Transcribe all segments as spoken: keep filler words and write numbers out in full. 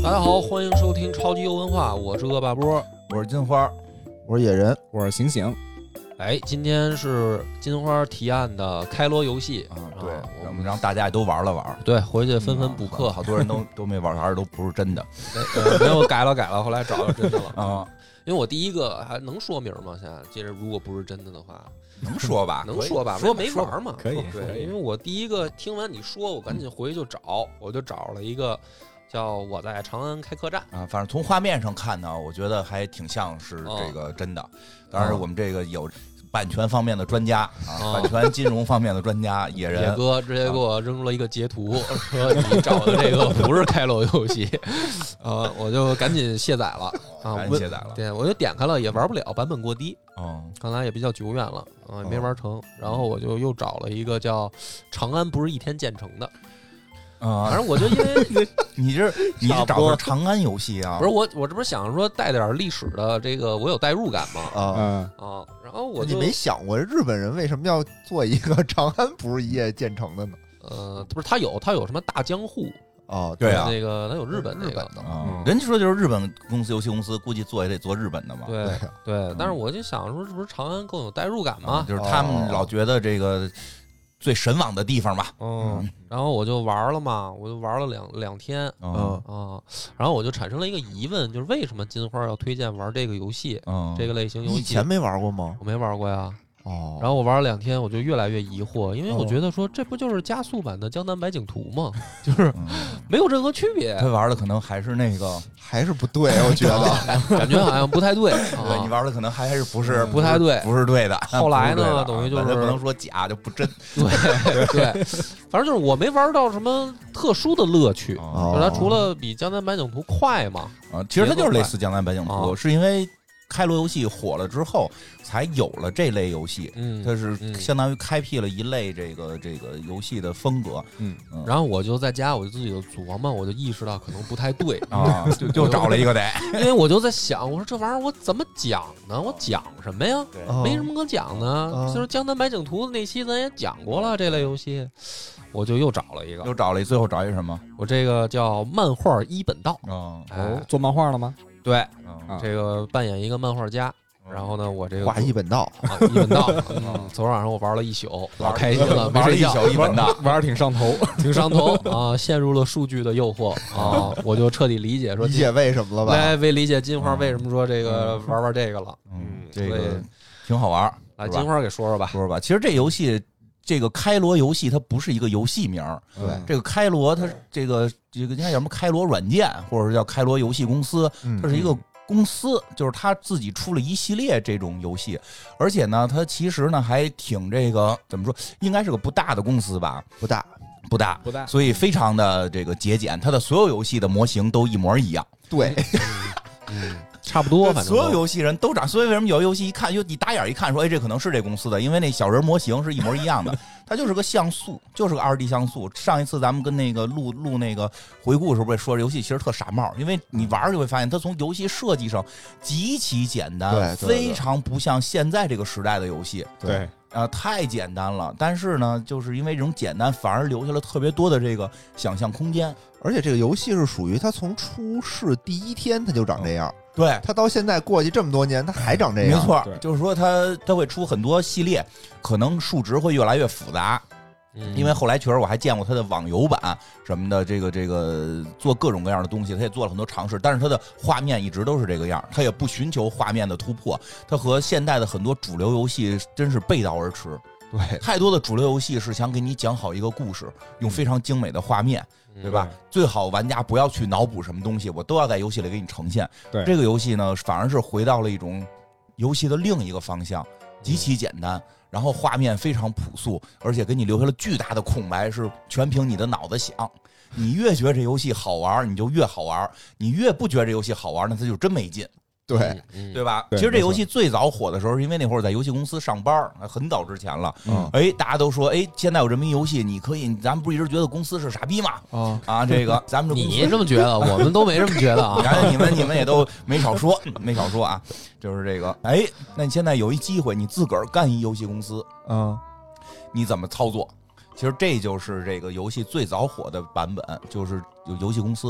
大家好，欢迎收听超级游文化，我是恶霸波， 我是金花， 我是野人， 我是醒醒。 哎，今天是金花提案的开罗游戏啊，对， 啊、 我们让大家也都玩了玩， 对，回去纷纷补课， 嗯、好多人都都没玩，玩的都不是真的， 没有改了改了，后来找到真的了啊。 因为我第一个还能说名吗？现在接着，如果不是真的的话， 能说吧？ 能说吧？说没玩嘛？ 可以， 对，因为我第一个听完你说，我赶紧回去就找，我就找了一个叫我在长安开客栈啊。反正从画面上看呢，我觉得还挺像是这个真的。当然，我们这个有版权方面的专家啊，版权金融方面的专家野人野哥直接给我扔了一个截图，说你找的这个不是开罗游戏，呃，我就赶紧卸载了啊， 赶紧卸载了。 对，我就点开了，也玩不了，版本过低。 哦， 看来也比较久远了啊，也没玩成。然后我就又找了一个叫《长安不是一天建成的》。 啊， 反正我就因为你这你是找的长安游戏啊？ 不是我，我这不是想说带点历史的这个，我有代入感嘛啊啊！然后我就你没想过日本人为什么要做一个长安不是一夜建成的呢？ 呃，不是他有他有什么大江户哦， 对啊， 那个他有日本那个的啊，人家说就是日本公司游戏公司，估计做也得做日本的嘛。 对对，但是我就想说，是不是长安更有代入感嘛？ 就是他们老觉得这个。最神往的地方吧， 嗯，然后我就玩了嘛，我就玩了两两天， 嗯啊，然后我就产生了一个疑问，就是为什么金花要推荐玩这个游戏， 嗯， 这个类型游戏？ 以前没玩过吗？ 我没玩过呀。 哦， 然后我玩了两天，我就越来越疑惑，因为我觉得说这不就是加速版的江南百景图吗？就是没有任何区别。 他玩的可能还是那个， 还是不对，我觉得感觉好像不太对。 对你玩的可能还是不是不太对， 不是对的。 后来呢，等于就是不能说假就不真。 对对，反正就是我没玩到什么特殊的乐趣，就它除了比江南百景图快嘛。 啊，其实它就是类似江南百景图，是因为。开罗游戏火了之后，才有了这类游戏。 嗯， 它是相当于开辟了一类这个这个游戏的风格。 嗯，嗯然后我就在家，我就自己就琢磨，我就意识到可能不太对啊，就就找了一个得， 因为我就在想，我说这玩意儿我怎么讲呢？我讲什么呀？没什么可讲的。 哦、 就是江南百景图那期咱也讲过了这类游戏，我就又找了一个， 又找了一，最后找一个什么？ 我这个叫漫画一本道。 哦， 哎， 做漫画了吗？ 对，嗯、这个扮演一个漫画家，然后呢，我这个画一本道， 啊、一本道。嗯，昨晚上我玩了一宿，老开心了，没玩了一宿一本道， 玩的挺上头， 挺上头啊！陷入了数据的诱惑啊，我就彻底理解说， 理解为什么了吧？ 来，为理解金花为什么说这个玩玩这个了。 嗯，这个挺好玩。 来，金花给说说吧， 说说吧。其实这游戏。这个开罗游戏它不是一个游戏名， 对， 这个开罗它这个这个应该叫什么开罗软件，或者是叫开罗游戏公司，它是一个公司，就是它自己出了一系列这种游戏，而且呢，它其实呢还挺这个怎么说，应该是个不大的公司吧， 不大， 不大， 不大， 所以非常的这个节俭，它的所有游戏的模型都一模一样， 对， 嗯。差不多，反正所有游戏人都长，所以为什么有游戏一看，就你打眼一看说，哎，这可能是这公司的，因为那小人模型是一模一样的，它就是个像素，就是个二 D 像素。上一次咱们跟那个录录那个回顾的时候，不是说这游戏其实特傻帽，因为你玩就会发现，它从游戏设计上极其简单， 对， 非常不像现在这个时代的游戏， 对。 啊、呃，太简单了，但是呢，就是因为这种简单，反而留下了特别多的这个想象空间。 而且这个游戏是属于它从出世第一天它就长这样， 嗯、对， 它到现在过去这么多年，它还长这样。 没错，就是说它它会出很多系列，可能数值会越来越复杂。 嗯、 因为后来确实我还见过它的网游版什么的，这个这个做各种各样的东西，它也做了很多尝试，但是它的画面一直都是这个样，它也不寻求画面的突破，它和现代的很多主流游戏真是背道而驰。 对， 太多的主流游戏是想给你讲好一个故事，用非常精美的画面，对吧？ 嗯、 最好玩家不要去脑补什么东西，我都要在游戏里给你呈现。 对， 这个游戏呢，反而是回到了一种游戏的另一个方向，极其简单。然后画面非常朴素，而且给你留下了巨大的空白，是全凭你的脑子想。你越觉得这游戏好玩，你就越好玩；你越不觉得这游戏好玩，那它就真没劲。 对， 嗯、 对吧？ 对， 其实这游戏最早火的时候，是因为那会儿在游戏公司上班，很早之前了。 嗯， 哎，大家都说，哎，现在有这么一游戏，你可以，咱们不是一直觉得公司是傻逼吗？ 啊啊，这个咱们这公司你这么觉得，我们都没这么觉得啊。 然后你们你们也都没少说，没少说啊，就是这个。哎，那你现在有一机会，你自个儿干一游戏公司， 嗯， 你怎么操作？其实这就是这个游戏最早火的版本，就是有游戏公司。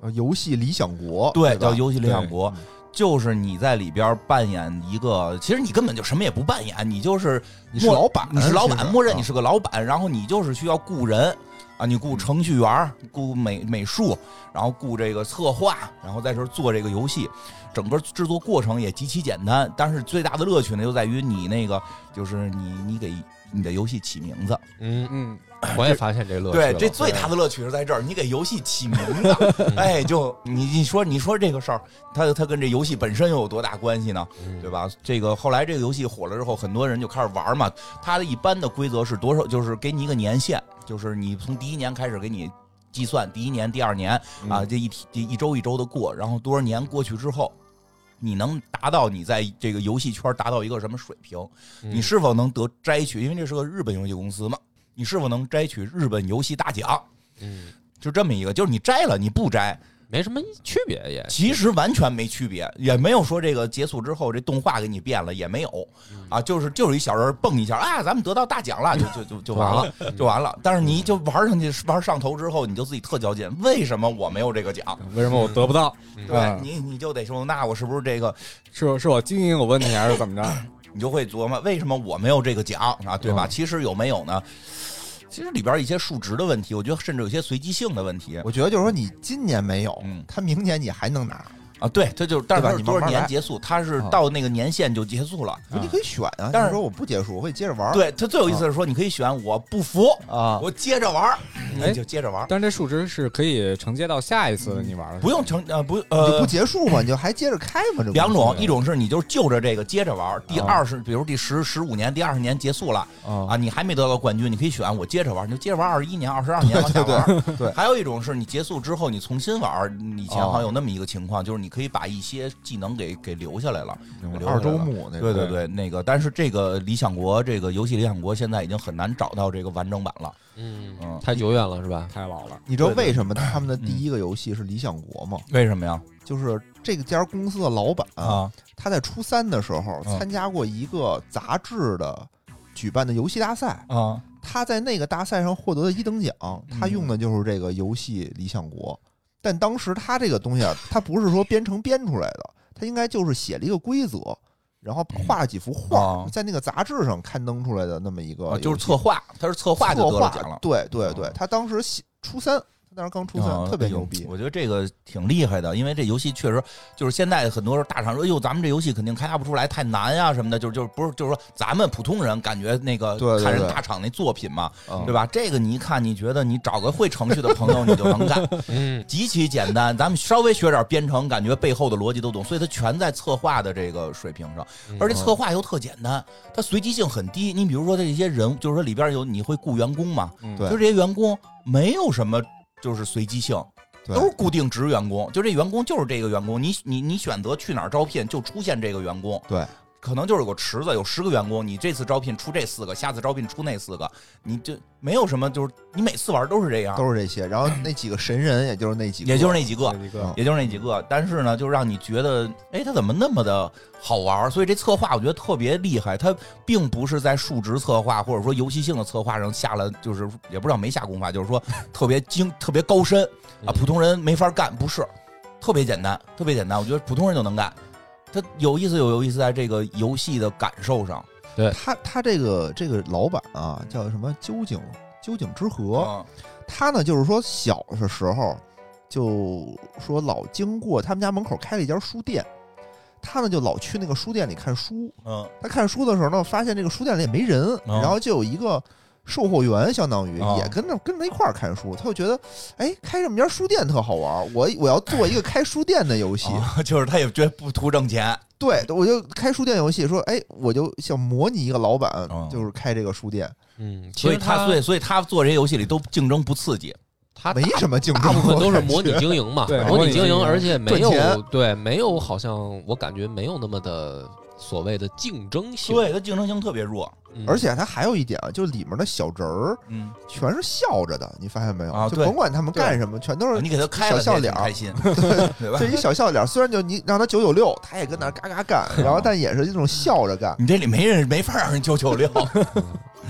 呃游戏理想国， 对， 对吧叫游戏理想国。就是你在里边扮演一个，其实你根本就什么也不扮演，你就是你是老板， 你是老板，默认你是是个老板，然后你就是需要雇人啊，你雇程序员，雇美美术，然后雇这个策划，然后在这做这个游戏，整个制作过程也极其简单，但是最大的乐趣呢，就在于你那个就是你你给你的游戏起名字， 嗯嗯， 我也发现这乐趣对， 了这最大的乐趣是在这儿，你给游戏起名字，哎，就你你说你说这个事儿，它它跟这游戏本身又有多大关系呢？对吧？这个后来这个游戏火了之后，很多人就开始玩嘛。它的一般的规则是多少？就是给你一个年限，就是你从第一年开始给你计算，第一年、第二年啊，这一一周一周的过，然后多少年过去之后。你能达到你在这个游戏圈达到一个什么水平？你是否能得摘取？因为这是个日本游戏公司嘛，你是否能摘取日本游戏大奖？ 嗯， 就这么一个，就是你摘了，你不摘， 没什么区别也。 其实完全没区别，也没有说这个结束之后这动画给你变了，也没有啊，就是就是一小人蹦一下啊，咱们得到大奖了，就就就就完了，就完了。但是你就玩上去玩上头之后，你就自己特较劲，为什么我没有这个奖？ 为什么我得不到？ 对你你就得说，那我是不是这个是是我经营有问题还是怎么着？ 你就会琢磨为什么我没有这个奖啊，对吧？ 嗯、 其实有没有呢？其实里边一些数值的问题，我觉得甚至有些随机性的问题。 我觉得就是说，你今年没有， 嗯， 他明年你还能拿啊。对，他就是，但是他是多少年结束？他是到那个年限就结束了。 啊、你可以选啊， 但是说我不结束，我会接着玩。 对他最有意思是说，你可以选我不服啊， 我接着玩，你就接着玩。 但是这数值是可以承接到下一次的你玩， 不用承呃不呃你不结束嘛，你就还接着开嘛。这两种，一种是你就是就着这个接着玩，第二是比如第十十五年、第二十年结束了啊，你还没得到冠军，你可以选我接着玩，你就接着玩二十一年、二十二年往下玩。 对对。 还有一种是你结束之后你重新玩，以前好像有那么一个情况，就是你可以把一些技能给给留下来了， 二周目那个。对对对，那个但是这个理想国这个游戏理想国现在已经很难找到这个完整版了。 嗯嗯，太久远了是吧？ 太老了。 你知道为什么他们的第一个游戏是理想国吗？ 为什么呀？ 就是这个家公司的老板啊， 他在初三的时候参加过一个杂志的举办的游戏大赛啊， 他在那个大赛上获得的一等奖，他用的就是这个游戏理想国。但当时他这个东西啊，他不是说编程编出来的，他应该就是写了一个规则。然后画了几幅画，在那个杂志上刊登出来的那么一个， 就是策划，他是策划就得了奖了。 对对对，他当时初三，他当时刚初三，特别牛逼。 我觉得这个挺厉害的，因为这游戏确实就是现在很多大厂说，哎呦，咱们这游戏肯定开发不出来，太难呀什么的，就是就是不是就是说咱们普通人感觉那个看人大厂那作品嘛，对吧？这个你一看，你觉得你找个会程序的朋友，你就能干，嗯，极其简单。咱们稍微学点编程，感觉背后的逻辑都懂，所以它全在策划的这个水平上。而且策划又特简单，它随机性很低。你比如说这些人，就是说里边有你会雇员工嘛， 对， 就这些员工没有什么就是随机性，都是固定职员工。就这员工就是这个员工，你你你选择去哪儿招聘，就出现这个员工。 对， 可能就是有个池子，有十个员工，你这次招聘出这四个，下次招聘出那四个，你就没有什么，就是你每次玩都是这样， 都是这些。然后那几个神人，也就是那几个， 也就是那几个， 嗯、 也就是那几个。但是呢，就让你觉得，哎，他怎么那么的好玩？所以这策划我觉得特别厉害。他并不是在数值策划或者说游戏性的策划上下了，就是也不知道没下功夫，就是说特别精、特别高深啊，普通人没法干，不是，特别简单，特别简单。我觉得普通人就能干。他有意思，有有意思在这个游戏的感受上。 对他，他这个这个老板啊，叫什么？究竟究竟之河。 嗯、 他呢，就是说小的时候就说老经过他们家门口开了一家书店，他呢就老去那个书店里看书。 嗯， 他看书的时候呢，发现这个书店里也没人， 嗯、 然后就有一个售货员，相当于嗯、 也跟着跟着一块儿看书。他就觉得，哎，开这么家书店特好玩，我我要做一个开书店的游戏。 哦、就是他也觉得不图挣钱。 对，我就开书店游戏，说，哎，我就想模拟一个老板， 嗯、 就是开这个书店。 嗯， 所以他所以所以他做这些游戏里都竞争不刺激， 他没什么竞争， 大部分都是模拟经营嘛， 对， 模拟经营，而且没有赚对没有，好像我感觉没有那么的所谓的竞争性， 对，它竞争性特别弱。 嗯、 而且它还有一点啊，就是里面的小人儿， 嗯， 全是笑着的，你发现没有？ 啊， 就甭管他们干什么，全都是你给他开小笑脸， 开心， 对吧？就一小笑脸，虽然就你让他九九六，他也跟那嘎嘎干，然后但也是这种笑着干。 你这里没人没法让人九九六。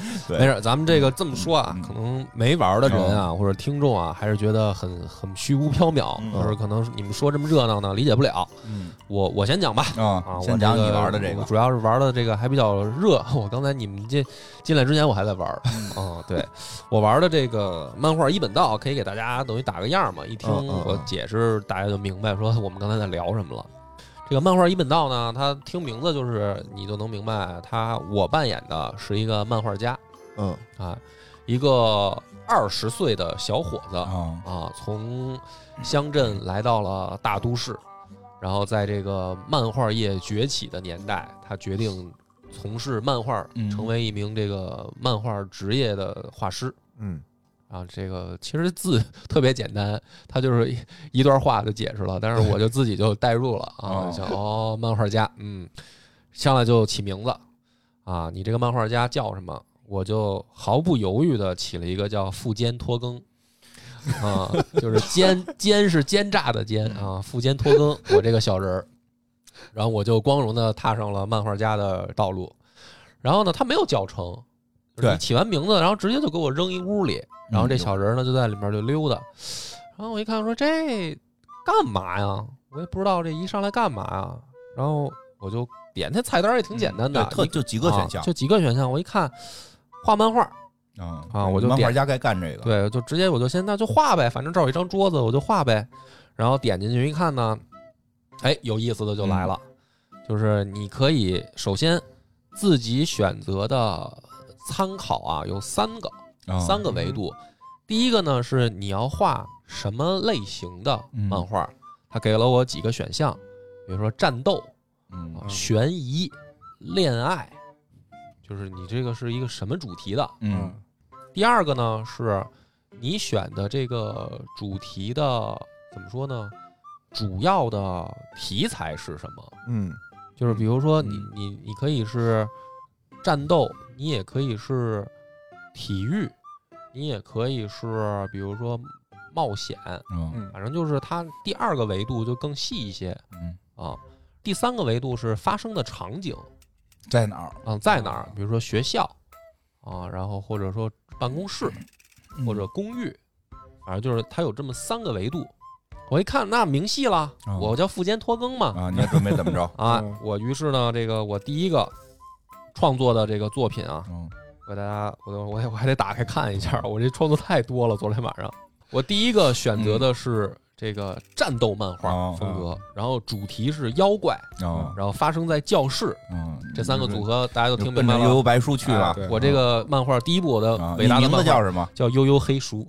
对没事，咱们这个这么说啊， 嗯可能没玩的人啊，或者听众啊，还是觉得很很虚无缥缈， 嗯或者可能你们说这么热闹呢，理解不了。 嗯我我先讲吧。 啊啊，我先讲你这个玩的这个我主要是玩的这个还比较热。我刚才你们进进来之前，我还在玩。哦，对，我玩的这个漫画一本道，可以给大家等于打个样嘛。一听嗯嗯我解释，大家就明白说我们刚才在聊什么了。这个漫画一本道呢，它听名字就是你就能明白，它我扮演的是一个漫画家嗯啊，一个二十岁的小伙子啊啊，从乡镇来到了大都市，然后在这个漫画业崛起的年代，他决定从事漫画， 嗯成为一名这个漫画职业的画师。 嗯啊，这个其实字特别简单，他就是一一段话就解释了，但是我就自己就代入了啊， 哦想哦，漫画家，嗯，上来就起名字啊，你这个漫画家叫什么？我就毫不犹豫的起了一个叫富坚托耕啊，就是奸奸是奸诈的奸啊，富坚托耕，我这个小人儿，然后我就光荣的踏上了漫画家的道路，然后呢，他没有教程。就是你起完名字，然后直接就给我扔一屋里，然后这小人呢就在里面就溜达，然后我一看说这干嘛呀？我也不知道这一上来干嘛呀，然后我就点，它菜单也挺简单的， 对特就几个选项啊，就几个选项。我一看画漫画啊啊我就点漫画家该干这个， 对，就直接我就先那就画呗，反正这儿有一张桌子，我就画呗。然后点进去一看呢，哎，有意思的就来了， 嗯、 就是你可以首先自己选择的参考啊，有三个、 哦、 三个维度。第一个呢是你要画什么类型的漫画，嗯、他给了我几个选项，比如说战斗、 嗯、 悬疑、恋爱，就是你这个是一个什么主题的。 嗯。 第二个呢是你选的这个主题的怎么说呢？主要的题材是什么？ 嗯， 就是比如说你你你可以是战斗，你也可以是体育，你也可以是比如说冒险， 嗯， 反正就是它第二个维度就更细一些， 嗯啊，第三个维度是发生的场景在哪儿啊，在哪儿？比如说学校啊，然后或者说办公室或者公寓，反正就是它有这么三个维度。我一看那明细了， 哦、 我叫富坚托耕嘛， 啊，你也准备怎么着啊？我于是呢，这个我第一个创作的这个作品啊， 嗯、 我给大家，我我我还得打开看一下，我这创作太多了。昨天晚上，我第一个选择的是这个战斗漫画风格， 嗯、 然后主题是妖怪， 嗯、 然后发生在教室， 嗯， 这三个组合大家都听明白了。 奔着悠悠白书去了。 哎、我这个漫画第一部我的伟大的名字叫什么？ 叫悠悠黑书。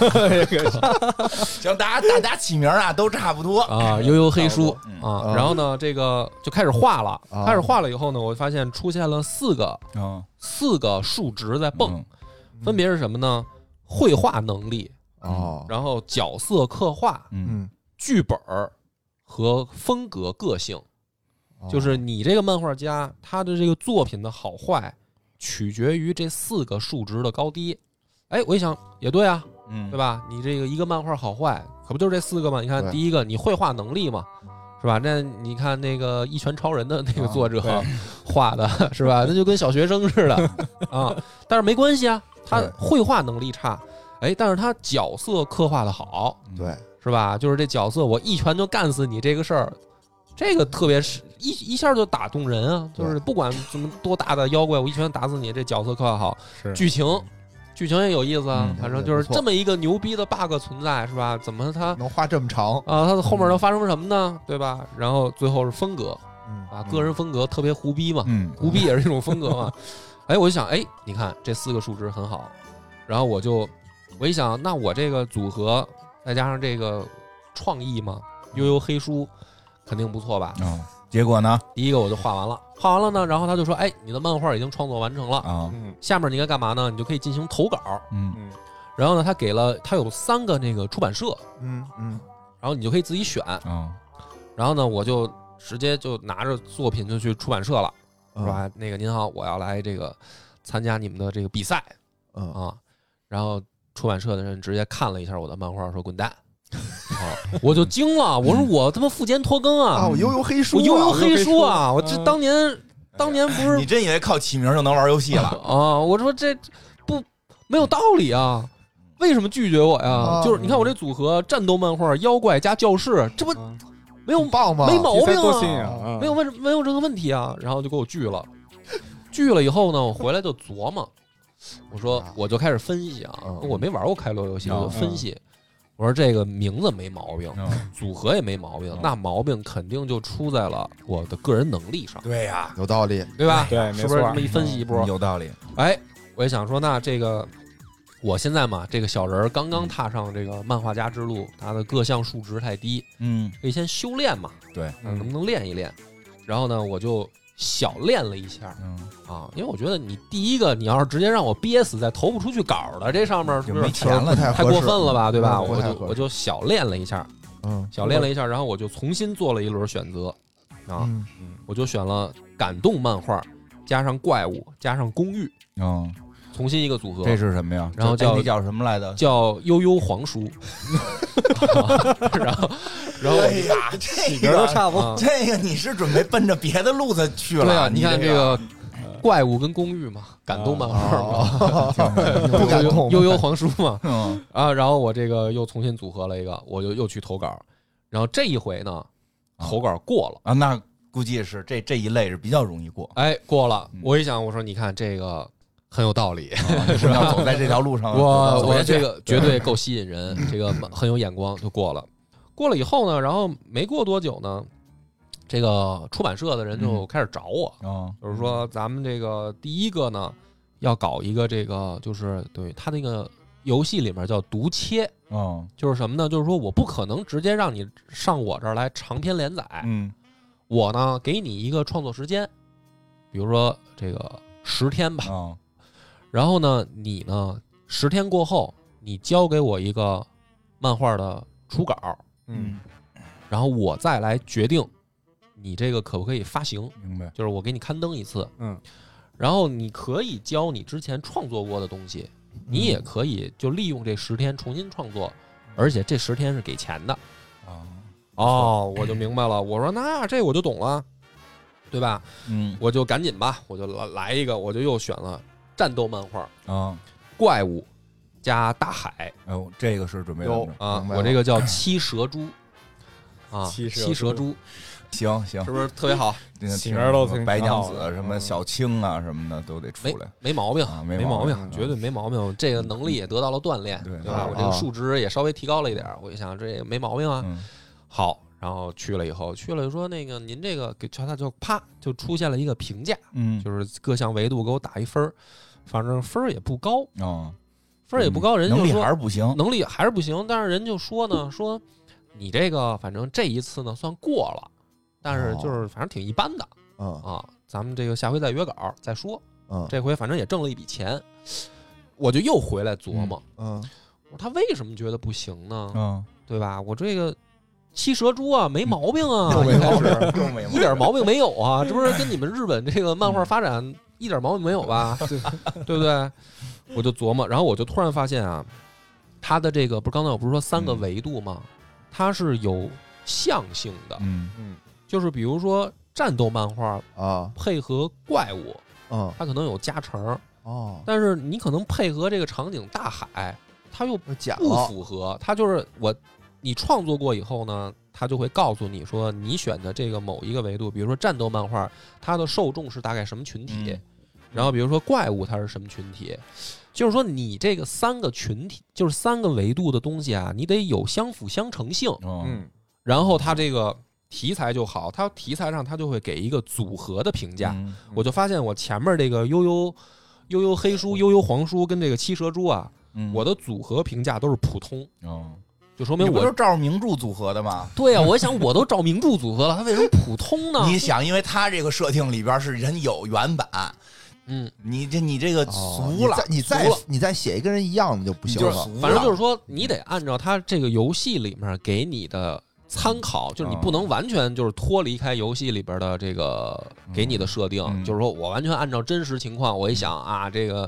行，大家大家起名啊都差不多啊，悠悠黑书啊。 嗯、 然后呢，这个就开始画了。 啊、 开始画了以后呢，我发现出现了四个， 啊、 四个数值在蹦， 嗯、 分别是什么呢？绘画能力。 哦， 然后角色刻画， 嗯， 剧本和风格个性， 哦、 就是你这个漫画家他的这个作品的好坏，取决于这四个数值的高低。哎，我一想也对啊， 嗯， 对吧？你这个一个漫画好坏，可不就是这四个吗？你看第一个，你绘画能力嘛，是吧？那你看那个《一拳超人》的那个作者画的，是吧？那就跟小学生似的啊。但是没关系啊，他绘画能力差。哎，但是他角色刻画的好， 对， 是吧？就是这角色，我一拳就干死你这个事儿，这个特别是一一下就打动人啊！就是不管怎么多大的妖怪，我一拳打死你，这角色刻画好，剧情剧情也有意思啊。 嗯、 反正就是这么一个牛逼的 bug 存在，是吧？怎么他能画这么长啊？他后面能发生什么呢？对吧？然后最后是风格， 嗯啊，个人风格特别胡逼嘛， 嗯， 胡逼也是一种风格嘛。哎，我就想，哎，你看这四个数值很好，然后我就。我一想，那我这个组合再加上这个创意嘛，悠悠黑书肯定不错吧？ 啊、哦，结果呢？ 第一个我就画完了，画完了呢，然后他就说：“哎，你的漫画已经创作完成了啊、哦， 下面你该干嘛呢？你就可以进行投稿。” 嗯嗯，然后呢，他给了他有三个那个出版社， 嗯嗯， 然后你就可以自己选啊、 哦。 然后呢，我就直接就拿着作品就去出版社了， 嗯、 是吧？那个您好，我要来这个参加你们的这个比赛， 嗯啊，然后。出版社的人直接看了一下我的漫画，说滚蛋！啊，我就惊了，我说我他妈富坚托耕啊， 啊，我悠悠黑书、啊， 我悠悠黑书啊，我这当年当年不是你真以为靠起名就能玩游戏了？ 啊？我说这不没有道理啊。为什么拒绝我呀？ 啊就是你看我这组合，战斗漫画、妖怪加教室，这不嗯没有很棒吗？ 没毛病多新啊， 颖啊！ 没有问没有任何问题啊。然后就给我拒了，拒了以后呢，我回来就琢磨，我说我就开始分析啊， 嗯我没玩过开罗游戏， 嗯我就分析，我说这个名字没毛病， 嗯组合也没毛病嗯， 那毛病肯定就出在了我的个人能力上， 对呀， 有道理。 对吧？ 对，没错是不是这么一分析一波？ 有道理。 哎，我也想说，那这个我现在嘛，这个小人儿刚刚踏上这个漫画家之路，他的各项数值太低， 嗯， 可以先修炼嘛， 对， 嗯，能不能练一练？然后呢，我就小练了一下嗯， 啊，因为我觉得你第一个，你要是直接让我憋死在投不出去稿的这上面，是就不是没钱了， 太过分了吧？对吧？ 嗯不太合适我就我就小练了一下， 嗯， 小练了一下，然后我就重新做了一轮选择啊， 嗯我就选了感动漫画，加上怪物，加上公寓， 嗯， 重新一个组合。 这是什么呀？ 然后叫这那叫什么来着？ 叫悠悠黄书，然后然后哎呀，这名儿都个差不多。 啊这个你是准备奔着别的路子去了？ 对啊， 你你看这这个怪物跟公寓嘛，感动漫画嘛， 不敢动， 悠悠黄书嘛， 嗯啊，然后我这个又重新组合了一个，我就又去投稿，然后这一回呢，投稿过了， 啊，那估计是这这一类是比较容易过。 哎，过了嗯， 我一想，我说你看这个很有道理， 啊你说你要走在这条路上， 我我走下去这个绝对够吸引人，这个很有眼光，就过了。过了以后呢，然后没过多久呢，这个出版社的人就开始找我， 嗯就是说咱们这个第一个呢，要搞一个这个，就是对他那个游戏里面叫读切， 嗯就是什么呢？就是说我不可能直接让你上我这儿来长篇连载， 嗯我呢给你一个创作时间，比如说这个十天吧， 嗯然后呢你呢十天过后，你交给我一个漫画的初稿， 嗯， 然后我再来决定你这个可不可以发行， 明白。 就是我给你刊登一次， 嗯， 然后你可以交你之前创作过的东西，你也可以就利用这十天重新创作，而且这十天是给钱的。 啊， 哦，我就明白了。我说那这我就懂了，对吧？ 嗯我就赶紧吧，我就来来一个，我就又选了战斗漫画， 啊， 怪物加大海哎呦，这个是准备有怎么着啊明白，了我这个叫七蛇珠啊， 七蛇七蛇珠行行是，不是特别好？ 这个起名儿都挺白娘挺好的子什么小青啊什么的都得出没来。 没毛病， 啊没毛病没毛病，绝对没毛病。这个能力也得到了锻炼， 对对吧？ 啊我这个数值也稍微提高了一点儿，我就想这也没毛病啊。 嗯好，然后去了以后，去了就说那个您这个给他就啪就出现了一个评价， 嗯， 就是各项维度给我打一分儿，反正分儿也不高， 哦， 分儿也不高，人能力就说还是不行。 能力还是不行，但是人就说呢，说你这个反正这一次呢算过了，但是就是反正挺一般的嗯啊，咱们这个下回再约稿再说。 嗯这回反正也挣了一笔钱，我就又回来琢磨， 嗯我说他为什么觉得不行呢？ 嗯， 对吧？我这个七蛇珠啊，没毛病啊， 又没毛病一开始又没一点毛病没有啊，这不是跟你们日本这个漫画发展一点毛病没有吧？对对不对？我就琢磨，然后我就突然发现啊，它的这个不是刚才我不是说三个维度吗？它是有象性的， 嗯就是比如说战斗漫画啊配合怪物， 嗯它可能有加成， 哦， 但是你可能配合这个场景大海，它又不假了符合。它就是我，你创作过以后呢，它就会告诉你说，你选的这个某一个维度，比如说战斗漫画，它的受众是大概什么群体， 嗯然后比如说怪物它是什么群体，就是说你这个三个群体，就是三个维度的东西啊，你得有相辅相成性， 嗯嗯然后它这个题材就好，它题材上它就会给一个组合的评价。 嗯我就发现我前面这个悠悠悠悠黑书、悠悠黄书跟这个七蛇珠啊， 嗯我的组合评价都是普通， 哦， 就说明我你不是照着名著组合的吗？ 对啊，我想我都照名著组合了，它为什么普通呢？ 你想，因为它这个设定里边是人有原版， 嗯， 你这你这个哦俗了， 你再你再俗了你再写一跟人一样的就不行了。 就是俗了， 反正就是说，你得按照它这个游戏里面给你的参考，就是你不能完全就是脱离开游戏里边的这个给你的设定， 嗯就是说我完全按照真实情况，我一想啊，这个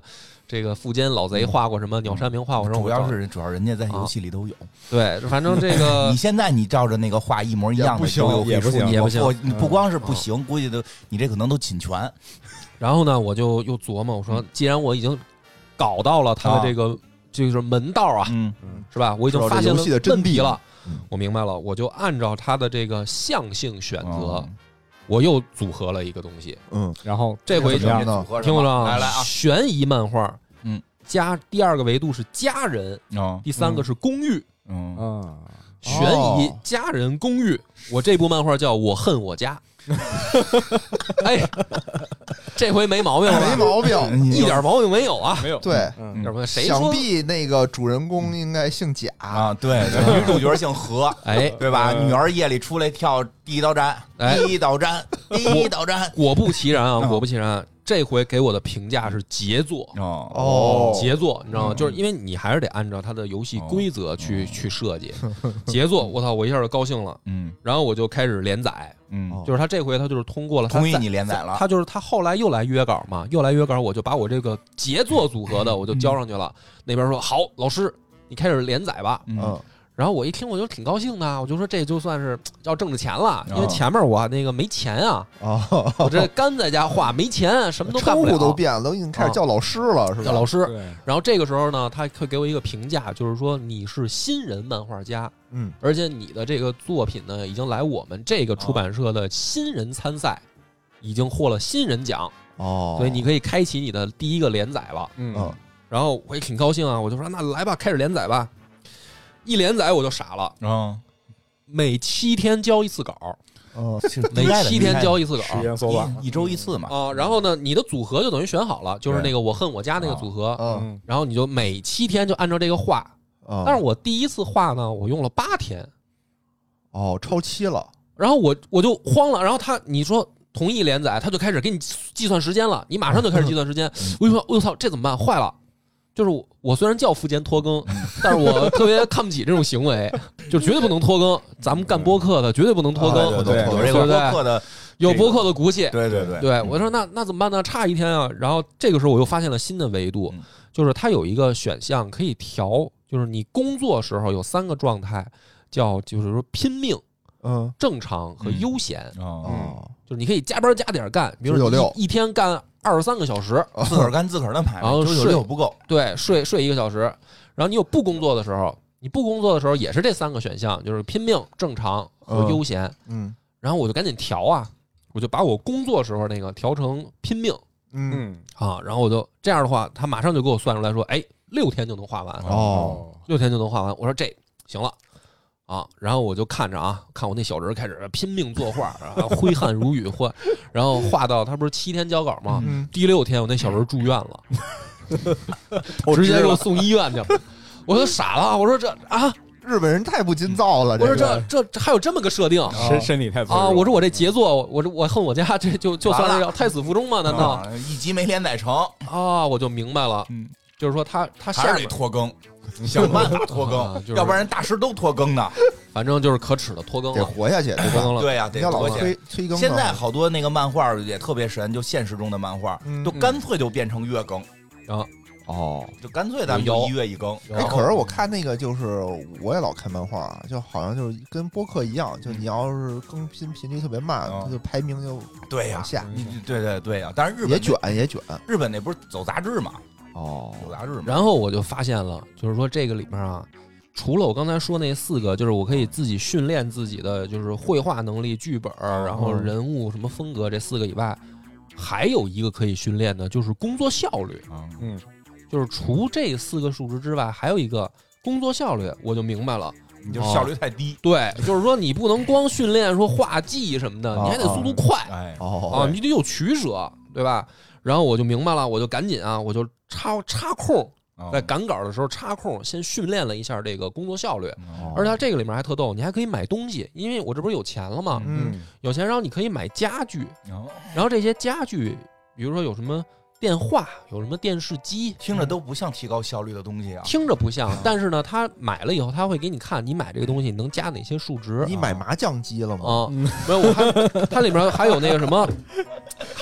这个富坚老贼画过什么，鸟山明画过什么， 主要是主要人家在游戏里都有。 对，反正这个你现在你照着那个画一模一样的也不行也不行也不行你不光是不行，估计都你这可能都侵权。 然后呢，我就又琢磨，我说既然我已经搞到了他的这个就是门道啊， 嗯， 是吧？我已经发现了知道这游戏的真谛问题了嗯， 我明白了，我就按照他的这个象性选择哦， 我又组合了一个东西。 嗯， 然后这回怎么样呢组合听我说来来啊， 悬疑漫画， 嗯， 加第二个维度是家人， 哦， 第三个是公寓， 嗯， 嗯， 悬疑哦家人公寓。我这部漫画叫我恨我家。哎，这回没毛病了吧， 没毛病。 一点毛病没有啊。 没有对， 嗯要不然谁想说？ 必那个主人公应该姓贾。 啊，对对，女主角姓何， 哎， 对吧？ 嗯女儿夜里出来跳第一道战， 哎第一道战，第一道战。 果不其然啊， 嗯果不其然，这回给我的评价是杰作。 哦哦杰作，你知道吗？ 嗯就是因为你还是得按照它的游戏规则去、 哦去设计。杰作，我操，我一下就高兴了， 嗯然后我就开始连载。 嗯， 哦就是他这回他就是通过了，他同意在你连载了。 他就是他后来又来约稿嘛，又来约稿，我就把我这个杰作组合的我就交上去了。那边说好，老师你开始连载吧。 嗯嗯然后我一听我就挺高兴的，我就说这就算是要挣着钱了，因为哦前面我那个没钱啊， 哦， 我这干在家画没钱，什么都干不了。 称呼都变了，都已经开始叫老师了，是吧？ 叫老师。 对， 然后这个时候呢，他会给我一个评价，就是说你是新人漫画家， 嗯， 而且你的这个作品呢，已经来我们这个出版社的新人参赛，已经获了新人奖， 哦， 所以你可以开启你的第一个连载了。 嗯嗯然后我也挺高兴啊，我就说那来吧，开始连载吧。一连载我就傻了， 嗯， 每七天交一次稿， 嗯每七天交一次稿时间缩短， 一一周一次嘛。 啊。然后呢，你的组合就等于选好了，就是那个我恨我家那个组合， 嗯嗯然后你就每七天就按照这个画。 嗯， 但是我第一次画呢，我用了八天， 哦超期了， 然后我我就慌了。然后他你说同意连载，他就开始给你计算时间了，你马上就开始计算时间。我就说我操，这怎么办？坏了！就是我我虽然叫富坚拖更，但是我特别看不起这种行为，就绝对不能拖更。咱们干播客的绝对不能拖更， 啊对，有这个对不对播客的， 有播客的骨气。 对对对对，我说那那怎么办呢？差一天啊！然后这个时候我又发现了新的维度嗯， 就是它有一个选项可以调，就是你工作时候有三个状态，叫就是说拼命、 嗯正常和悠闲， 哦， 哦， 就是你可以加班加点干，比如说九九六一一天干二十三个小时， 自个儿干自个儿的买卖， 然后九九睡六不够。 对，睡睡一个小时。然后你有不工作的时候，你不工作的时候也是这三个选项，就是拼命、正常和嗯悠闲。 嗯然后我就赶紧调啊，我就把我工作时候那个调成拼命。 嗯嗯啊，然后我就这样的话，他马上就给我算出来说，哎，六天就能画完， 哦， 六天就能画完。我说这行了啊，然后我就看着啊，看我那小人开始拼命作画，然后挥汗如雨画，然后画到他不是七天交稿吗？ 嗯第六天我那小人住院了，直接给我送医院去了，我就傻了，我说这啊， 日本人太不尽造了， 我说个这这这还有这么个设定身身体太脆弱啊？我说我这杰作，我这我恨我家，这就就算是要胎死腹中吗？难道啊一集没连载成？ 啊？我就明白了， 嗯， 就是说他他还是下面得拖更，想办法拖更， 啊就是要不然人大师都拖更呢。 反正就是可耻的拖更得了， 活下去，对吧？ 拖更了。 对呀， 你要老得拖去。 催催更呢， 现在好多那个漫画也特别神，就现实中的漫画嗯都干脆就变成月更， 啊， 哦。 就干脆咱们就有一月一更。 有哎， 然后可是我看那个就是我也老看漫画，就好像就是跟播客一样，就你要是更新频率特别慢， 嗯它就排名就对呀往，下， 你对对对呀，但是日本也卷也卷。 日本那不是走杂志嘛， 哦， 走杂志嘛。 然后我就发现了，就是说这个里面啊，除了我刚才说那四个，就是我可以自己训练自己的，就是绘画能力、剧本，然后人物什么风格这四个以外，还有一个可以训练的，就是工作效率。 嗯嗯就是除这四个数值之外，还有一个工作效率，我就明白了。 你就效率太低。 对，就是说你不能光训练说画技什么的，你还得速度快哎， 哦啊，你得有取舍，对吧？然后我就明白了，我就赶紧啊，我就插插空， 哦在赶稿的时候插空，先训练了一下这个工作效率。 哦而且它这个里面还特逗，你还可以买东西，因为我这不是有钱了吗？ 嗯有钱，然后你可以买家具， 哦然后这些家具，比如说有什么电话，有什么电视机， 听着都不像提高效率的东西啊。 听着不像，但是呢，他买了以后，他会给你看，你买这个东西能加哪些数值你买麻将机了吗？ 啊？没有，我还它里面还有那个什么，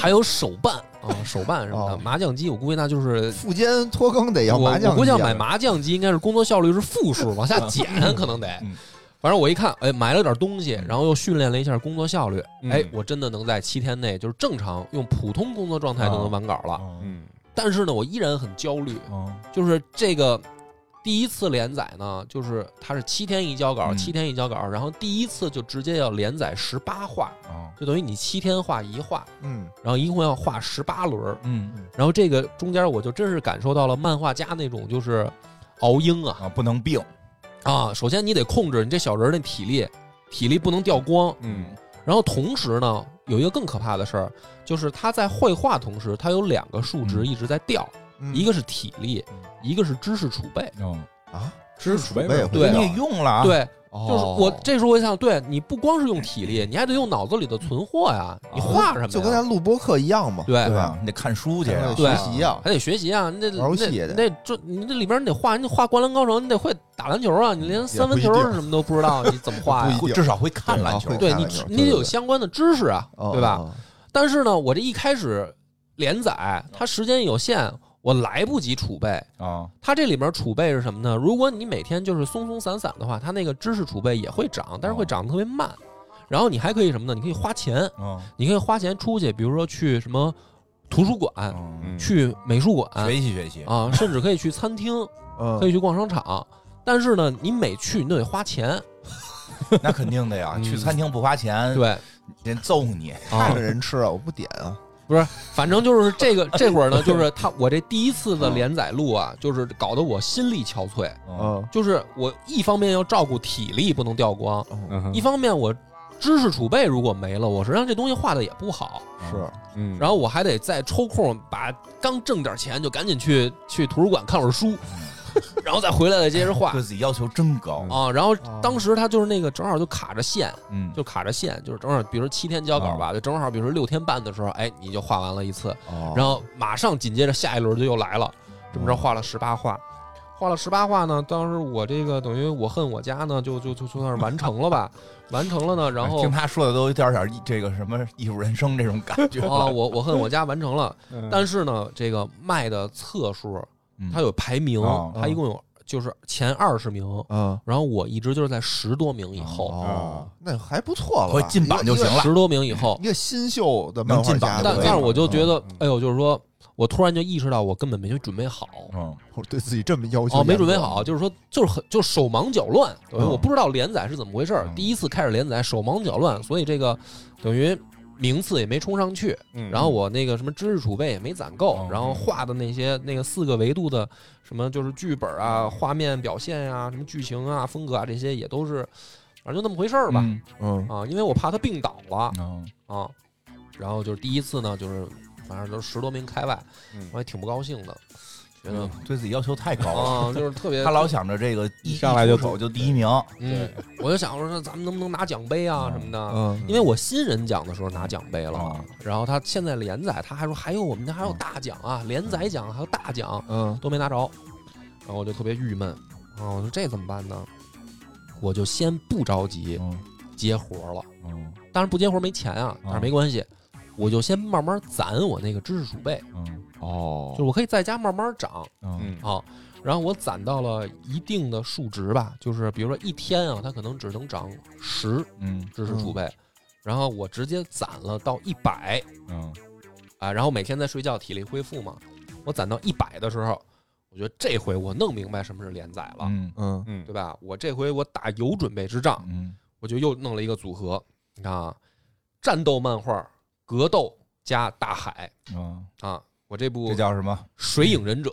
还有手办啊，手办什么的， 哦麻将机，我估计那就是富坚拖更得要我麻将机啊， 我估计要买麻将机，应该是工作效率是负数，往下减可能得。 嗯反正我一看，哎，买了点东西，然后又训练了一下工作效率， 嗯哎，我真的能在七天内就是正常用普通工作状态就能完稿了。 嗯嗯但是呢，我依然很焦虑， 嗯就是这个第一次连载呢，就是它是七天一交稿， 嗯七天一交稿，然后第一次就直接要连载十八话， 哦就等于你七天画一画， 嗯然后一共要画十八轮。 嗯然后这个中间我就真是感受到了漫画家那种就是熬鹰啊啊，不能病。 啊！首先你得控制你这小人的体力，体力不能掉光。 嗯然后同时呢，有一个更可怕的事儿，就是他在绘画同时，他有两个数值嗯一直在掉， 嗯一个是体力，一个是知识储备。 嗯， 啊， 知识储备也会对你也用了啊。 对， 哦就是我这时候我想，对你不光是用体力，你还得用脑子里的存货呀，你画什么呀？ 就跟咱录播课一样嘛， 对对吧？ 你得看书去还得啊。 对学习呀， 还得学习啊，你得玩游戏也得那那这你这里边你得画，你得画《灌篮高手》，你得会打篮球啊，你连三分球也不一定什么都不知道，你怎么画呀不？一定至少会看篮球啊会。 对你看篮球你得有对对相关的知识啊， 哦对吧？ 哦但是呢，我这一开始连载，它时间有限，我来不及储备。 啊， 它这里面储备是什么呢？如果你每天就是松松散散的话，它那个知识储备也会涨，但是会涨得特别慢。然后你还可以什么呢？你可以花钱， 嗯你可以花钱出去，比如说去什么图书馆、 嗯， 去美术馆学习学习。 啊，甚至可以去餐厅， 嗯可以去逛商场。但是呢，你每去你都得花钱， 那肯定的呀， 嗯去餐厅不花钱， 对人揍你。 啊看着，人吃啊，我不点啊， 不是，反正就是这个这会儿呢，就是他我这第一次的连载录啊，就是搞得我心力憔悴。 嗯嗯就是我一方面要照顾体力不能掉光， 嗯一方面我知识储备如果没了，我实际上这东西画的也不好。 是嗯， 然后我还得再抽空把刚挣点钱就赶紧去去图书馆看会儿书，然后再回来再接着画对自己要求真高。 啊。然后当时他就是那个正好就卡着线， 嗯， 就卡着线，就是正好比如说七天交稿吧，就正好比如说六天半的时候，哎，你就画完了一次， 哦然后马上紧接着下一轮就又来了，这么着画了十八画。画了十八画呢，当时我这个等于我恨我家呢，就就就就算是完成了吧，完成了呢，然后听他说的都有点点这个什么艺术人生这种感觉啊，我我恨我家完成了， 嗯但是呢，这个卖的册数它有排名哦， 它一共有就是前二十名， 嗯然后我一直就是在十多名以后， 哦，那还不错了吧， 会进榜就行了十多名以后， 一个新秀的漫画能进榜家， 但对但是我就觉得嗯， 哎呦，就是说我突然就意识到我根本没准备好。 嗯我对自己这么要求哦，没准备严格好，就是说，就是很就手忙脚乱，等于嗯我不知道连载是怎么回事儿。 嗯第一次开始连载，手忙脚乱，所以这个等于名次也没冲上去。 嗯然后我那个什么知识储备也没攒够， 嗯然后画的那些那个四个维度的什么就是剧本啊、画面表现呀、什么剧情啊、风格啊这些也都是，反正就那么回事儿吧。 嗯嗯啊，因为我怕他病倒了嗯啊。然后就是第一次呢，就是反正都十多名开外， 嗯我还挺不高兴的，觉得对自己要求太高了。 啊，就是特别他老想着这个一一上来就一出手就第一名。 嗯，我就想说，那咱们能不能拿奖杯啊什么的？ 嗯因为我新人奖的时候拿奖杯了嘛嗯， 然后他现在连载，他还说还有我们家还有大奖啊，连载奖还有大奖嗯都没拿着，然后我就特别郁闷啊，我说这怎么办呢？我就先不着急嗯接活了， 嗯当然不接活没钱啊，但是没关系，我就先慢慢攒我那个知识储备， 嗯哦就是我可以在家慢慢涨嗯嗯啊。然后我攒到了一定的数值吧，就是比如说一天啊，它可能只能涨十嗯知识储备，然后我直接攒了到一百嗯啊，然后每天在睡觉，体力恢复嘛。我攒到一百的时候，我觉得这回我弄明白什么是连载了， 嗯嗯嗯对吧？我这回我打有准备之仗， 嗯我就又弄了一个组合，你看啊，战斗漫画格斗加大海嗯， 啊，我这部这叫什么？ 水影忍者，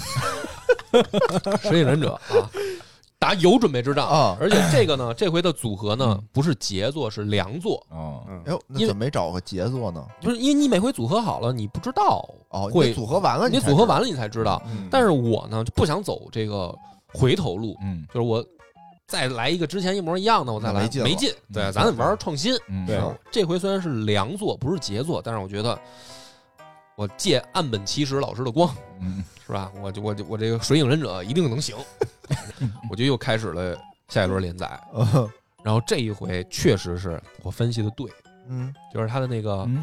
水影忍者啊，打有准备之仗啊而且这个呢，这回的组合呢嗯不是杰作，是良作。 哦嗯哎呦，那因为怎么没找个杰作呢？ 就是因为你每回组合好了，你不知道哦， 会你组合完了， 你才知道组合完了你才知道。 嗯但是我呢就不想走这个回头路， 嗯就是我再来一个之前一模一样的，我再来那没劲了没劲。对， 嗯咱得玩创新。 嗯对啊这回虽然是良作，不是杰作，但是我觉得我借岸本齐史老师的光， 嗯是吧？我就我就我这个水影忍者一定能行。我就又开始了下一轮连载， 嗯然后这一回确实是我分析的对， 嗯就是他的那个嗯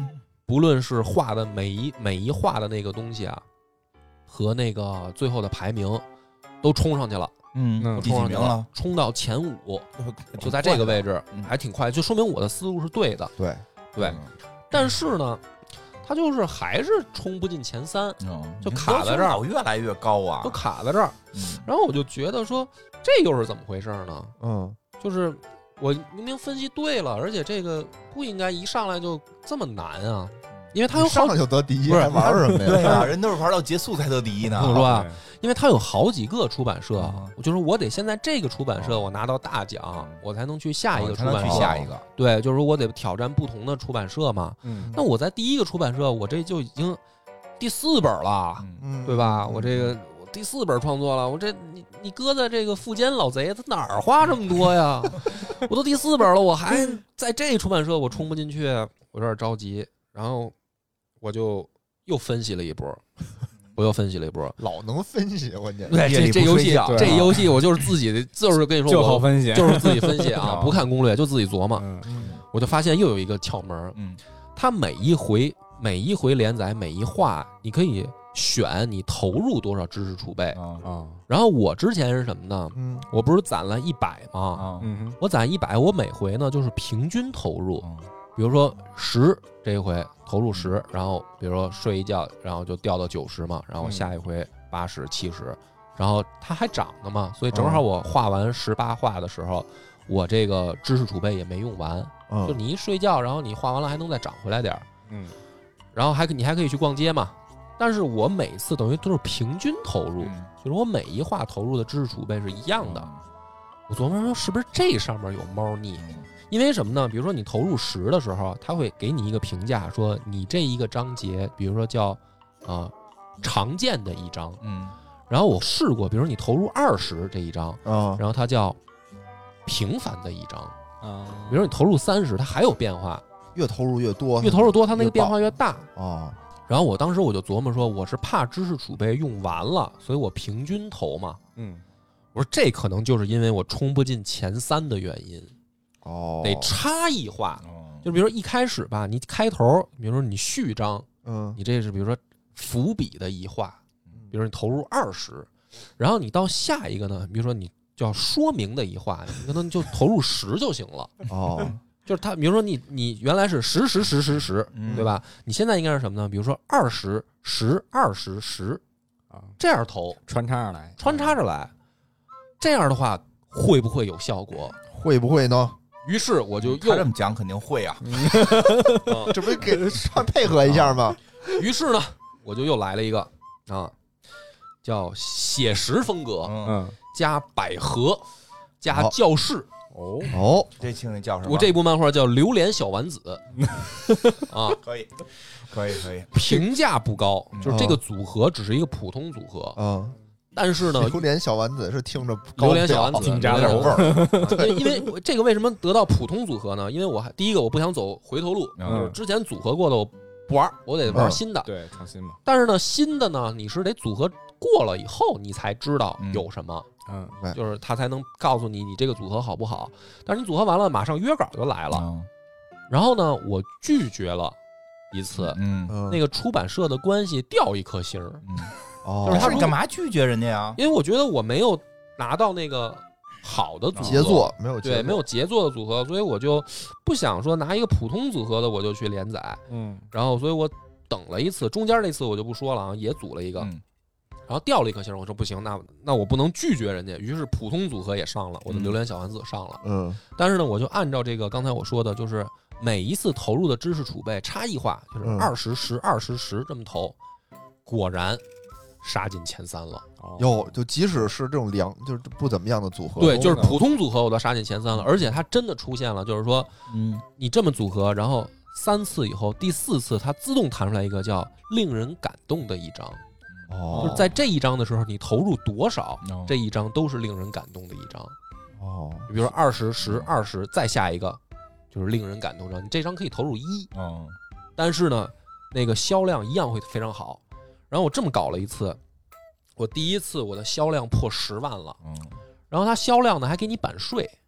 不论是画的每一每一画的那个东西啊，和那个最后的排名都冲上去了， 嗯， 嗯第冲上去了几名了？， 冲到前五，就在这个位置嗯， 还挺快，就说明我的思路是对的。 对， 对， 嗯但是呢，他就是还是冲不进前三， 嗯， 就卡在这儿要求越来越高啊都。卡在这儿。 嗯然后我就觉得说，这又是怎么回事呢？ 嗯， 就是我明明分析对了，而且这个不应该一上来就这么难啊，因为他有好你上来就得第一， 不是还玩什么呀？ 对呀，人都是玩到结束才得第一呢。 我说啊，因为它有好几个出版社啊， 我就是我得先在这个出版社啊我拿到大奖嗯， 我才能去下一个哦才能出版社。 去下一个。 对，就是说我得挑战不同的出版社嘛。 嗯那我在第一个出版社，我这就已经第四本了， 嗯嗯， 对吧？我这个我第四本创作了，我这你你搁在这个富坚老贼，他哪儿花这么多呀？我都第四本了，我还在这出版社我冲不进去，我有点着急。然后我就又分析了一波，我又分析了一波。 老能分析，关键对， 夜里这这游戏不睡觉这游戏我就是自己的，就是跟你说就我好分析， 就是自己分析啊啊， 不看攻略就自己琢磨。 嗯嗯我就发现又有一个窍门， 嗯它每一回每一回连载每一话，你可以选你投入多少知识储备。 啊啊然后我之前是什么呢？ 嗯我不是攒了一百吗？ 啊嗯哼我攒一百，我每回呢就是平均投入， 嗯比如说十这一回投入十，然后比如说睡一觉，然后就掉到九十嘛，然后下一回八十、七十，然后它还涨呢嘛，所以正好我画完十八画的时候，我这个知识储备也没用完，就嗯你一睡觉，然后你画完了还能再涨回来点儿， 嗯然后还可你还可以去逛街嘛。但是我每次等于都是平均投入， 嗯就是我每一画投入的知识储备是一样的。我琢磨说是不是这上面有猫腻？ 嗯因为什么呢？比如说你投入十的时候，他会给你一个评价，说你这一个章节，比如说叫啊、呃常见的一章。 嗯然后我试过，比如说你投入二十这一章， 啊然后它叫平凡的一章。 啊， 比如说你投入三十，它还有变化， 越投入越多， 越投入多，它那个变化越大。 啊， 然后我当时我就琢磨说，我是怕知识储备用完了，所以我平均投嘛。 嗯我说这可能就是因为我冲不进前三的原因， 哦， 得差异化。 哦就比如说一开始吧，你开头，比如说你序章， 嗯你这是比如说伏笔的一画，比如说你投入二十，然后你到下一个呢，比如说你叫说明的一画，你可能就投入十就行了。 哦， 就是它，比如说你你原来是十十十十十， 嗯对吧？你现在应该是什么呢？比如说二十十二十十啊， 这样投， 穿插着来， 穿插着来，这样的话会不会有效果？ 会不会呢？ 于是我就他又这么讲肯定会啊。 嗯这不是给算配合一下吗？ 于是呢，我就又来了一个啊，叫写实风格嗯， 嗯加百合加好教室。 哦哦， 这听听叫什么？ 我这部漫画叫《榴莲小丸子》啊， 可以，可以，可以。 评价不高， 嗯就是这个组合只是一个普通组合， 嗯， 但是呢， 榴莲小丸子是听着高榴莲小丸子挺扎头榴莲小丸子因为因为这个为什么得到普通组合呢？因为我还第一个我不想走回头路， 嗯就是之前组合过的我不玩，我得玩嗯新的。 对，创新嘛， 但是呢，新的呢，你是得组合过了以后，你才知道有什么， 嗯就是他才能告诉你你这个组合好不好。但是你组合完了，马上约稿就来了。 嗯然后呢，我拒绝了一次， 嗯嗯， 那个出版社的关系掉一颗星儿， 嗯， 哦， 就是他你干嘛拒绝人家呀？ 因为我觉得我没有拿到那个好的组合杰作没有杰作， 对，没有杰作的组合，所以我就不想说拿一个普通组合的我就去连载， 嗯然后所以我等了一次，中间那次我就不说了啊，也组了一个， 嗯然后掉了一颗星，我说不行，那那我不能拒绝人家，于是普通组合也上了，我的嗯榴莲小丸子上了， 嗯但是呢，我就按照这个刚才我说的，就是每一次投入的知识储备差异化，就是嗯二十十二十十这么投，果然杀进前三了。 哦哟，就即使是这种良，就是不怎么样的组合， 对，就是普通组合我都杀进前三了，而且它真的出现了，就是说嗯你这么组合，然后三次以后，第四次它自动弹出来一个叫令人感动的一章， 哦， 就是在这一章的时候，你投入多少， 哦这一章都是令人感动的一章。 哦， 比如说二十、十、二十，再下一个就是令人感动章，你这张可以投入一， 哦但是呢，那个销量一样会非常好。然后我这么搞了一次，我第一次我的销量破十万了， 嗯然后它销量呢还给你版税，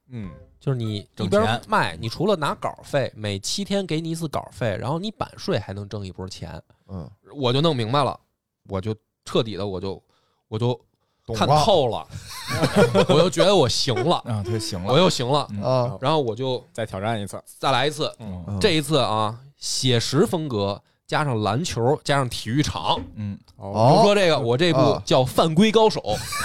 嗯， 就是你一挣边钱卖，你除了拿稿费，每七天给你一次稿费，然后你版税还能挣一波钱。 嗯， 我就弄明白了，我就彻底的我就我就看懂了透了，我就觉得我行了， 啊，这行了， 我又行了， 嗯啊， 然后我就再挑战一次。 再来一次， 嗯嗯这一次啊，写实风格加上篮球加上体育场， 嗯， 哦就说这个我这部啊叫《犯规高手》，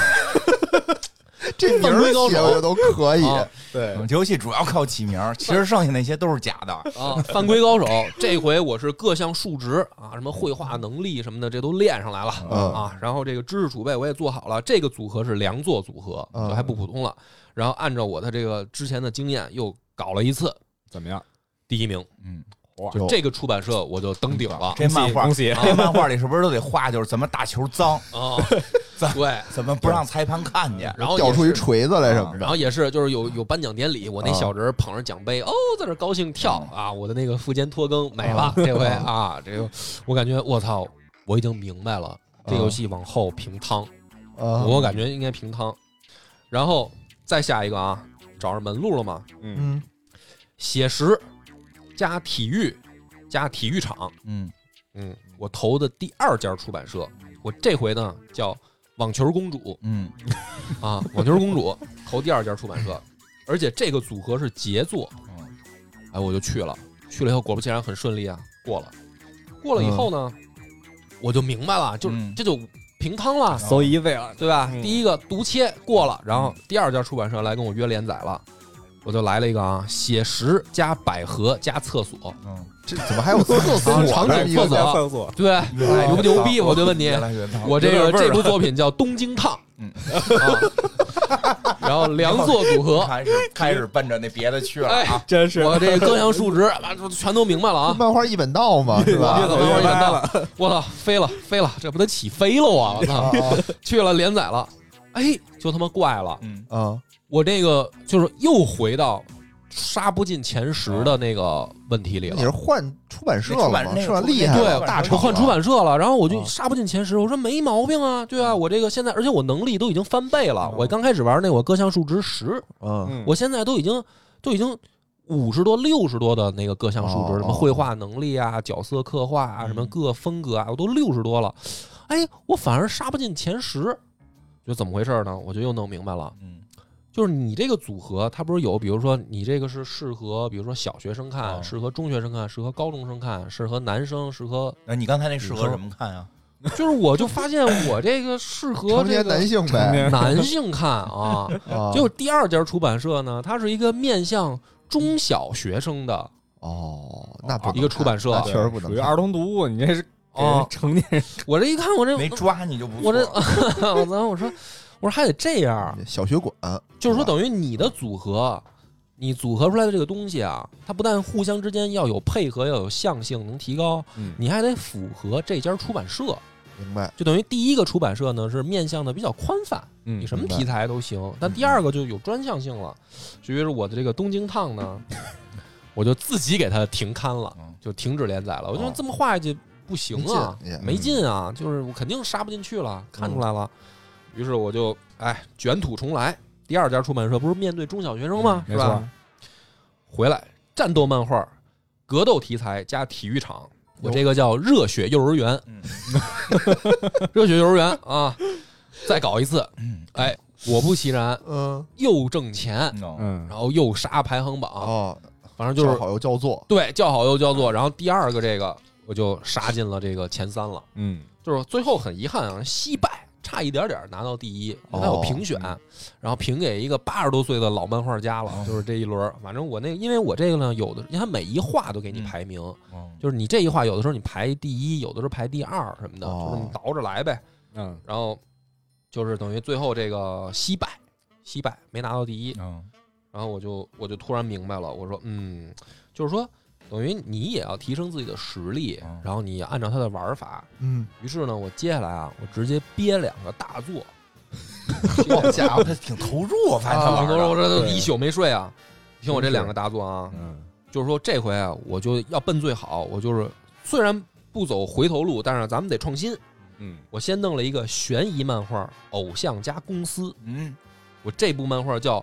这名儿写的都可以， 啊对嗯这游戏主要靠起名，其实剩下那些都是假的。 啊，犯规高手，这回我是各项数值啊，什么绘画能力什么的，这都练上来了、 嗯啊。然后这个知识储备我也做好了，这个组合是良作组合， 嗯就还不普通了。然后按照我的这个之前的经验又搞了一次怎么样？ 第一名， 嗯， 哇， 就这个出版社我就登顶了这漫画恭喜！ 这漫画里是不是都得画就是怎么打球脏， 啊。对， 怎么不让裁判看见？ 然后掉出一也是锤子来什么的， 然后也是，就是有有颁奖典礼，我那小人捧着奖杯，哦，在那高兴跳啊，我的那个富坚拖更没了，这回啊，这个我感觉我操，我已经明白了，这游戏往后平汤， 啊， 我感觉应该平汤。然后再下一个啊，找着门路了吗？ 嗯， 嗯写实加体育加体育场， 嗯嗯，我投的第二家出版社，我这回呢叫网球公主嗯啊，网球公主投第二家出版社，而且这个组合是杰作， 嗯哎，我就去了，去了以后果不其然很顺利啊，过了，过了以后呢，我就明白了，就是嗯这就平汤了， so easy 了。 对吧？ 嗯第一个读切过了，然后第二家出版社来跟我约连载了，我就来了一个啊，写实加百合加厕所， 嗯， 这怎么还有厕所啊呢？ 场景厕所在厕所， 对， 越来越牛不牛逼？我就问你越，来越烫我这个有点味儿了这部作品叫《东京烫》， 嗯啊，然后良作组合， 开始开始奔着那别的去了哎啊！ 真是我这各项数值啊全都明白了啊， 漫画一本道嘛，是吧？ 越走越远了，我操，飞了飞了，这不得起飞了啊！我操， 啊去了连载了，哎，就他妈怪了， 嗯啊我这个就是又回到杀不进前十的那个问题里了你。是换出版社那出版了吗？ 那个是吧？厉害了， 对大厂我换出版社了，然后我就啊杀不进前十，我说没毛病啊，对啊，我这个现在，而且我能力都已经翻倍了。 嗯我刚开始玩那我各项数值十， 嗯嗯我现在都已经都已经五十多、六十多的那个各项数值， 哦什么绘画能力啊、角色刻画啊、 嗯什么各风格啊，我都六十多了。哎，我反而杀不进前十，就怎么回事呢？我就又弄明白了。 嗯就是你这个组合，它不是有，比如说你这个是适合，比如说小学生看， 哦适合中学生看，适合高中生看，适合男生，适合， 那你刚才那适合什么看呀？ 就是我就发现我这个适合成年这个男性呗， 年男性看啊。 啊， 就第二家出版社呢，它是一个面向中小学生的哦，那不能一个出版社看那确实不能看属于儿童读物，你这是给人哦。 成年人我这一看，我这没抓你就不错。 我这我操！我说我说还得这样， 小学馆， 就是说吧等于你的组合，你组合出来的这个东西啊，它不但互相之间要有配合，要有象性，能提高， 嗯你还得符合这家出版社。 明白？ 就等于第一个出版社呢是面向的比较宽泛， 嗯你什么明白题材都行，但第二个就有专项性了。所以说我的这个东京烫呢，我就自己给它停刊了， 嗯就停止连载了。我觉得哦这么画下去不行啊没劲也， 没劲啊，就是我肯定杀不进去了，看出来了。于是我就哎卷土重来，第二家出版社不是面对中小学生吗？ 没错是吧？回来战斗漫画、格斗题材加体育场，我这个叫热血幼儿园， 嗯热血幼儿园啊，再搞一次， 嗯哎，果不其然， 嗯又挣钱， 嗯嗯然后又杀排行榜， 哦， 反正就是叫好又叫座， 对叫好又叫座，然后第二个这个我就杀进了这个前三了， 嗯就是最后很遗憾啊，惜败。差一点点拿到第一， 哦他有评选，然后评给一个八十多岁的老漫画家了， 哦就是这一轮。反正我那，因为我这个呢，有的，因为他每一画都给你排名， 嗯就是你这一画有的时候你排第一，有的时候排第二什么的， 哦就是你倒着来呗。 嗯然后就是等于最后这个惜败，惜败没拿到第一， 嗯然后我就我就突然明白了，我说嗯，就是说等于你也要提升自己的实力， 嗯然后你按照他的玩法。 嗯， 于是呢，我接下来啊，我直接憋两个大作， 好家伙， 他挺投入，我发现他啊， 玩的我说我这都对一宿没睡啊。听我这两个大作啊， 嗯就是说这回啊，我就要奔最好，我就是虽然不走回头路，但是咱们得创新。 嗯我先弄了一个悬疑漫画《偶像加公司》， 嗯我这部漫画叫《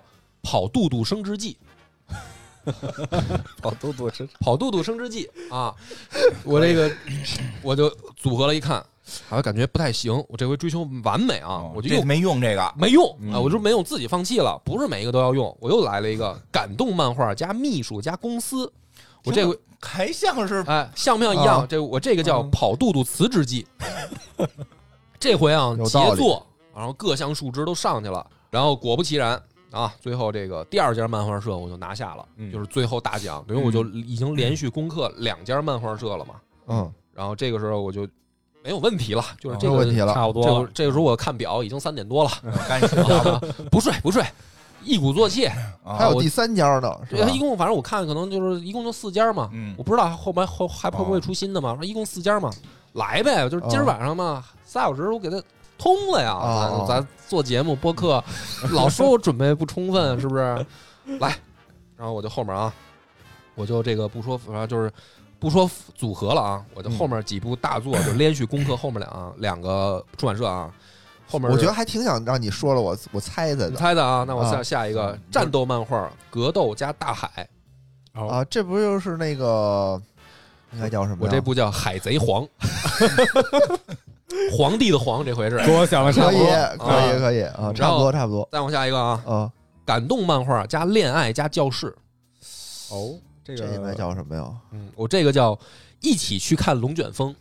跑肚肚生之记， 跑肚肚是跑肚肚生之记啊！我这个我就组合了一看，好像感觉不太行，我这回追求完美啊， 哦我就又这没用这个， 没用嗯啊，我就没用，自己放弃了，不是每一个都要用，我又来了一个感动漫画加秘书加公司，我这回还像是哎像不像一样？ 啊这我这个叫嗯跑肚肚辞职记，这回啊有道理杰作，然后各项数值都上去了，然后果不其然。啊，最后这个第二家漫画社我就拿下了， 嗯就是最后大奖，等于我就已经连续攻克两家漫画社了嘛。 嗯， 然后这个时候我就没有问题了，就是这个没有问题了。 差不多了这个这个时候我看表已经三点多了， 赶紧睡觉吧。 不睡不睡，一鼓作气。 啊我还有第三家呢，是吧这一？共反正我看可能就是一共就四家嘛， 嗯我不知道后边后还会不会出新的嘛，说一共四家嘛，来呗，就是今儿晚上嘛，仨小时我给他通了呀， 哦咱咱做节目播客，老说我准备不充分，是不是？来，然后我就后面啊，我就这个不说，反正就是不说组合了啊，我就后面几部大作就连续攻克后面两两个出版社啊，后面我觉得还挺想让你说了，我我猜猜你的猜的啊，那我下啊下一个战斗漫画格斗加大海， 啊，这不就是那个应该叫什么呀？ 我这部叫海贼皇。皇帝的皇，这回是。 跟我想的差可以不多。 可以可以啊，差不多差不多再往下一个啊， 啊。 感动漫画加恋爱加教室。 哦，这这应该个叫什么呀？ 嗯，我这个叫一起去看龙卷风。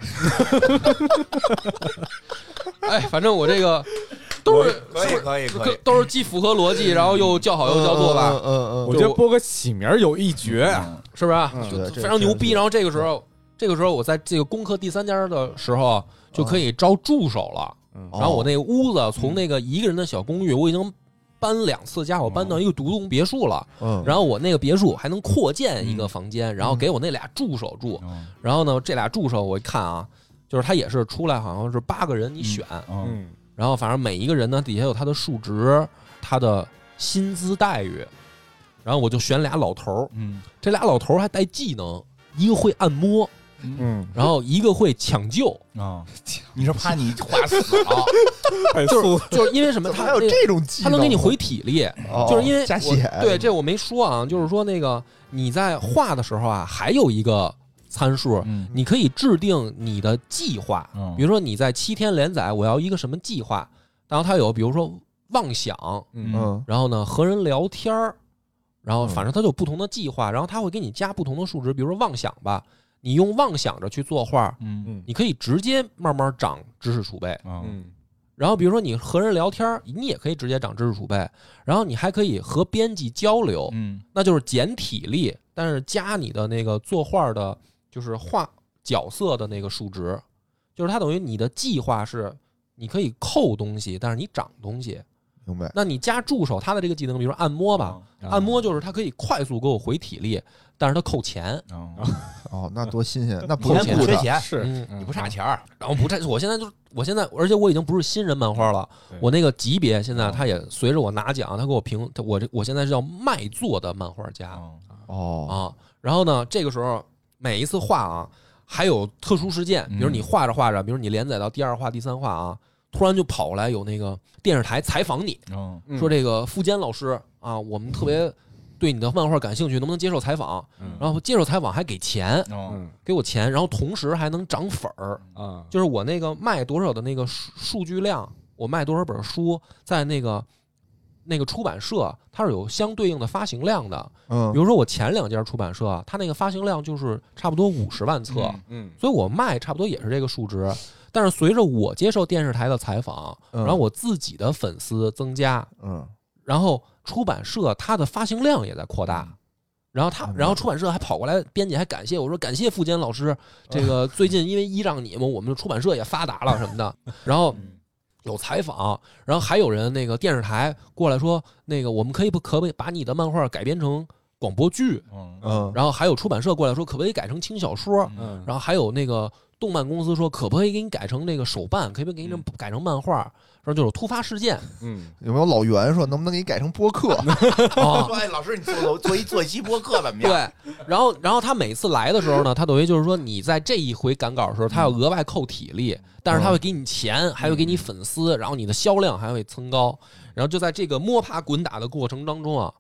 哎，反正我这个都是可以可以可以， 都是既符合逻辑，然后又叫好又叫座吧， 嗯嗯嗯我觉得播个起名有一绝啊。 嗯是不是？ 嗯就对这非常牛逼。 这然后这个时候，这个时候我在这个攻克第三家的时候就可以招助手了。 嗯哦然后我那个屋子从那个一个人的小公寓，我已经搬两次家，我搬到一个独栋别墅了。 嗯， 然后我那个别墅还能扩建一个房间，然后给我那俩助手住。 嗯然后呢，这俩助手我一看啊，就是他也是出来好像是八个人你选， 嗯嗯然后反正每一个人呢底下有他的数值，他的薪资待遇。然后我就选俩老头儿， 嗯这俩老头儿还带技能，一个会按摩， 嗯， 然后一个会抢救。 啊，你是怕你画死了？ 太素就是就是因为什么？他那怎么还有这种技能？ 他能给你回体力， 哦， 就是因为我加血。 对，这我没说啊，就是说那个你在画的时候啊，还有一个参数， 嗯你可以制定你的计划。 嗯比如说你在七天连载，我要一个什么计划？然后它有比如说妄想， 嗯嗯然后呢和人聊天儿，然后反正它就有不同的计划，然后它会给你加不同的数值，比如说妄想吧，你用妄想着去作画， 嗯嗯你可以直接慢慢长知识储备。 嗯嗯然后比如说你和人聊天儿，你也可以直接长知识储备，然后你还可以和编辑交流， 嗯那就是减体力，但是加你的那个作画的，就是画角色的那个数值，就是它等于你的计划是你可以扣东西，但是你长东西。 明白。 那你加助手，他的这个技能，比如说按摩吧， 嗯按摩就是它可以快速给我回体力，但是它扣钱。 嗯哦，那多新鲜！那不扣钱是的不缺钱， 是嗯， 你不差钱儿。 然后不这，我现在就我现在，而且我已经不是新人漫画了对， 我那个级别现在他也随着我拿奖，他给我评，他我这我现在是叫卖座的漫画家。 嗯哦， 啊，然后呢，这个时候每一次画啊，还有特殊事件，比如你画着画着，比如你连载到第二话、第三话啊，突然就跑过来有那个电视台采访你， 嗯嗯说这个富坚老师啊，我们特别对你的漫画感兴趣，能不能接受采访？ 嗯然后接受采访还给钱， 嗯嗯给我钱，然后同时还能涨粉儿， 啊就是我那个卖多少的那个数数据量，我卖多少本书，在那个那个出版社它是有相对应的发行量的。 嗯比如说我前两家出版社，它那个发行量就是差不多五十万册， 嗯所以我卖差不多也是这个数值。但是随着我接受电视台的采访， 嗯然后我自己的粉丝增加， 嗯然后出版社它的发行量也在扩大。然后他， 嗯然后出版社还跑过来，编辑还感谢我说：“感谢富坚老师，这个最近因为依仗你们，我们的出版社也发达了什么的。”然后有采访，然后还有人那个电视台过来说：“那个我们可以不可不可以把你的漫画改编成广播剧？” 嗯嗯， 然后还有出版社过来说：“可不可以改成轻小说？” 嗯然后还有那个动漫公司说：“可不可以给你改成那个手办？可不可以给你改成漫画？”然后就有突发事件嗯有没有老袁说能不能给你改成播客？ 啊。 说哎，老师，你做做一做一期播客怎么样？ 对，然后然后他每次来的时候呢，他等于就是说你在这一回赶稿的时候，他要额外扣体力，但是他会给你钱，还会给你粉丝，然后你的销量还会增高。然后就在这个摸爬滚打的过程当中啊，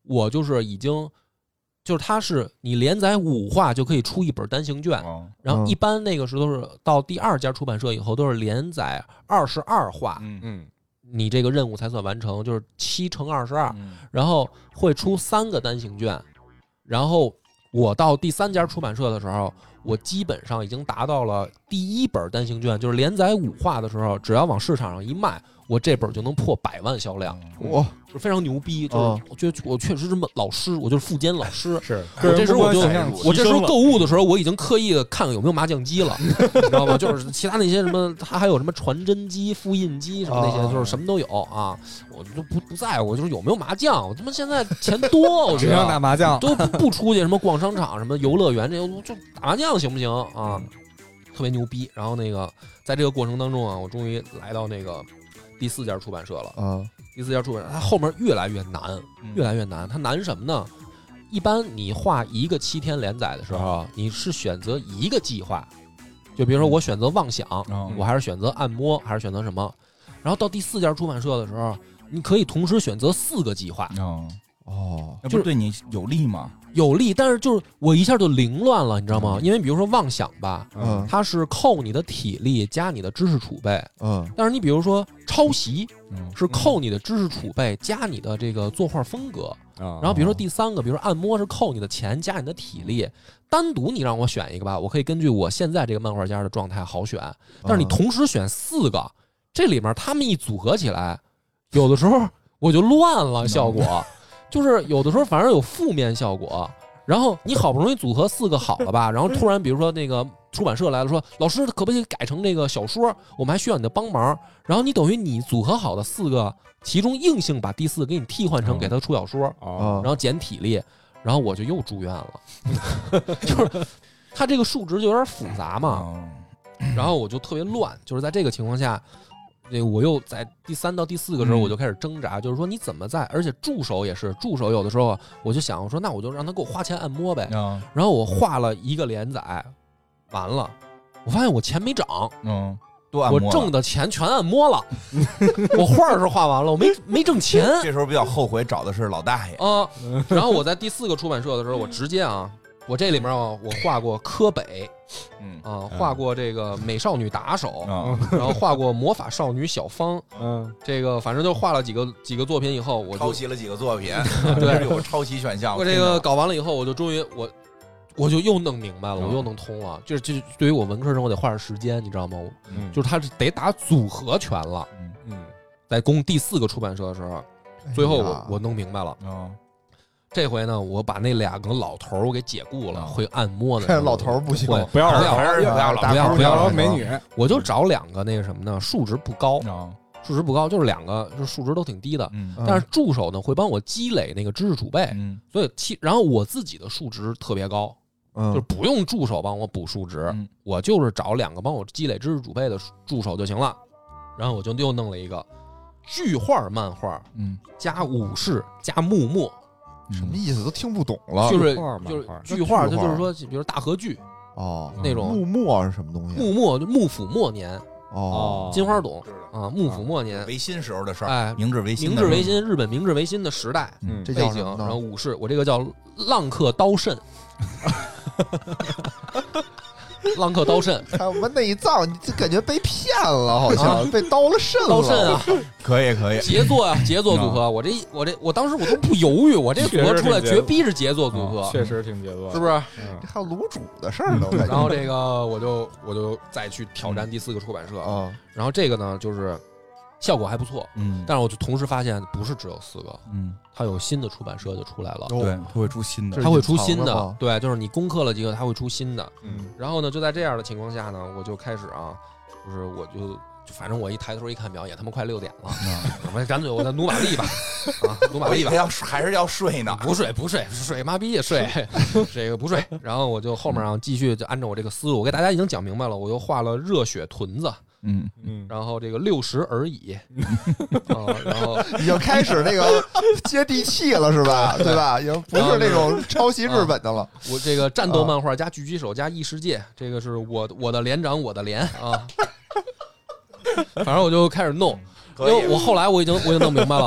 我就是已经。就是它是你连载五话就可以出一本单行卷， 哦然后一般那个时候都是到第二家出版社以后都是连载二十二话， 嗯嗯你这个任务才算完成，就是七乘二十二，然后会出三个单行卷，然后我到第三家出版社的时候，我基本上已经达到了第一本单行卷，就是连载五话的时候，只要往市场上一卖，我这本就能破百万销量， 哇， 就非常牛逼。就是我觉得我确实是老师，我就是副监老师。 是， 我这时候我就我这时候够购物的时候，我已经刻意的看看有没有麻将机了，你知道吗？就是其他那些什么，它还有什么传真机、复印机什么那些，就是什么都有啊。我就不不在乎，就是有没有麻将。我他妈现在钱多，我只想打麻将， 都不不出去什么逛商场、什么游乐园，这就打麻将行不行啊？特别牛逼。然后那个在这个过程当中啊，我终于来到那个第四家出版社了。 啊， 第四家出版社它后面越来越难，越来越难。它难什么呢？一般你画一个七天连载的时候，你是选择一个计划，就比如说我选择妄想，我还是选择按摩，还是选择什么？然后到第四家出版社的时候，你可以同时选择四个计划。 哦， 那不是对你有利吗？ 有利，但是就是我一下就凌乱了，你知道吗？因为比如说妄想吧， 嗯， 它是扣你的体力加你的知识储备， 嗯， 但是你比如说抄袭，是扣你的知识储备加你的这个作画风格，然后比如说第三个，比如说按摩是扣你的钱加你的体力。单独你让我选一个吧，我可以根据我现在这个漫画家的状态好选，但是你同时选四个，这里面他们一组合起来，有的时候我就乱了效果。就是有的时候反而有负面效果，然后你好不容易组合四个好了吧，然后突然比如说那个出版社来了说，老师可不可以改成这个小说，我们还需要你的帮忙，然后你等于你组合好的四个其中硬性把第四个给你替换成给他出小说，然后减体力，然后我就又住院了。就是他这个数值就有点复杂嘛，然后我就特别乱，就是在这个情况下，这我又在第三到第四个时候我就开始挣扎，就是说你怎么在，而且助手也是，助手有的时候我就想我说那我就让他给我花钱按摩呗，然后我画了一个连载，完了，我发现我钱没涨， 嗯， 我挣的钱全按摩了，我画是画完了，我没没挣钱， 这时候比较后悔找的是老大爷啊。然后我在第四个出版社的时候，我直接啊。我这里面啊，我画过柯北，嗯啊，画过这个美少女打手， 嗯、 然后画过魔法少女小芳，嗯，这个反正就画了几个几个作品以后，我抄袭了几个作品， 对， 有抄袭选项。 我这个搞完了以后，我就终于我我就又弄明白了， 嗯、 我又弄通了。就是就是对于我文科生，我得花点时间，你知道吗？嗯、就是他是得打组合拳了。嗯嗯，在攻第四个出版社的时候，最后我、哎、我弄明白了。 嗯。 这回呢，我把那两个老头儿给解雇了，会按摩的。 老头儿不行， 不要不要不要不要不要美女， 我就找两个那个什么呢，数值不高，数值不高，就是两个就数值都挺低的。但是助手呢会帮我积累那个知识储备，所以其然后我自己的数值特别高，就是不用助手帮我补数值，我就是找两个帮我积累知识储备的助手就行了。然后我就又弄了一个巨画漫画，嗯，加武士加幕末。 什么意思都听不懂了， 就是就是剧画，它就是说，比如大河剧哦， 那种幕末是什么东西？ 幕末就幕府末年哦， 金花懂啊，幕府末年维新时候的事儿， 哎， 明治维新， 明治维新，日本明治维新的时代背景，然后武士，我这个叫浪客刀肾。浪客刀肾， 还有什么内脏？你就感觉被骗了，好像、啊、被刀了肾了。 刀肾啊， 可以可以， 杰作啊，杰作组合。我这我这我当时我都不犹豫，我这组合出来绝逼是杰作组合， 确实挺杰作， 是不是？ 嗯、这还有卤煮的事儿呢。 然后这个我就我就再去挑战第四个出版社啊、嗯。然后这个呢，就是效果还不错，嗯，但是我就同时发现不是只有四个，嗯，它有新的出版社就出来了， 对，它会出新的， 它会出新的，对，就是你攻克了几个，它会出新的，嗯，然后呢，就在这样的情况下呢，我就开始啊，就是我就反正我一抬头一看表，也他妈快六点了，我们干脆我再努把力吧，啊，努把力吧， 要还是要睡呢？ 不睡不睡睡妈逼也睡，这个不睡，然后我就后面啊继续就按照我这个思路，我给大家已经讲明白了，我又画了热血屯子。嗯嗯，然后这个六十而已，啊，然后已经开始那个接地气了，是吧？对吧？已经不是那种抄袭日本的了。 啊、我这个战斗漫画加狙击手加异世界，这个是我我的连长我的连啊。反正我就开始弄，因为我后来我已经我已经弄明白了，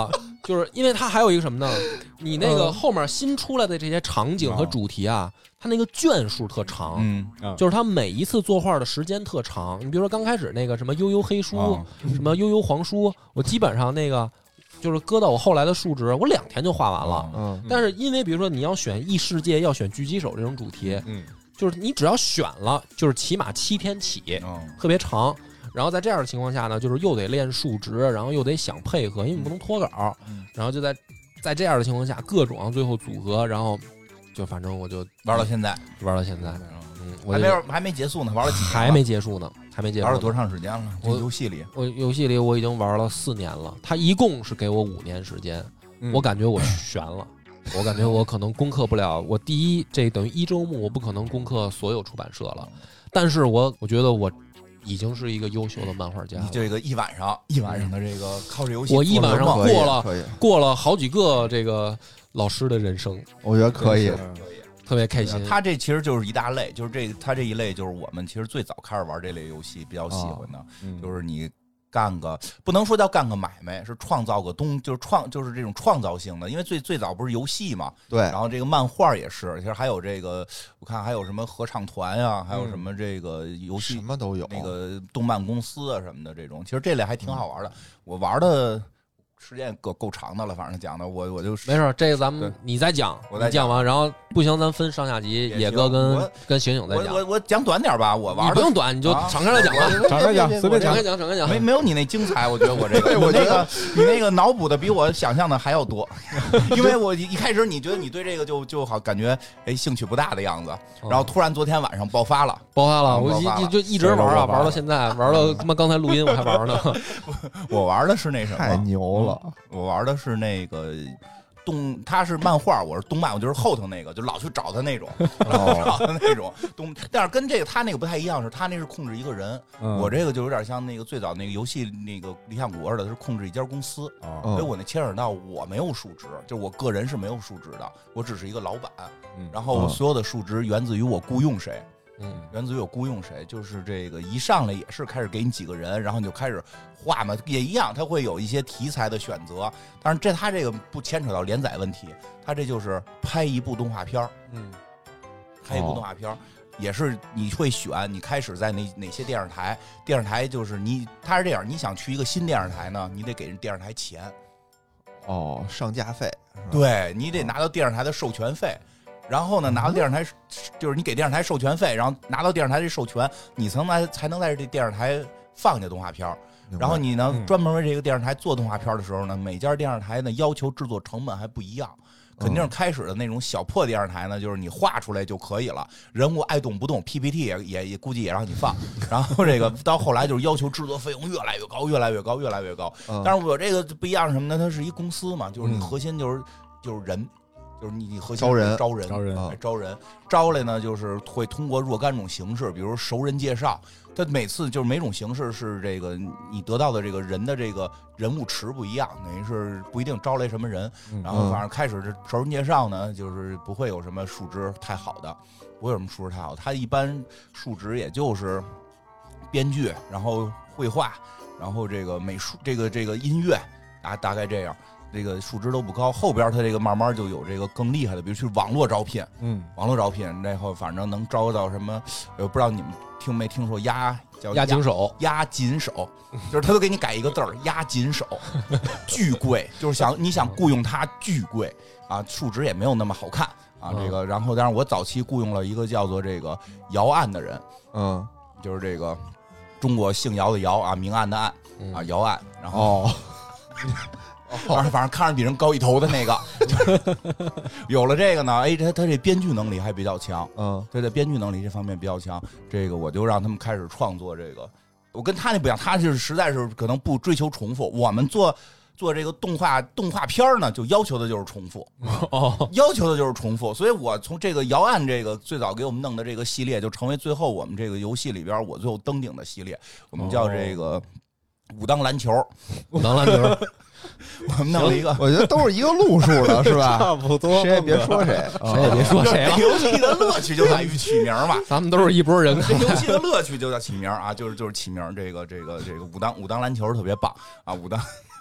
就是因为它还有一个什么呢？你那个嗯后面新出来的这些场景和主题啊，它那个卷数特长， 嗯就是它每一次作画的时间特长。你比如说刚开始那个什么悠悠黑书， 啊什么悠悠黄书，我基本上那个就是搁到我后来的数值，我两天就画完了。 嗯但是因为比如说你要选异世界，要选狙击手这种主题， 嗯， 就是你只要选了，就是起码七天起， 嗯特别长。然后在这样的情况下呢，就是又得练数值，然后又得想配合，因为你不能脱稿， 嗯然后就在在这样的情况下，各种最后组合，然后就反正我就玩到现在， 玩到现在，嗯，我还就没还没结束呢，玩了几年了还没结束呢，还没结束呢。 玩了多长时间了？这我游戏里我游戏里我已经玩了四年了，他一共是给我五年时间， 嗯我感觉我悬了。我感觉我可能攻克不了，我第一这等于一周目我不可能攻克所有出版社了，但是我我觉得我已经是一个优秀的漫画家了。 你这个一晚上一晚上的这个靠这游戏， 我一晚上可以过了可以， 过了好几个这个老师的人生， 我觉得可以。 特别开心。 他这其实就是一大类，就是这他这一类就是我们其实最早开始玩这类游戏比较喜欢的， 嗯就是你干个不能说叫干个买卖，是创造个东，就是创就是这种创造性的，因为最最早不是游戏嘛， 对， 然后这个漫画也是，其实还有这个我看还有什么合唱团呀、还有什么这个游戏什么都有。 那个动漫公司啊什么的这种，其实这类还挺好玩的。我玩的时间够够长的了，反正讲的我我就没事，这个咱们对你再讲， 我再你讲完，然后不行，咱分上下集， 也野哥行跟我跟醒醒再讲。 我我我讲短点吧，我玩的你不用短，你就啊敞开了讲吧， 展开讲，随便讲敞开。讲，敞开讲。 没没有你那精彩，我觉得我这个， 对我觉得你那个你那个脑补的比我想象的还要多，因为我一一开始你觉得你对这个就就好感觉哎兴趣不大的样子，然后突然昨天晚上爆发了， 爆发了， 啊我爆发了一就一直玩啊，玩到现在，玩到他妈刚才录音我还玩呢。 我玩的是那什太么， 牛了！ 我玩的是那个。动，他是漫画，我是动漫，我就是后头那个，就老去找他那种，找他那种动。但是跟这个他那个不太一样，是他那是控制一个人， 嗯我这个就有点像那个最早那个游戏那个理想国似的，是控制一家公司。 啊嗯所以我那牵扯到我没有数值，就是我个人是没有数值的，我只是一个老板。 嗯然后我所有的数值源自于我雇佣谁， 嗯， 源自于我雇佣谁，就是这个一上来也是开始给你几个人，然后你就开始画嘛，也一样，它会有一些题材的选择。但是这它这个不牵扯到连载问题，它这就是拍一部动画片儿， 嗯， 拍一部动画片儿。也是你会选，你开始在哪哪些电视台？电视台就是你，它是这样，你想去一个新电视台呢，你得给人电视台钱， 哦，上架费，是吧， 对你得拿到电视台的授权费，然后呢，拿到电视台就是你给电视台授权费，然后拿到电视台这授权，你才能在才能在这电视台放下动画片儿。 明白然后你呢， 嗯专门为这个电视台做动画片的时候呢，每家电视台呢要求制作成本还不一样。肯定是开始的那种小破电视台呢，就是你画出来就可以了，人物爱动不动 ，P P T 也也也估计也让你放。然后这个到后来就是要求制作费用越来越高，越来越高，越来越高。 嗯但是我这个不一样是什么呢？它是一公司嘛，就是你嗯核心就是就是人，就是你你核心招人招人招人啊哎招人招来呢，就是会通过若干种形式，比如熟人介绍。它每次就是每种形式是这个你得到的这个人的这个人物池不一样，等于是不一定招来什么人。 嗯然后反正开始这熟人介绍呢，就是不会有什么数值太好的，不会有什么数值太好的。它一般数值也就是编剧，然后绘画，然后这个美术，这个这个音乐啊，大概这样。这个数值都不高，后边它这个慢慢就有这个更厉害的，比如去网络招聘， 嗯网络招聘，然后反正能招到什么，呃，不知道你们听没听说押叫押井手， 押金手，就是他都给你改一个字儿，押金手，巨贵，就是想你想雇佣他巨贵啊，数值也没有那么好看啊，这个，然后当然我早期雇佣了一个叫做这个姚案的人， 嗯， 就是这个中国姓姚的姚啊，明暗的暗啊，姚案，然后。 哦， 反正反正看着比人高一头的那个，就是有了这个呢，哎，他他这编剧能力还比较强， 嗯他在编剧能力这方面比较强。这个我就让他们开始创作这个，我跟他那不一样，他就是实在是可能不追求重复。我们做做这个动画动画片呢，就要求的就是重复， 哦， 要求的就是重复。所以我从这个姚案这个最早给我们弄的这个系列，就成为最后我们这个游戏里边我最后登顶的系列，我们叫这个武当篮球， 武当篮球， 我们弄了一个。 我觉得都是一个路数的，是吧？ 差不多， 谁也别说谁， 谁也别说谁了这，游戏的乐趣就在于起名嘛。 咱们都是一拨人。 这游戏的乐趣就叫起名啊，就是就是起名。这个这个这个武当武当篮球特别棒啊，武当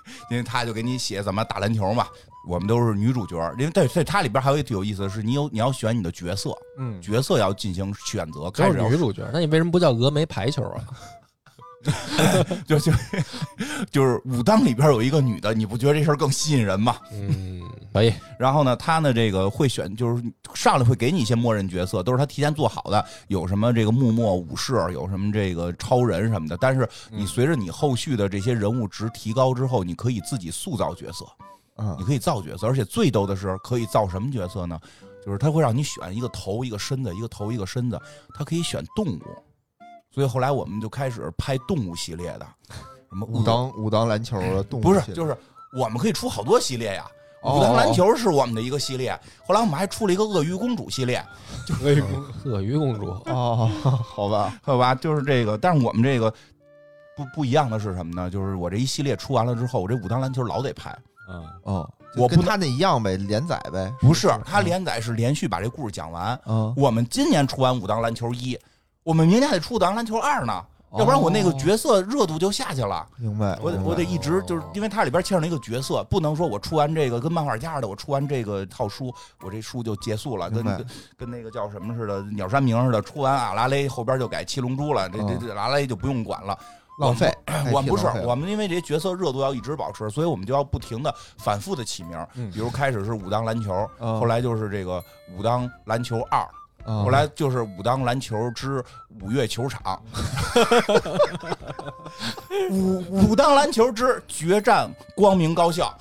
因为他就给你写怎么打篮球嘛。我们都是女主角，因为对对，它里边还有一个有意思的是，你有你要选你的角色， 嗯， 角色要进行选择。 都开始是女主角，那你为什么不叫峨眉排球啊？ 就就就是武当里边有一个女的，你不觉得这事儿更吸引人吗？ 嗯，可以。 然后呢，他呢这个会选，就是上来会给你一些默认角色，都是他提前做好的，有什么这个幕末武士，有什么这个超人什么的。但是你随着你后续的这些人物值提高之后，你可以自己塑造角色， 嗯， 你可以造角色，而且最逗的是可以造什么角色呢？就是他会让你选一个头一个身子，一个头一个身子，他可以选动物。所以后来我们就开始拍动物系列的，什么武当武当篮球的动物不是， 系列就是我们可以出好多系列呀。 哦武当篮球是我们的一个系列，后来我们还出了一个鳄鱼公主系列， 鳄鱼公鳄鱼公主哦，好吧， 好吧，就是这个。但是我们这个不不一样的是什么呢？就是我这一系列出完了之后，我这武当篮球老得拍。 嗯哦， 我不跟他那一样呗，连载呗。 不是，他连载是连续把这故事讲完。 嗯， 我们今年出完武当篮球一，我们明年还得出武当篮球二呢。要不然我那个角色热度就下去了。 明白， 我得我得一直就是因为它里边牵扯了一个角色，不能说我出完这个跟漫画家似的，我出完这个套书，我这书就结束了，跟跟跟那个叫什么似的，鸟山明似的，出完阿拉蕾后边就改七龙珠了，这这这阿拉蕾就不用管了。 浪费。 我们不是，我们因为这些角色热度要一直保持，所以我们就要不停的反复的起名，比如开始是武当篮球，后来就是这个武当篮球二。后来就是武当篮球之五月球场，武武当篮球之决战光明高校，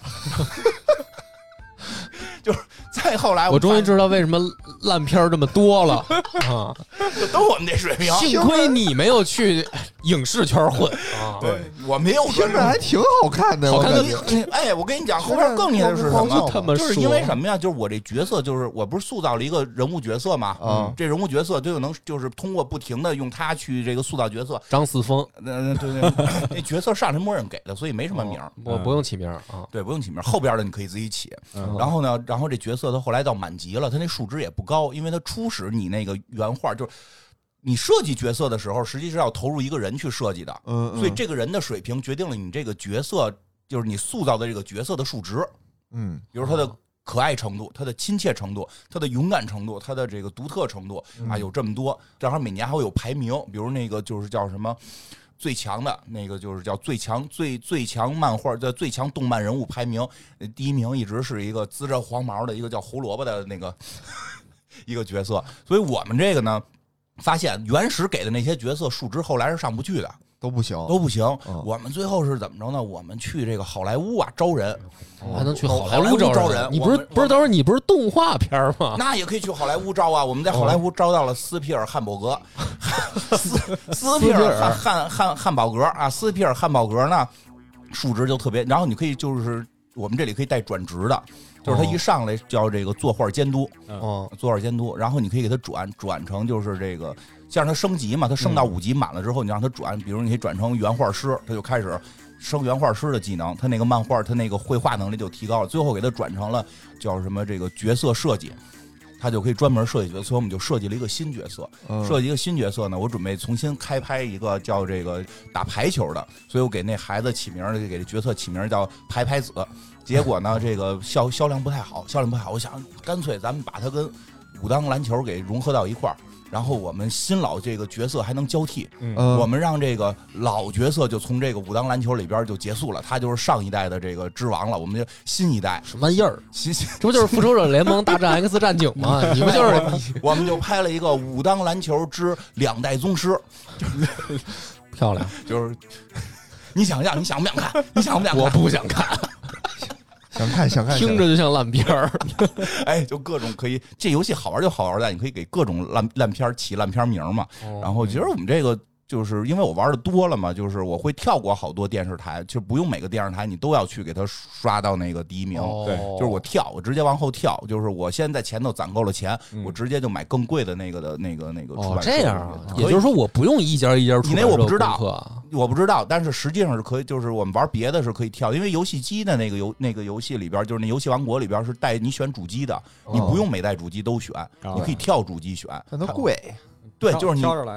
就是再后来我， 我终于知道为什么烂片这么多了啊！ 都我们这水平， 幸亏你没有去影视圈混啊！ 对，我没有听着还挺好看的， 好看的。 哎，我跟你讲，后边更厉害的是什么？ 他们就是因为什么呀？就是我这角色，就是我不是塑造了一个人物角色嘛？ 嗯， 这人物角色就有能，就是通过不停的用他去这个塑造角色。 张四丰， 嗯，对对，那角色上来默认给的，所以没什么名， 我不用起名啊。 对，不用起名，后边的你可以自己起。然后呢，然后这角色他后来到满级了，他那数值也不高，因为他初始你那个原画就是。你设计角色的时候，实际是要投入一个人去设计的， 嗯， 所以这个人的水平决定了你这个角色，就是你塑造的这个角色的数值， 嗯， 比如他的可爱程度、他的亲切程度、他的勇敢程度、他的这个独特程度啊，有这么多。正好每年还会有排名，比如那个就是叫什么最强的那个，就是叫最强最最强漫画的最强动漫人物排名，第一名一直是一个滋着黄毛的一个叫胡萝卜的那个一个角色，所以我们这个呢。发现原始给的那些角色数值后来是上不去的， 都不行， 都不行。 嗯、 我们最后是怎么着呢？我们去这个好莱坞啊招人， 还能去好莱坞招人？ 你不是不是等会儿你不是动画片吗？ 那也可以去好莱坞招啊！我们在好莱坞招到了斯皮尔汉堡格，斯斯皮尔汉汉汉汉堡格啊，斯皮尔汉堡格呢数值就特别，然后你可以就是我们这里可以带转职的。就是他一上来叫这个作画监督， 哦， 作画监督，然后你可以给他转转成就是这个，像他升级嘛，他升到五级满了之后，你让他转，比如你可以转成原画师，他就开始升原画师的技能，他那个漫画他那个绘画能力就提高了，最后给他转成了叫什么这个角色设计。他就可以专门设计角色，所以我们就设计了一个新角色。 嗯、 设计一个新角色呢，我准备重新开拍一个叫这个打排球的，所以我给那孩子起名，给这角色起名叫排排子。结果呢，这个销销量不太好，销量不太好。我想干脆咱们把它跟武当篮球给融合到一块儿，然后我们新老这个角色还能交替。 嗯， 我们让这个老角色就从这个武当篮球里边就结束了，他就是上一代的这个之王了。我们就新一代什么印儿？ 新这不就是复仇者联盟大战 X 战警吗？你不就是？ 我们就拍了一个武当篮球之两代宗师， 漂亮。 就是你想想，你想不想看？你想不想看？ 我不想看。 想看想看， 听着就像烂片儿。 哎，就各种可以，这游戏好玩就好玩在你可以给各种烂烂片起烂片名嘛。 哦、 然后其实我们这个就是因为我玩的多了嘛，就是我会跳过好多电视台，就不用每个电视台你都要去给它刷到那个第一名。 哦、 对，就是我跳，我直接往后跳，就是我先在前头攒够了钱， 嗯、 我直接就买更贵的那个的那个那个出版社。 哦，这样啊，也就是说我不用一家一家出版社。 你那我不知道。我不知道，但是实际上是可以，就是我们玩别的是可以跳，因为游戏机的那个游那个游戏里边，就是那游戏王国里边是带你选主机的，你不用每代主机都选， 哦、 你可以跳主机选。 但它贵， 对，就是你挑着来。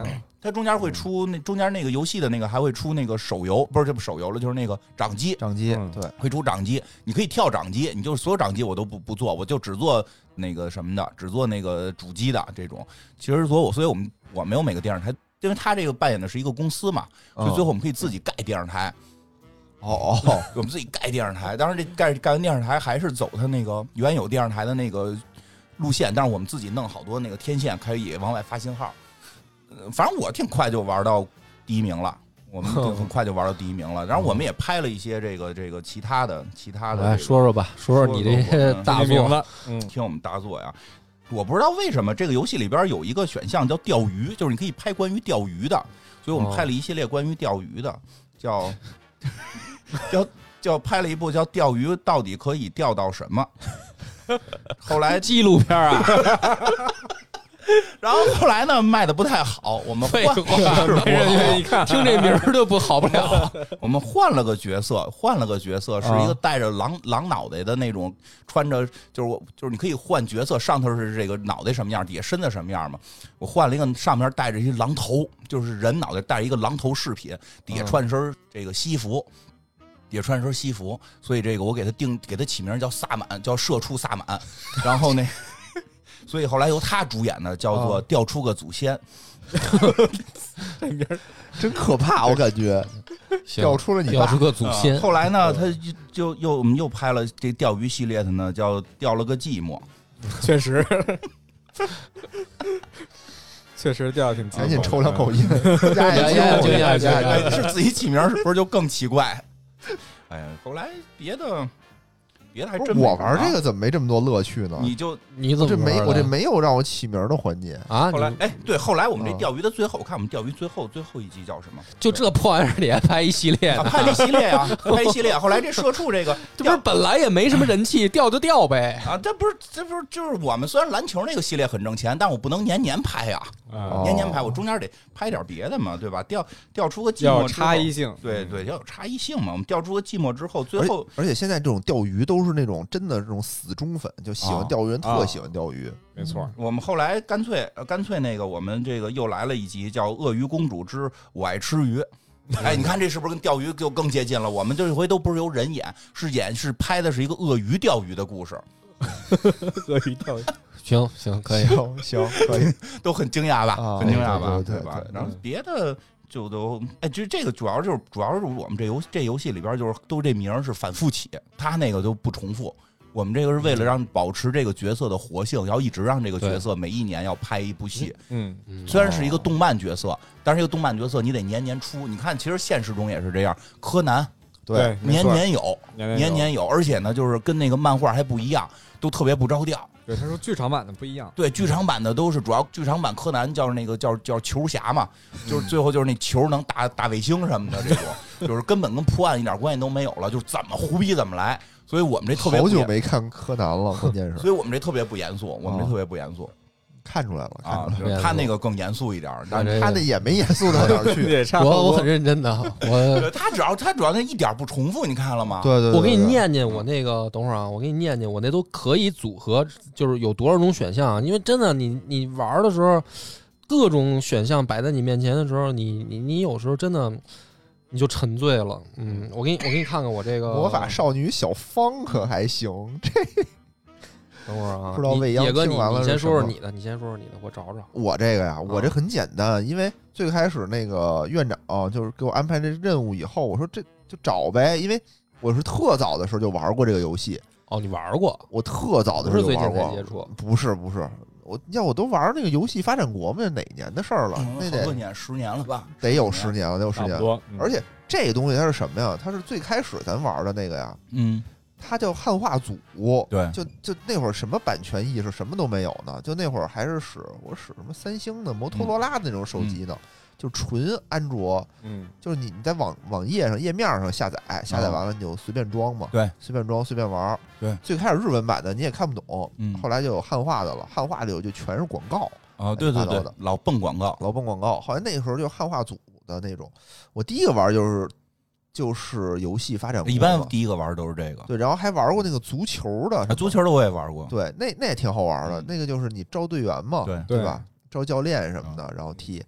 它中间会出那中间那个游戏的那个还会出那个手游，不是这不手游了，就是那个掌机， 掌机， 嗯对， 会出掌机，你可以跳掌机，你就是所有掌机我都不不做，我就只做那个什么的，只做那个主机的这种。其实所以我所以我们我没有每个电视台，因为他这个扮演的是一个公司嘛，所以最后我们可以自己盖电视台。 哦哦， 我们自己盖电视台，当然这盖盖完电视台还是走他那个原有电视台的那个路线，但是我们自己弄好多那个天线，可以往外发信号。呃，反正我挺快就玩到第一名了，我们就很快就玩到第一名了。然后我们也拍了一些这个这个其他的其他的、这个， 来说说吧，说说你这些大作。 了，嗯， 听我们大作呀。我不知道为什么这个游戏里边有一个选项叫钓鱼，就是你可以拍关于钓鱼的，所以我们拍了一系列关于钓鱼的，叫叫叫拍了一部叫《钓鱼到底可以钓到什么》。后来纪录片啊， 然后后来呢卖的不太好，我们换废话，没人愿意看，听这名儿就不好不了。 我们换了个角色，换了个角色，是一个带着狼狼脑袋的那种，穿着就是我就是你可以换角色，上头是这个脑袋什么样，底下身子什么样嘛。我换了一个上面带着一狼头，就是人脑袋带着一个狼头饰品，底下穿身这个西服。也穿身西服，所以这个我给他定给他起名叫萨满，叫射出萨满。然后呢，所以后来由他主演的叫做调出个祖先。 这名真可怕，我感觉调出了你调出个祖先。 啊、后来呢，他就又我们又拍了这钓鱼系列的呢，叫钓了个寂寞。 确实，确实钓挺寂寞。 赶紧抽两口烟， 加加加加加加，是自己起名是不是就更奇怪？哎呀，后来别的别的还真我玩这个怎么没这么多乐趣呢？ 你就你怎么这没我这没有让我起名的环节啊？ 后来哎，对，后来我们这钓鱼的最后，我看我们钓鱼最后最后一集叫什么？ 就这破玩意儿你还拍一系列啊，拍一系列啊，拍一系列。后来这社畜这个， 这不是本来也没什么人气，钓就钓呗啊，这不是这不是就是我们虽然篮球那个系列很挣钱，但我不能年年拍呀。 啊， 年年拍，我中间得拍点别的嘛，对吧？调调出个寂寞， 要差异性， 对对，要有差异性嘛。我们调出个寂寞之后，最后而且现在这种钓鱼都是那种真的这种死忠粉，就喜欢钓鱼人特喜欢钓鱼。 没错。 我们后来干脆干脆那个，我们这个又来了一集叫《鳄鱼公主之我爱吃鱼》。哎，你看这是不是跟钓鱼就更接近了？我们这回都不是由人演，是演是拍的是一个鳄鱼钓鱼的故事。 鳄鱼钓鱼。 行行可以行行可以， 都很惊讶吧？ 啊、 很惊讶吧？ 对吧？然后别的就都哎，其实这个主要就是主要是我们这游这游戏里边就是都这名是反复起，他那个就不重复。我们这个是为了让保持这个角色的活性，要一直让这个角色每一年要拍一部戏。 嗯， 虽然是一个动漫角色，但是这个动漫角色你得年年出。你看，其实现实中也是这样，柯南对年年有， 年年年有，而且呢，就是跟那个漫画还不一样，都特别不着调。 对，他说剧场版的不一样。 对，剧场版的都是主要剧场版柯南叫那个叫叫球侠嘛，就是最后就是那球能打打卫星什么的这种，就是根本跟破案一点关系都没有了，就是怎么胡逼怎么来。所以我们这特别好久没看柯南了，关键是， 所以我们这特别不严肃，我们这特别不严肃。 看出来了啊， 他那个更严肃一点，但是他那也没严肃到哪儿去。 也差不多我我很认真的，我他主要他主要那一点不重复，你看了吗？ 对对， 我给你念念我那个，等会儿啊，我给你念念我那都可以组合，就是有多少种选项。因为真的，你你玩的时候，各种选项摆在你面前的时候，你你你有时候真的你就沉醉了。嗯，我给你我给你看看我这个魔法少女小芳可还行这。 等会儿啊， 不知道未央野哥，你听完了你先是什么说说你的，你先说说你的，我找找。 我这个呀，我这很简单，因为最开始那个院长就是给我安排这任务以后，我说这就找呗，因为我是特早的时候就玩过这个游戏。 哦，你玩过？ 我特早的时候就玩过。 不是最近才接触？ 不是不是，我要我都玩那个游戏发展国嘛，哪年的事儿了？那得好多年，十年了吧？ 得有十年了，得有十年了。 嗯、 而且这个东西它是什么呀？它是最开始咱玩的那个呀， 嗯。 它叫汉化组， 对， 就就那会儿什么版权意识什么都没有呢，就那会儿还是使我使什么三星的、摩托罗拉的那种手机呢， 嗯、 就纯安卓， 嗯， 就是你你在网网页上页面上下载，下载完了你就随便装嘛， 对， 随便装随便玩， 对。 最开始日文版的你也看不懂， 嗯， 后来就有汉化的了，汉化里头就全是广告啊，对对对，老蹦广告， 老蹦广告，好像那个时候就汉化组的那种，我第一个玩就是。就是游戏发展过， 一般第一个玩都是这个。 对，然后还玩过那个足球的， 足球的我也玩过。 对，那那也挺好玩的。那个就是你招队员嘛， 对对吧？招教练什么的，然后踢。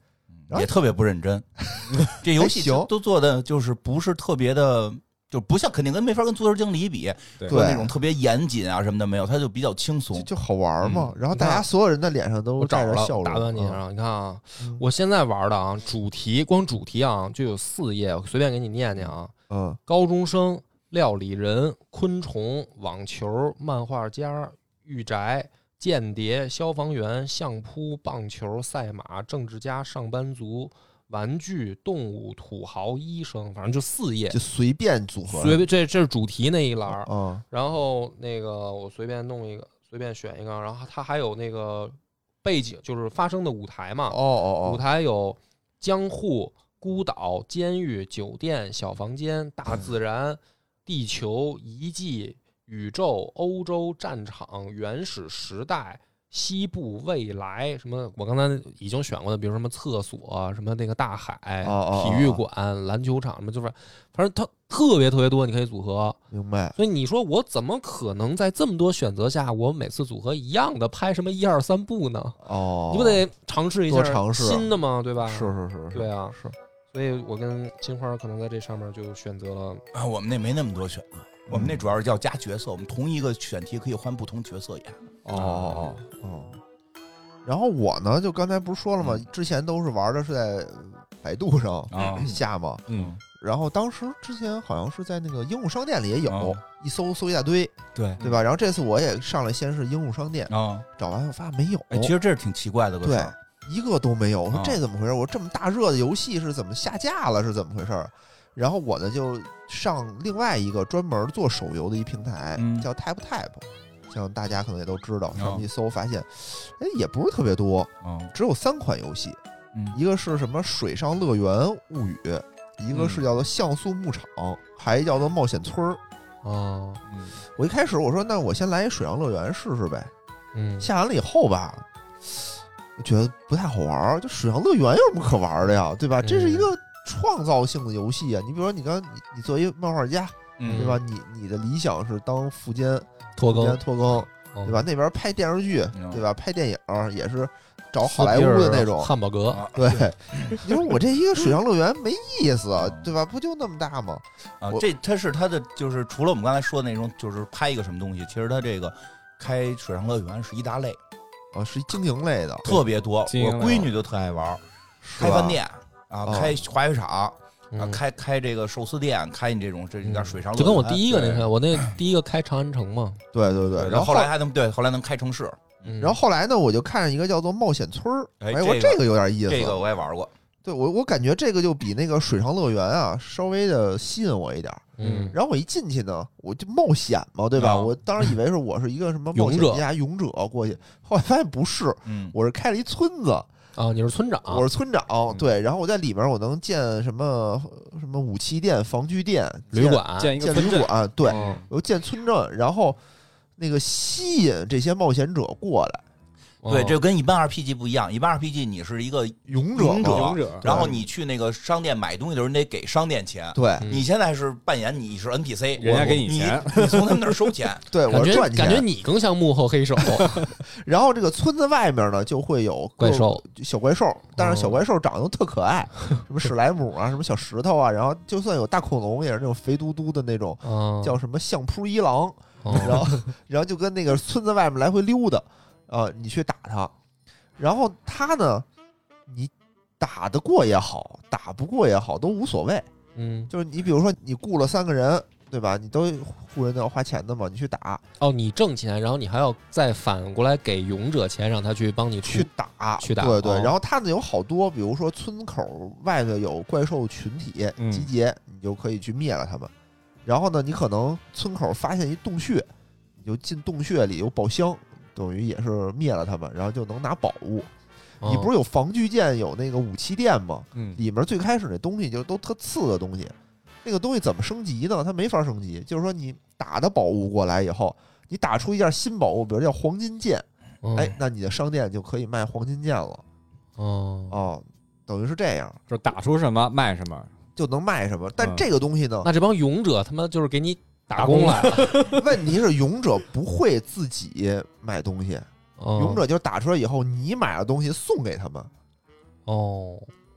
也特别不认真。这游戏行都做的就是不是特别的，就不像肯定跟没法跟足球经理比， 对说那种特别严谨啊什么的没有，它就比较轻松就，就好玩嘛。然后大你看家所有人的脸上都我找着了， 带着笑容。 打断你嗯啊！你看啊， 嗯我现在玩的啊，主题光主题啊就有四页，我随便给你念念啊： 嗯高中生、料理人、昆虫、网球、漫画家、御宅、间谍、消防员、相扑、棒球、赛马、政治家、上班族、玩具、动物、土豪、医生，反正就四页就，随便组合。 随便这这是主题那一栏儿， 嗯然后那个我随便弄一个，随便选一个，然后它还有那个背景，就是发生的舞台嘛。 哦哦舞哦， 台有江户、孤岛、监狱、酒店、小房间、大自然、地球、遗迹、宇宙、欧洲、战场、原始时代、西部、未来，什么我刚才已经选过的，比如什么厕所、什么那个大海、 哦哦哦体育馆、篮球场，什么就是反正它特别特别多，你可以组合。 明白。 所以你说我怎么可能在这么多选择下，我每次组合一样的拍什么一二三部呢？ 哦， 你不得尝试一下多尝试新的吗？对吧？ 是是是，是对啊， 是。 所以我跟金花可能在这上面就选择了， 啊，我们那没那么多选择，我们那主要是叫加角色，我们同一个选题可以换不同角色演。 哦哦哦。然后我呢，就刚才不是说了吗？之前都是玩的是在百度上啊下嘛， 嗯， 然后当时之前好像是在那个应用商店里也有， 哦一搜搜一大堆， 对对吧？然后这次我也上来，先是应用商店啊， 找完，我发现没有， 哎，其实这是挺奇怪的个事对儿。， 一个都没有。我说啊这怎么回事？我说这么大热的游戏是怎么下架了？是怎么回事？然后我呢就上另外一个专门做手游的一平台， 嗯叫 Tap Tap，像大家可能也都知道， 哦上面一搜发现，哎，也不是特别多， 嗯只有三款游戏， 嗯一个是什么水上乐园物语，一个是叫做像素牧场，还一叫做冒险村儿。 哦， 嗯我一开始我说那我先来一水上乐园试试呗， 嗯， 下完了以后吧，我觉得不太好玩儿。就水上乐园有什么可玩的呀？对吧？ 嗯这是一个创造性的游戏啊！你比如说，你刚你你作为漫画家， 嗯对吧？你你的理想是当副监拖更副监拖更， 对对吧？？那边拍电视剧， 嗯对吧？拍电影也是找好莱坞的那种。 汉堡阁， 啊对，你说我这一个水上乐园没意思，对吧？不就那么大吗？ 啊， 我这它是它的，就是除了我们刚才说的那种，就是拍一个什么东西，其实它这个开水上乐园是一大类， 啊，是经营类的， 特别多。我经营类闺女就特爱玩， 是吧开饭店啊， 哦开滑雪场啊， 嗯开开这个寿司店，开你这种这叫水上乐园。 就跟我第一个那对个，我那第一个开长安城嘛， 对对对。然后然后后来还能对，后来能开城市， 嗯然后后来呢，我就看上一个叫做冒险村儿， 哎哎，我这个这个有点意思， 这个我也玩过。 对我，我感觉这个就比那个水上乐园啊稍微的吸引我一点儿。 嗯， 然后我一进去呢，我就冒险嘛，对吧？ 啊我当时以为是我是一个什么冒险勇者家、勇者过去，后来发现不是， 嗯， 我是开了一村子， 啊，你是村长， 我是村长。对，然后我在里面我能建什么什么武器店、防具店、建旅馆， 建一个建村镇， 旅馆，对， 嗯我又建村镇，然后那个吸引这些冒险者过来， 对， 哦这跟一般 R P G 不一样。一般 R P G 你是一个勇者勇者嘛勇者， 然后你去那个商店买东西的时候，你得给商店钱。 对嗯你现在是扮演你是 N P C， 人家我你给你钱你从他们那儿收钱。 对，我感觉是赚钱。 感觉你更像幕后黑手， 然后这个村子外面呢，就会有各怪兽、 小怪兽，但是小哦怪兽长得都特可爱，什么史莱姆啊，什么小石头啊，然后就算有大恐龙，也是那种肥嘟嘟的那种， 嗯， 叫什么相扑一郎， 哦然后然后就跟那个村子外面来回溜达，啊，你去打他，然后他呢，你打得过也好，打不过也好，都无所谓， 嗯， 就是你比如说你雇了三个人。对吧？你都雇人都要花钱的嘛，你去打哦，你挣钱，然后你还要再反过来给勇者钱，让他去帮你去出， 打， 去打对对。 哦然后它呢有好多，比如说村口外头有怪兽群体嗯集结，你就可以去灭了他们。然后呢，你可能村口发现一洞穴，你就进洞穴里有宝箱，等于也是灭了他们，然后就能拿宝物。 哦你不是有防具店，有那个武器店吗？ 嗯， 里面最开始那东西就都特次的东西，那个东西怎么升级呢？它没法升级，就是说你打的宝物过来以后，你打出一件新宝物，比如叫黄金剑， 嗯哎，那你的商店就可以卖黄金剑了。 哦， 哦，等于是这样， 就打出什么卖什么， 就能卖什么。但嗯这个东西呢， 那这帮勇者他妈就是给你打打工工来了， 问题是勇者不会自己买东西， 哦勇者就是打出来以后，你买了东西送给他们。 哦，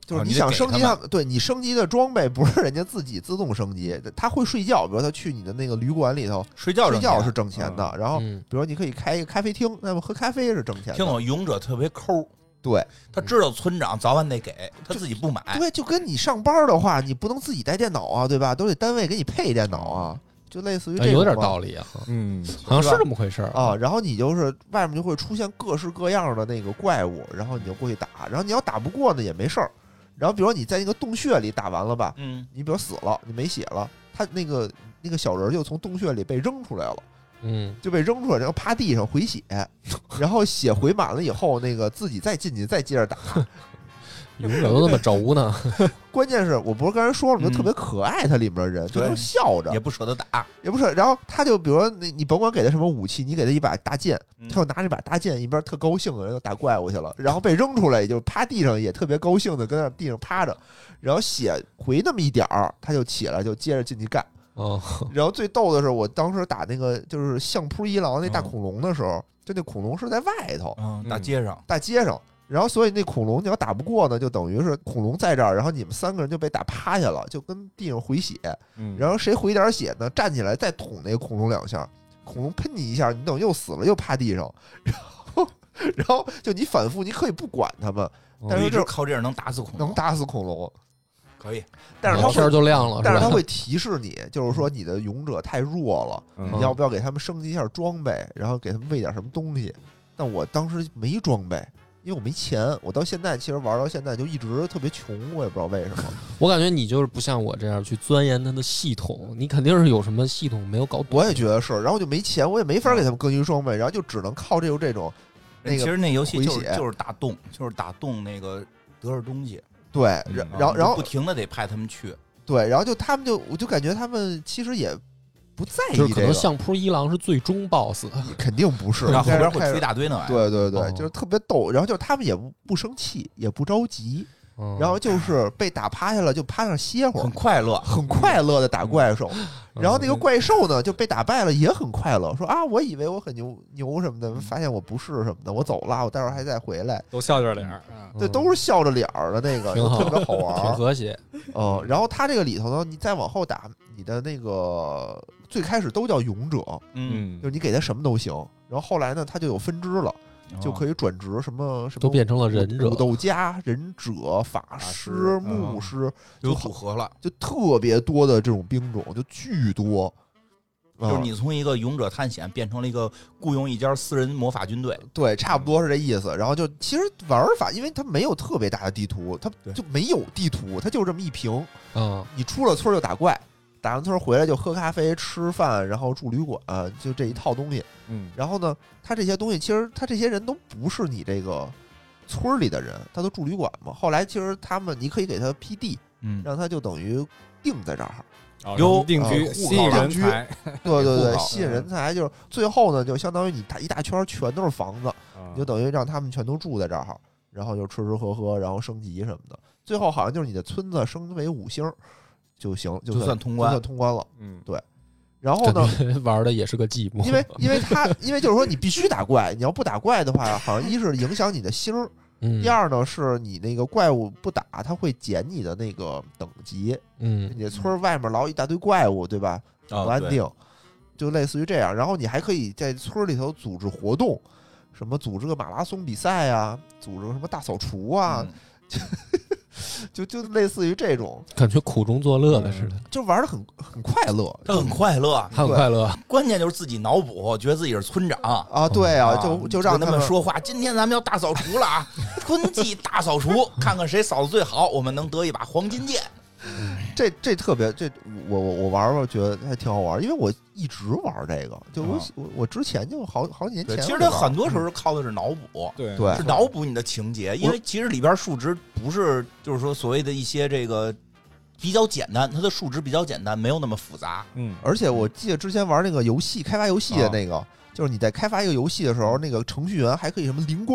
就是你得想升级给他们他们，对你升级的装备不是人家自己自动升级，他会睡觉，比如他去你的那个旅馆里头睡觉睡觉是挣挣钱的，然后嗯比如你可以开一个咖啡厅，那么喝咖啡是挣钱的。 听我勇者特别抠， 对他知道村长早晚得给，他自己不买。 对，就跟你上班的话，你不能自己带电脑啊，对吧？都得单位给你配电脑啊，就类似于这种哎有点嘛道理啊， 嗯， 好像是这么回事儿啊。然后你就是外面就会出现各式各样的那个怪物，然后你就过去打，然后你要打不过呢也没事儿。然后比如你在那个洞穴里打完了吧， 嗯， 你比如死了，你没血了，他那个那个小人就从洞穴里被扔出来了。 嗯， 就被扔出来，然后趴地上回血，然后血回满了以后，那个自己再进去再接着打。 勇者都那么轴呢， 关键是我不是刚才说了吗？ 嗯就特别可爱，它里面的人就对都笑着也，不舍得打。 也不是。然后他就比如说你你甭管给他什么武器，你给他一把大剑， 嗯他就拿着把大剑一边特高兴的就打怪物去了，然后被扔出来也就趴地上也特别高兴的跟那地上趴着，然后血回那么一点儿，他就起来就接着进去干。 哦， 然后最逗的是，我当时打那个就是相扑一郎那大恐龙的时候，就那恐龙是在外头嗯，大街上， 大街上，然后所以那恐龙你要打不过呢，就等于是恐龙在这儿，然后你们三个人就被打趴下了，就跟地上回血， 嗯然后谁回点血呢，站起来再捅那个恐龙两下，恐龙喷你一下，你等于又死了，又趴地上，然后然后就你反复，你可以不管他们，但是一就直靠这样能打死恐龙， 能打死恐龙， 可以。 但是他会天儿就亮了，是吧？ 但是他会提示你，就是说你的勇者太弱了。 嗯你要不要给他们升级一下装备，然后给他们喂点什么东西？但我当时没装备，因为我没钱。我到现在其实玩到现在就一直特别穷，我也不知道为什么。 我感觉你就是不像我这样去钻研它的系统，你肯定是有什么系统没有搞懂。 我也觉得是，然后就没钱，我也没法给他们更新装备，然后就只能靠这种这种那个其实那游戏就是回血就是打洞，就是打洞那个得着东西， 对， 嗯然然后然后不停的得派他们去。 对，然后就他们就我就感觉他们其实也不在意就是可这个， 能相扑一郎是最终 boss， 肯定不是， 然后后边会开始出一大堆那玩意儿。 对对对， 哦就是特别逗。然后就他们也不不生气，也不着急， 嗯然后就是被打趴下了，就趴上歇会儿很，快乐， 很快乐的打怪兽。 嗯然后那个怪兽呢就被打败了，也很快乐，说啊，我以为我很牛牛什么的，发现我不是什么的，我走了，我待会儿还再回来。 都笑着脸儿，啊对，都是笑着脸儿的那个， 挺好就特别好玩挺儿。 和谐。 嗯，然后它这个里头呢，你再往后打，你的那个最开始都叫勇者， 嗯， 就是你给他什么都行。然后后来呢，它就有分支了，就可以。 以转职什么什么， 都变成了忍者武斗家、忍者、法师、 师牧师， 有就组合了， 就特别多的这种兵种，就巨多。 就是啊你从一个勇者探险变成了一个雇佣一家私人魔法军队。 对，差不多是这意思。然后就其实玩法，因为它没有特别大的地图，它对就没有地图，它就这么一屏。 嗯， 你出了村就打怪，打完村回来就喝咖啡、吃饭，然后住旅馆，就这一套东西。 嗯然后呢，他这些东西其实他这些人都不是你这个村里的人，他都住旅馆嘛。后来其实他们你可以给他批地， 嗯， 让他就等于定在这儿。 哦有让定居啊吸引人才， 对对对， 户口吸引人才，就是最后呢，就相当于你大一大圈全都是房子， 啊你就等于让他们全都住在这儿，然后就吃吃喝喝，然后升级什么的。最后好像就是你的村子升为五星就行，就就算通关就算通关了。 嗯然后呢， 感觉玩的也是个寂寞。 因为因为他因为就是说你必须打怪，你要不打怪的话，好像一是影响你的星儿， 嗯， 第二呢是你那个怪物不打，它会减你的那个等级。 嗯你村外面老一大堆怪物，对吧？不哦对安定，就类似于这样。然后你还可以在村里头组织活动，什么组织个马拉松比赛啊，组织个什么大扫除啊， 嗯就就类似于这种， 感觉苦中作乐的似的， 就玩的很很快乐。 他很快乐， 他很快乐。 关键就是自己脑补，觉得自己是村长啊，对啊， 啊就就让跟他们们说话。今天咱们要大扫除了啊，春季大扫除，看看谁扫的最好，我们能得一把黄金剑。 这这特别，这我我我玩玩觉得还挺好玩，因为我一直玩这个，就我、 啊我我之前就好好几年前对， 我就玩， 其实它很多时候靠的是脑补， 对对是脑补你的情节，因为其实里边数值不是就是说所谓的一些这个比较简单，它的数值比较简单，没有那么复杂。 嗯而且我记得之前玩那个游戏开发游戏的那个，就是你在开发一个游戏的时候，那个程序员还可以什么灵光一闪，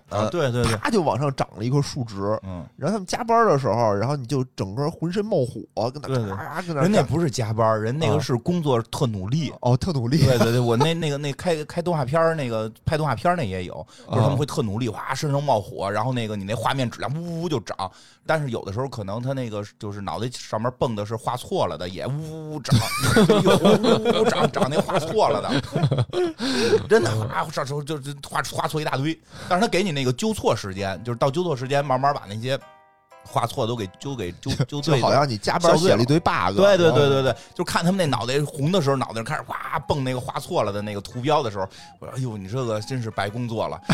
啊，对对对， 啪就往上涨了一棵树枝。 嗯， 然后他们加班的时候，然后你就整个浑身冒火，跟那对对咔跟那干人那不是加班，人那啊个是工作特努力。 哦，特努力。 对对对，我那那个那开开动画片儿那个拍动画片儿那也有，就是他们啊会特努力，哇，身上冒火，然后那个你那画面质量呜呜呜就涨，但是有的时候可能他那个就是脑袋上面蹦的是画错了的，也呜呜呜涨，有呜呜呜涨涨那画错了的，真的啊，上时候就就画画错一大堆，但是他给你那个纠错时间，就是到纠错时间慢慢把那些画错都给纠给纠纠对的， 就好像你加班写了一堆 bug。 对对对对对，就看他们那脑袋红的时候，脑袋上开始哇蹦那个画错了的那个图标的时候，我说哎呦，你这个真是白工作了。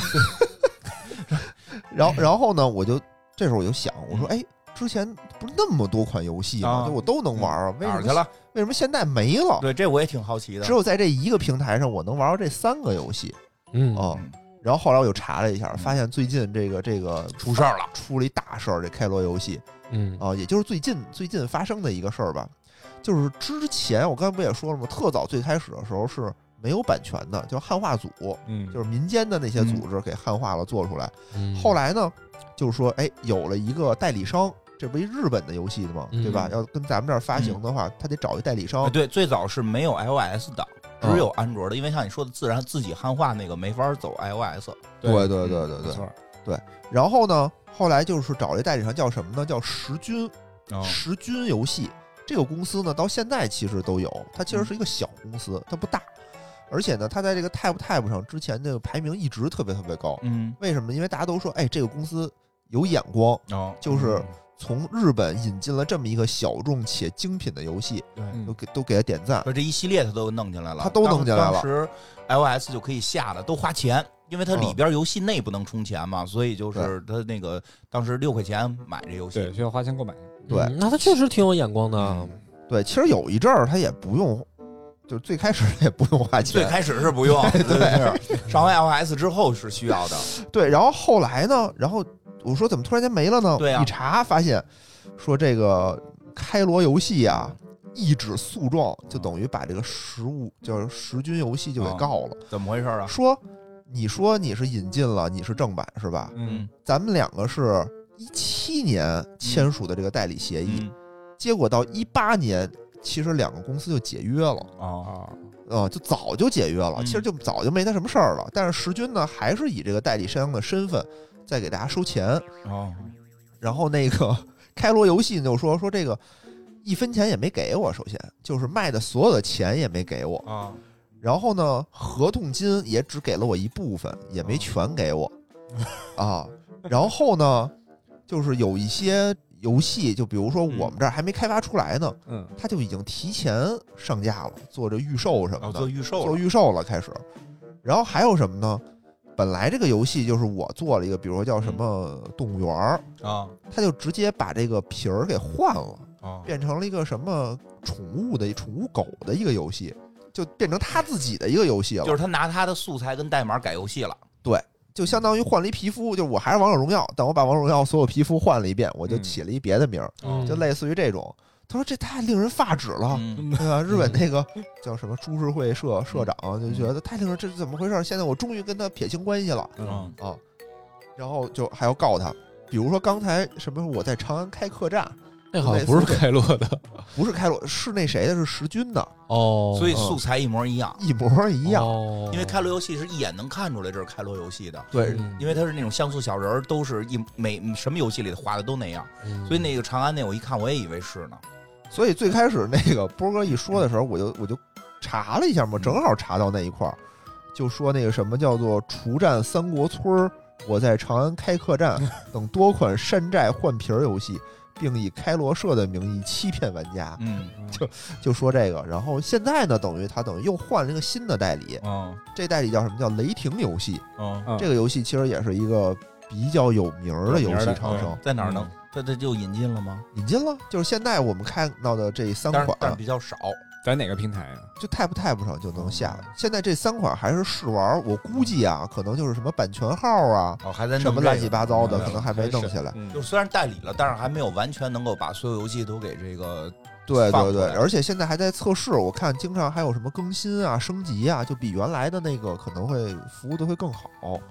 然后然后呢，我就这时候我就想，我说哎，之前不是那么多款游戏吗？ 啊就我都能玩啊，为什么哪儿去了？ 为什么现在没了？ 对，这我也挺好奇的。 只有在这一个平台上，我能玩到这三个游戏。 嗯哦，然后后来我又查了一下，发现最近这个这个出事儿了， 出了一大事儿，这开罗游戏嗯啊，也就是最近最近发生的一个事儿吧。就是之前我刚才不也说了吗？特早最开始的时候是没有版权的，叫汉化组， 嗯， 就是民间的那些组织给汉化了做出来。 嗯， 后来呢，就是说，哎，有了一个代理商，这不一日本的游戏的吗？ 嗯对吧？要跟咱们这儿发行的话，他得找一代理商。 哎对，最早是没有 iOS 的，只有安卓的，因为像你说的，自然自己汉化那个没法走 iOS。 对对对对对没错， 然后呢，后来就是找了一代理商，叫什么呢？叫时君， 哦时君游戏。这个公司呢，到现在其实都有，它其实是一个小公司，它不大，而且呢，它在这个 Tab Tab 上之前的排名一直特别特别高。 嗯， 为什么呢？因为大家都说，哎，这个公司有眼光， 哦， 就是从日本引进了这么一个小众且精品的游戏， 对。 嗯都给都给他点赞。 说这一系列它都弄进来了， 它都弄进来了当时 iOS 就可以下了，都花钱，因为它里边游戏内不能充钱嘛，所以就是它那个当时六块钱买这游戏。 对，需要花钱购买。 对嗯那他确实挺有眼光的。 嗯对，其实有一阵儿他也不用，就最开始也不用花钱， 最开始是不用，对对是上完 iOS 之后是需要的。 对，然后后来呢，然后我说怎么突然间没了呢？ 对啊一查发现说这个开罗游戏啊，一纸诉状，就等于把这个实物就是时君游戏就给告了， 怎么回事啊？ 说你说你是引进了，你是正版是吧？ 嗯， 咱们两个是一七年签署的这个代理协议， 嗯结果到一八年，其实两个公司就解约了。 哦， 啊， 啊、就早就解约了， 嗯其实就早就没他什么事儿了。但是时君呢，还是以这个代理商的身份在给大家收钱。 哦， 然后那个开罗游戏就说说这个一分钱也没给我，首先就是卖的所有的钱也没给我， 啊， 然后呢，合同金也只给了我一部分，也没全给我啊。然后呢，就是有一些游戏，就比如说我们这儿还没开发出来呢， 嗯， 他就已经提前上架了，做着预售什么的， 哦做预售了， 做预售了开始。然后还有什么呢？本来这个游戏就是我做了一个，比如说叫什么动物园儿， 啊他就直接把这个皮儿给换了， 啊变成了一个什么宠物的宠物狗的一个游戏，就变成他自己的一个游戏了。 就是他拿他的素材跟代码改游戏了。 就相当于换了一皮肤，就我还是王者荣耀，但我把王者荣耀所有皮肤换了一遍，我就起了一别的名儿， 嗯就类似于这种。他说这太令人发指了， 嗯对吧？日本那个叫什么株式会社社长就觉得太令人，这是怎么回事？现在我终于跟他撇清关系了嗯啊，然后就还要告他。比如说刚才什么我在长安开客栈， 那好像不是开洛的不是开罗，是那谁的，是时君的， 哦， 所以素材一模一样。 一模一样。 哦因为开罗游戏是一眼能看出来这是开罗游戏的， 对， 嗯因为它是那种像素小人儿，都是一每什么游戏里画的都那样， 嗯所以那个长安那我一看我也以为是呢。 所以最开始那个波哥一说的时候，我就我就查了一下嘛，正好查到那一块儿，就说那个什么叫做“除战三国村儿”，我在长安开客栈等多款山寨换皮儿游戏，并以开罗社的名义欺骗玩家， 嗯就就说这个。然后现在呢，等于他等于又换了一个新的代理， 嗯这代理叫什么叫雷霆游戏？ 嗯， 嗯这个游戏其实也是一个比较有名儿的游戏厂商， 在哪儿能？它它就引进了吗？ 引进了，就是现在我们看到的这三但是款， 但是比较少。 在哪个平台啊？ 就 Tap Tap 上就能下。现在这三款还是试玩，我估计啊，可能就是什么版权号啊， 哦，还在弄什么乱七八糟的， 这个可能还没弄起来。 嗯就虽然代理了，但是还没有完全能够把所有游戏都给这个对对对， 放出来而且现在还在测试，我看经常还有什么更新啊、升级啊，就比原来的那个可能会服务的会更好。 嗯，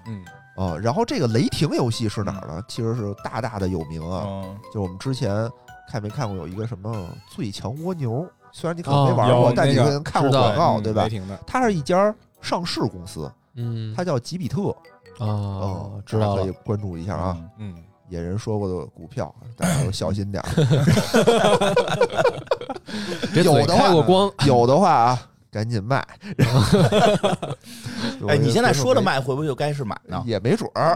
啊。然后这个雷霆游戏是哪儿呢？其实是大大的有名啊， 嗯就我们之前看没看过有一个什么最强蜗牛，虽然你可能没玩过， 哦有那个但你可能看过知道广告， 嗯对吧雷？霆的， 它是一家上市公司， 嗯， 它叫吉比特啊哦， 知道了大家可以，关注一下啊。 嗯， 野人说过的股票，大家都小心点儿。 这嘴有的话开过光， 有的话啊，赶紧卖。 哎，你现在说的卖卖会不会就该是买呢？ 也没准儿。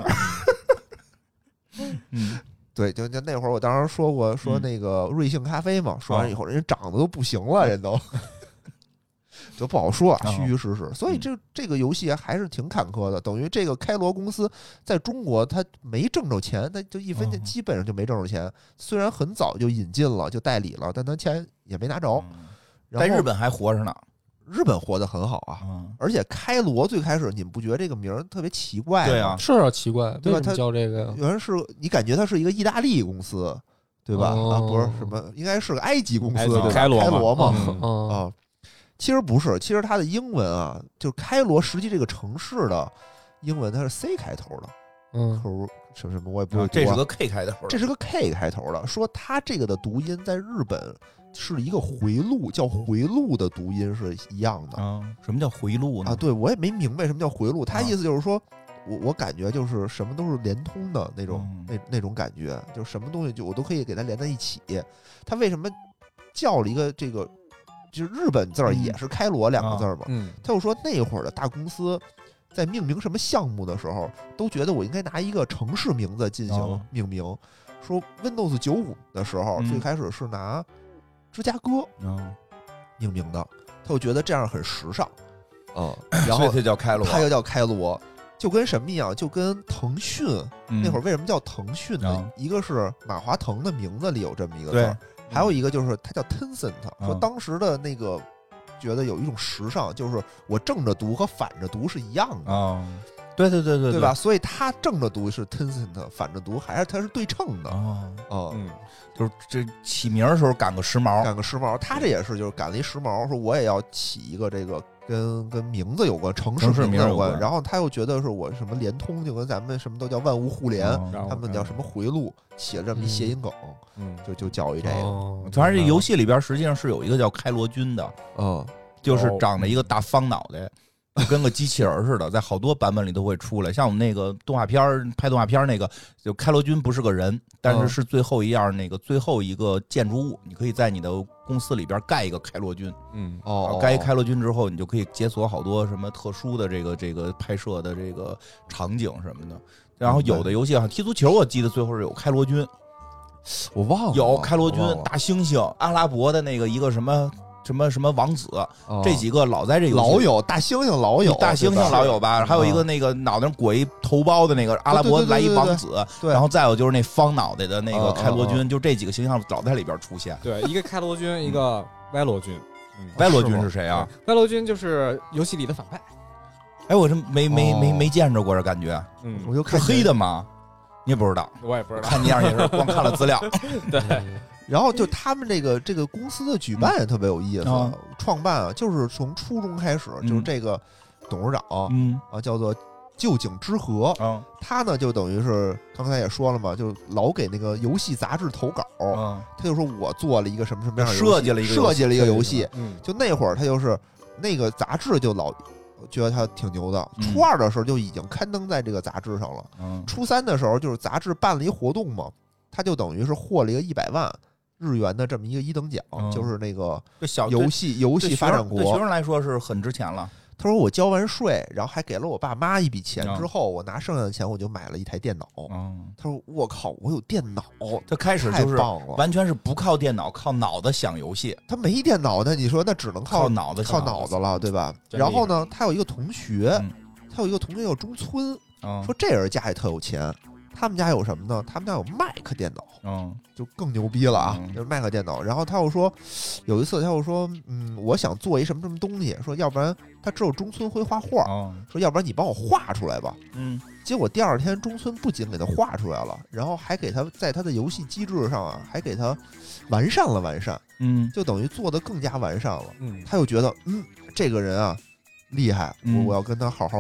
嗯， 对，就就那会儿，我当时说过，说那个瑞幸咖啡嘛，说完以后，人家涨得都不行了，人都就不好说啊，虚虚实实。所以这这个游戏还是挺坎坷的，等于这个开罗公司在中国它没挣着钱，它就一分钱基本上就没挣着钱。虽然很早就引进了，就代理了，但它钱也没拿着。然后在日本还活着呢。 日本活得很好啊， 嗯， 而且开罗最开始你们不觉得这个名儿特别奇怪吗？ 对啊， 是啊，奇怪， 对吧为什么叫这个呀？ 原来是你感觉它是一个意大利公司，对吧？ 哦啊，不是什么，应该是个埃及公司， 埃及对吧？ 开罗嘛开罗嘛， 嗯嗯啊，其实不是，其实它的英文啊，就开罗实际这个城市的英文它是 C 开头的， 嗯头什么什么我也不会读啊， 这是个 K 开头的， 这是个 K 开头的，说它这个的读音在日本是一个回路，叫回路的读音是一样的啊？什么叫回路呢？ 啊。对，我也没明白什么叫回路，他啊意思就是说。我我感觉就是什么都是连通的那种、 嗯那那种感觉，就是什么东西就我都可以给它连在一起。他为什么叫了一个这个，就是日本字儿嗯也是开罗两个字儿嘛？ 嗯， 他就说那会儿的大公司在命名什么项目的时候，都觉得我应该拿一个城市名字进行哦命名。说 Windows 九五的时候， 嗯最开始是拿芝加哥嗯， 命名的，他就觉得这样很时尚，嗯，然所以后它叫开罗。 他就叫开罗。就跟什么一样，就跟腾讯、 嗯那会儿为什么叫腾讯呢？ 啊一个是马化腾的名字里有这么一个字对儿，还有一个就是它叫 Tencent。说啊当时的那个觉得有一种时尚，就是我正着读和反着读是一样的， 啊，对对对对对吧？？所以它正着读是 Tencent，反着读还是它是对称的啊， 啊。 嗯， 就是这起名的时候赶个时髦。 赶个时髦，他这也是就是赶了一时髦，说我也要起一个这个跟跟名字有关，城市城市名字有关。 名有关然后他又觉得是我什么联通，就跟咱们什么都叫万物互联， 嗯然后他们叫什么回路，起了这么一谐音梗， 嗯， 就就叫一这个。 哦， 反正这游戏里边实际上是有一个叫开罗军的， 嗯， 就是长着一个大方脑袋，就跟个机器人似的，在好多版本里都会出来。像我们那个动画片儿拍动画片儿那个，就开罗军不是个人，但是是最后一样那个最后一个建筑物，你可以在你的公司里边盖一个开罗军。 嗯， 哦， 盖一开罗军之后，你就可以解锁好多什么特殊的这个这个拍摄的这个场景什么的。然后有的游戏好像踢足球，我记得最后是有开罗军， 我忘了， 有开罗军我忘、了大猩猩、阿拉伯的那个一个什么什么什么王子， 哦这几个老在这游戏老有大猩猩老有大猩猩对吧老有吧？还有一个嗯那个脑袋上裹一头包的那个阿拉伯对对对对来一对对王子， 对然后再有就是那方脑袋的那个嗯嗯开罗军，就这几个形象老在里边出现。 对，一个开罗军，一个歪罗军。嗯， 歪罗是吗军是谁啊？ 歪罗军就是游戏里的反派。 哎，我这没没没哦没见着过这感觉， 嗯， 我就是看黑的吗？你也不知道， 我也不知道。 看你样也是光看了资料。 对， 然后就他们这个这个公司的举办也特别有意思， 嗯创办啊，就是从初中开始， 嗯就是这个董事长嗯啊叫做旧井之和， 嗯他呢就等于是刚才也说了嘛，就老给那个游戏杂志投稿， 嗯他就说我做了一个什么什么样的游戏设计了一个游戏设计了一个游戏， 嗯， 就那会儿他就是那个杂志就老觉得他挺牛的， 嗯初二的时候就已经刊登在这个杂志上了。 嗯初三的时候，就是杂志办了一活动嘛，他就等于是获了一个一百万日元的这么一个一等奖， 嗯就是那个这小游戏游戏发展国。 对学生来说是很值钱了。 他说我交完税，然后还给了我爸妈一笔钱嗯之后，我拿剩下的钱我就买了一台电脑。 嗯， 他说我靠，我有电脑， 他开始太就是棒了。 完全是不靠电脑，靠脑子想游戏， 他没电脑呢，你说那只能靠靠脑子靠想脑子了，对吧？ 真厉害然后呢，他有一个同学嗯， 他有一个同学叫中村， 嗯说这人家里特有钱，他们家有什么呢？他们家有 Mac 电脑， 嗯就更牛逼了啊！ 嗯就是 Mac 电脑。然后他又说，有一次他又说，嗯，我想做一什么什么东西，说要不然他知道中村会画画， 嗯说要不然你帮我画出来吧。 嗯结果第二天中村不仅给他画出来了，然后还给他在他的游戏机制上啊，还给他完善了完善， 嗯就等于做的更加完善了。 嗯， 他又觉得，嗯，这个人啊厉害，我嗯我要跟他好好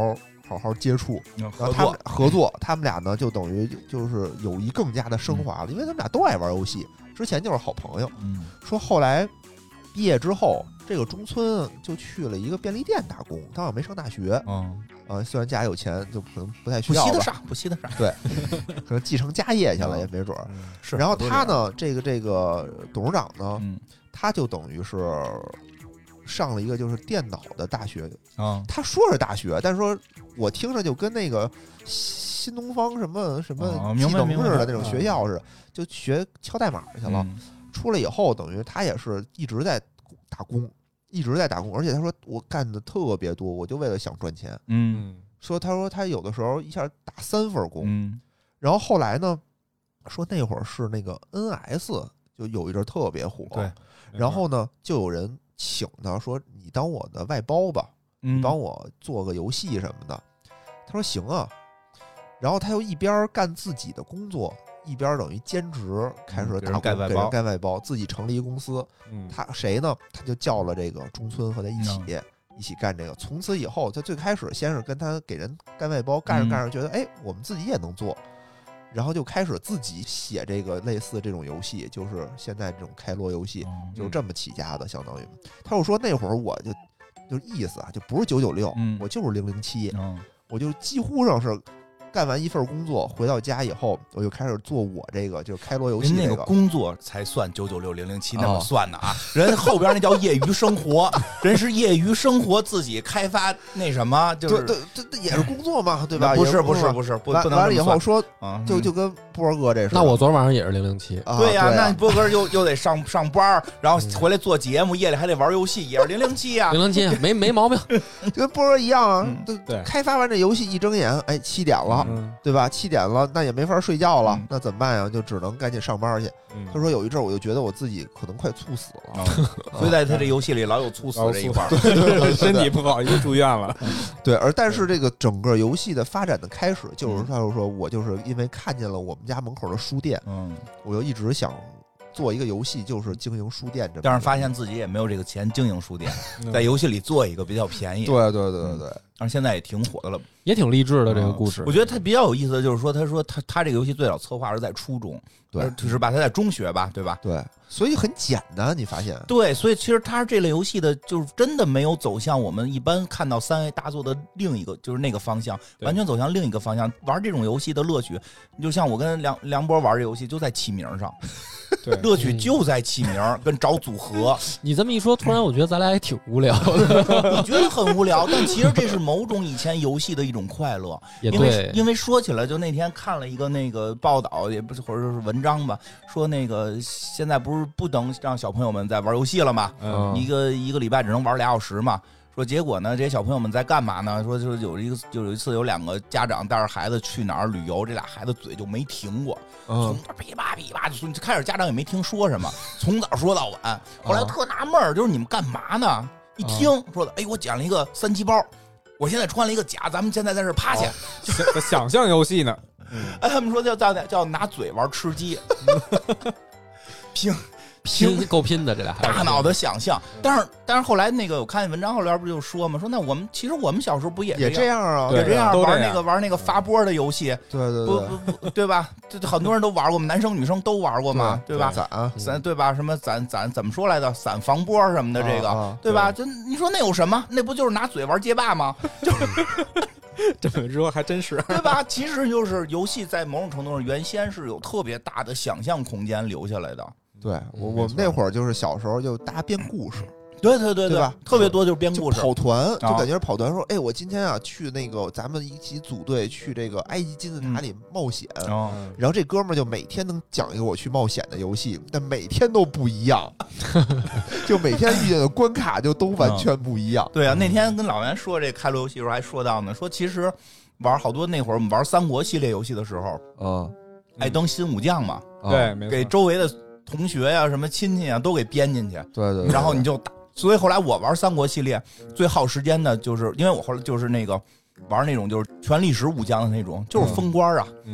好好接触，然后合他们作合作，他们俩呢就等于就是友谊更加的升华了，因为他们俩都爱玩游戏，之前就是好朋友。 嗯说后来毕业之后，这个中村就去了一个便利店打工，他好像没上大学， 嗯， 啊，虽然家里有钱，就可能不太需要吧， 不惜得上，不惜得上， 可能继承家业去了也没准儿。 是。 然后他呢，这个这个董事长呢， 嗯他就等于是上了一个就是电脑的大学， 啊他说是大学，但是说我听着就跟那个新东方什么什么哦技能明白明白似的那种学校似的，就学敲代码去了。 嗯出来以后，等于他也是一直在打工，一直在打工，而且他说我干的特别多，我就为了想赚钱。 嗯嗯说他说他有的时候一下打三份工， 嗯然后后来呢，说那会儿是那个 N S 就有一阵特别火， 对， 然后呢就有人请他说你当我的外包吧， 嗯你帮我做个游戏什么的。他说行啊，然后他又一边干自己的工作，一边等于兼职开始打工， 给人盖外包给人盖外包，自己成立一公司。 嗯， 他谁呢？他就叫了这个中村和他一起、 嗯一起干这个。从此以后，他最开始先是跟他给人干外包，干着嗯干着觉得，哎，我们自己也能做，然后就开始自己写这个类似这种游戏，就是现在这种开罗游戏， 嗯就是这么起家的，相当于。他又说那会儿我就就意思啊，就不是九九六， 嗯我就是零零七， 嗯我就几乎上是干完一份工作，回到家以后，我就开始做我这个就是开罗游戏人那这个工作才算九九六零零七那么哦算的啊，人后边那叫业余生活，人是业余生活自己开发那什么，就是对对，这这也是工作嘛，对吧？ 不是不也工作是不是不完不能完了以后这么算说， 啊， 就就跟波儿哥这似的。 那我昨儿晚上也是零零七， 啊对呀， 对啊那波哥又又得上上班，然后回来做节目，夜里还得玩游戏，也是零零七呀零。零七没没毛病。 就跟波儿哥一样啊嗯， 都对开发完这游戏一睁眼，哎，七点了， 嗯对吧？七点了，那也没法睡觉了嗯， 那怎么办呀？就只能赶紧上班去。 嗯他说有一阵儿我就觉得我自己可能快猝死了， 嗯所以在他这游戏里老有猝死这一块儿。 身体不好，又住院了。 对，而但是这个整个游戏的发展的开始，就是他就说我就是因为看见了我们家门口的书店， 嗯， 我就一直想做一个游戏，就是经营书店这么一个。 但是发现自己也没有这个钱经营书店， 嗯在游戏里做一个比较便宜。， 对对对对对， 但是现在也挺火的了。 也挺励志的这个故事我。觉得他比较有意思的就是说，他说他他这个游戏最早策划是在初中， 对就是吧，他在中学吧，对吧？ 对，所以很简单，你发现？ 对，所以其实他这类游戏的，就是真的没有走向我们一般看到三 A 大作的另一个，就是那个方向， 对完全走向另一个方向。玩这种游戏的乐趣，你就像我跟梁梁波玩这游戏，就在起名上， 对， 乐趣就在起名跟找组合。 你这么一说，突然我觉得咱俩也挺无聊的。 你觉得很无聊，但其实这是某种以前游戏的一种快乐。 也因为对， 因为说起来，就那天看了一个那个报道，也不是或者说是文章吧，说那个现在不是不能让小朋友们在玩游戏了吗？ 嗯一个一个礼拜只能玩俩小时嘛。说结果呢，这些小朋友们在干嘛呢？说就是有一个，就有一次有两个家长带着孩子去哪儿旅游，这俩孩子嘴就没停过，从嗯， 那噼啪噼啪，就开始家长也没听说什么，从早说到晚。后来特纳闷儿，就是你们干嘛呢？一听说的，哎，我捡了一个三级包，我现在穿了一个甲，咱们现在在这儿趴下。 想想象游戏呢。 哎，他们说叫叫叫拿嘴玩吃鸡，拼拼够拼的这俩孩子。 大脑的想象。但是但是后来那个我看见文章后边不就说嘛，说那我们其实我们小时候不也也这样， 样啊， 也这样都这样玩那个玩那个发波的游戏，不对对对， 不不对吧？这这很多人都玩过，我们男生女生都玩过嘛，对吧？ 攒啊咱对吧？什么攒攒怎么说来的？散防波什么的，这个、 啊对吧？就你说那有什么？那不就是拿嘴玩街霸吗？ 这么说还真是。 对吧？其实就是游戏在某种程度上原先是有特别大的想象空间留下来的。 对我嗯我们那会儿就是小时候就大家编故事， 对对对对吧特别多就是编就故事。 跑团，就啊感觉是跑团说，哎，我今天啊去那个咱们一起组队去这个埃及金字塔里冒险。 哦嗯然后这哥们儿就每天能讲一个我去冒险的游戏，但每天都不一样，就每天遇见的关卡就都完全不一样。 对啊，那天跟老袁说这开罗游戏的时候还说到呢，说其实玩好多那会儿我们玩三国系列游戏的时候， 嗯， 爱登新武将嘛， 啊对，没错给周围的同学呀、什么亲戚啊都给编进去， 对对，对然后你就打。所以后来我玩三国系列最耗时间的就是，因为我后来就是那个玩那种就是全历史武将的那种，就是封官啊。 嗯，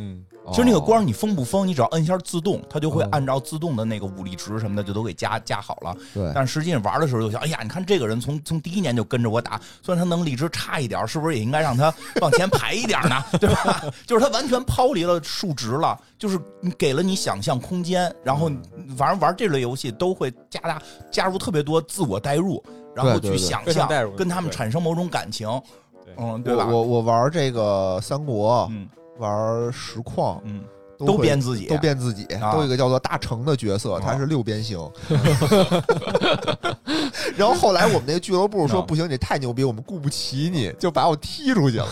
其实那个光你封不封，你只要摁一下自动，它就会哦按照自动的那个武力值什么的就都给加加好了。 对， 但实际上玩的时候就想，哎呀，你看这个人从从第一年就跟着我打，虽然他能力值差一点，是不是也应该让他往前排一点呢？对吧？就是他完全抛离了数值了，就是你给了你想象空间，然后反正玩这类游戏都会加大加入特别多自我代入，然后去想象，跟他们产生某种感情。嗯，对吧？ 我我玩这个三国， 嗯， 玩实况， 嗯， 都都编自己， 都编自己， 啊、 都有一个叫做大成的角色， 啊、 他是六边形。然后后来我们那个俱乐部说、啊、不行，你太牛逼，我们雇不起你，就把我踢出去了。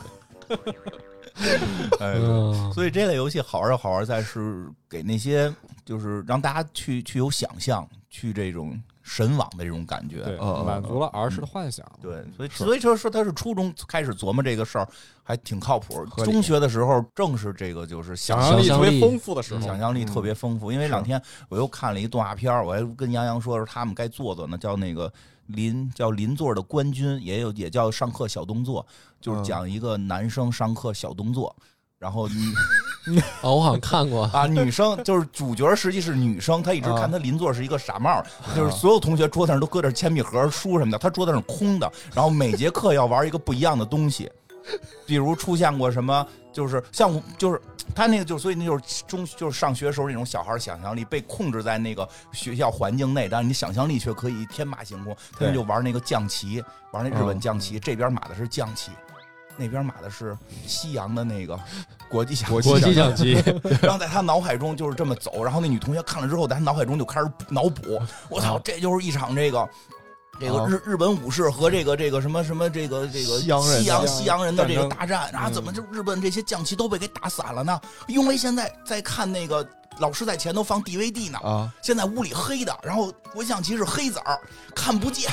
哎，所以这类游戏好玩好玩在是给那些就是让大家去去有想象，去这种神往的这种感觉， 对，满足了儿时的幻想。 嗯、对，所以所以说说他是初中开始琢磨这个事儿，还挺靠谱。中学的时候正是这个就是想象力特别丰富的时候， 想象力特别丰富。因为两天我又看了一个动画片，我还跟杨洋说说他们该做做呢，叫那个。邻叫邻座的官军，也有也叫上课小动作，就是讲一个男生上课小动作，嗯、然后你哦，我好像看过啊，女生就是主角，实际是女生，她一直看她邻座是一个傻帽，啊、就是所有同学桌子上都搁点铅笔盒、书什么的，她桌子上空的，然后每节课要玩一个不一样的东西，比如出现过什么，就是像就是。他那个就所以那就是中就是上学时候那种小孩想象力被控制在那个学校环境内，但是你想象力却可以天马行空。他们就玩那个象棋，玩那日本象棋，嗯、这边码的是将棋，那边码的是西洋的那个国际象国际象棋。 然后在他脑海中就是这么走，然后那女同学看了之后，在他脑海中就开始脑补，我操，这就是一场这个。这个日日本武士和这个这个什么什么这个这个西洋西洋人的这个大战啊，怎么就日本这些将棋都被给打散了呢？因为现在在看那个老师在前头放 D V D 呢，啊，现在屋里黑的，然后国际象棋是黑子儿，看不见。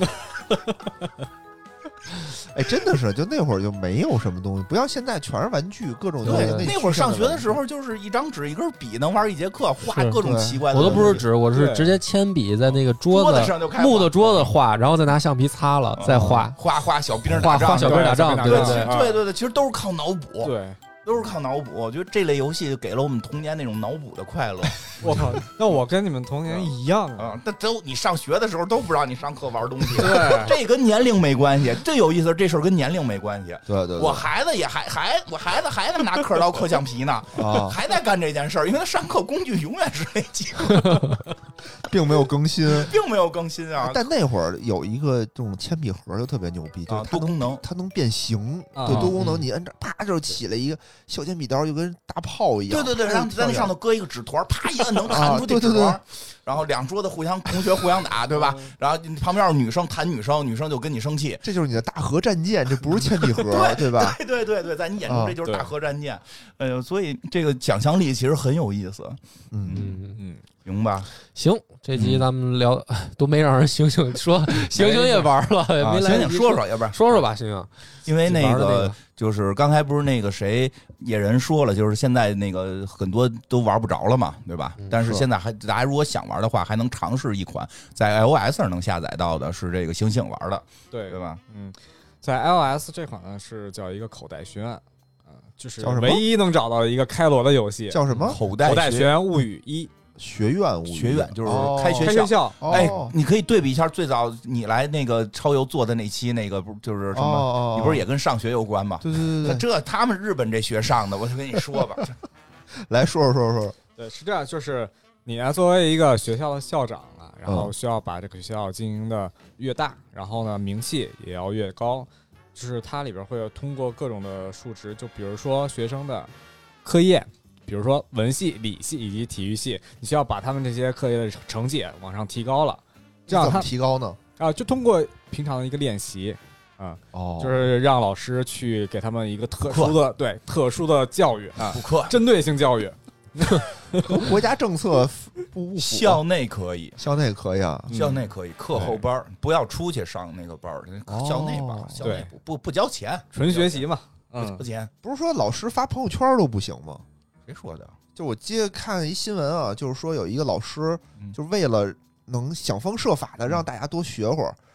哎，真的是，就那会儿就没有什么东西，不像现在全是玩具，各种东西。 那会儿上学的时候，就是一张纸一根笔能玩一节课，画各种奇怪的。 我都不是纸，我是直接铅笔在那个桌子上就开木头桌子画，然后再拿橡皮擦了，再画画画小兵打仗，画小兵打仗，对对对对对对，其实都是靠脑补。 对。 都是靠脑补，我觉得这类游戏给了我们童年那种脑补的快乐。 我靠，那我跟你们童年一样啊！ 但都你上学的时候都不让你上课玩东西， 对， 这跟年龄没关系。最有意思，这事儿跟年龄没关系。 对 对, 对， 我孩子也还还我孩子还在拿刻刀刻橡皮呢，啊，还在干这件事儿，因为他上课工具永远是那几个， 并没有更新， 并没有更新啊。 但那会儿有一个这种铅笔盒就特别牛逼，就是它多功能， 它能变形， 啊、 对，多功能，你摁着啪就起来一个小铅笔刀，就跟大炮一样。 对对对，然后在那上头搁一个纸团，啪一摁能弹出这纸团。然后两桌子互相同学互相打，对吧？然后旁边有女生弹女生，女生就跟你生气， 这就是你的大核战舰，这不是铅笔盒， 对对吧？ 对对对对，在你眼中这就是大核战舰。哎呦，所以这个想象力其实很有意思。 嗯嗯嗯，行吧。 行，这集咱们聊、嗯、都没让人醒醒说，醒醒也玩了，也没来醒醒说说，要不然说说吧，醒醒。 因为那个就是刚才不是那个谁野人说了，就是现在那个很多都玩不着了嘛，对吧？ 嗯、 但是现在还大家如果想玩的话，还能尝试一款在 iOS 上能下载到的，是这个醒醒玩的， 对对吧？ 嗯，在 iOS 这款呢是叫一个口袋学院啊，就是唯一能找到一个开罗的游戏， 叫什么？ 口袋口袋学院物语一。 学院物语学院就是开学校， 学开学校哎，你可以对比一下最早你来那个超游做的那期，那个不就是什么？ 哦、 你不是也跟上学有关吗？ 对对对对， 这他们日本这学上的，我就跟你说吧， 来说说说说。 对，是这样，就是你呢作为一个学校的校长啊，然后需要把这个学校经营的越大，然后呢名气也要越高，就是它里边会有通过各种的数值，就比如说学生的课业。比如说文系、理系以及体育系，你需要把他们这些课业的成绩往上提高了。这样怎么提高呢？ 啊，就通过平常的一个练习啊， 哦， 就是让老师去给他们一个特殊的对特殊的教育啊， 补课， 针对性教育。 国家政策不不校内可以， 校内可以啊， 校内可以，课后班不要出去上那个班，校内班，校内不不不交钱， 纯学习嘛， 不交钱。 不是说老师发朋友圈都不行吗？ 谁说的？ 就我接看一新闻啊，就是说有一个老师，就是为了能想方设法的让大家多学会儿，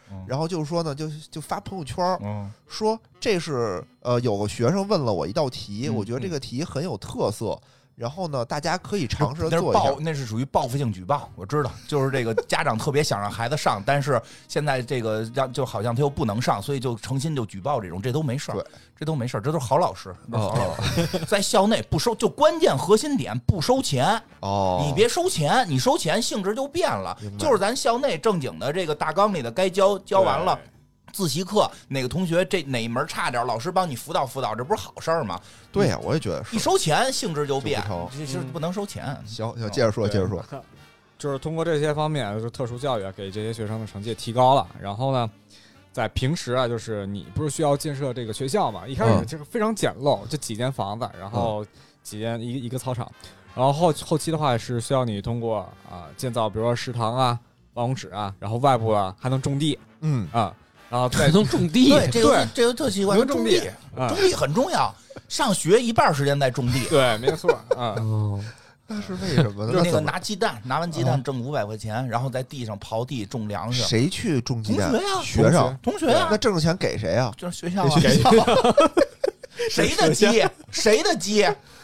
然后就是说呢，就就发朋友圈， 嗯， 说这是呃有个学生问了我一道题， 嗯我觉得这个题很有特色。然后呢，大家可以尝试那是做一下报，。那是属于报复性举报，我知道，就是这个家长特别想让孩子上，但是现在这个让就好像他又不能上，所以就诚心就举报这种，这都没事儿对， 这都没事儿，这都是好老师，都是好哦老师，在校内不收，就关键核心点不收钱， 哦， 你别收钱，你收钱性质就变了明，白就是咱校内正经的这个大纲里的该教教完了。自习课哪个同学这哪一门差点，老师帮你辅导辅导，这不是好事儿吗？ 对呀，我也觉得是一。收钱性质就变就不成， 这是不能收钱。 行行，接着说，接着说。 就是通过这些方面，就是特殊教育啊，给这些学生的成绩提高了。然后呢，在平时啊，就是你不是需要建设这个学校嘛？一开始嗯这个非常简陋，就几间房子，然后几间一个一个操场。然后后后期的话是需要你通过啊、建造，比如说食堂啊、办公室啊，然后外部啊还能种地嗯， 啊，然后再还能种地， 对，这个对这个特奇怪， 能种地种地， 啊种地很重要。上学一半时间在种地， 对，没错啊。 哦， 那是为什么呢？ 就是那个怎么拿鸡蛋，拿完鸡蛋挣五百块钱，然后在地上刨地种粮食。 谁去种鸡蛋？ 同学呀学生。 同学呀那，挣的钱给谁啊？ 就是学校啊， 给谁的鸡？谁的鸡？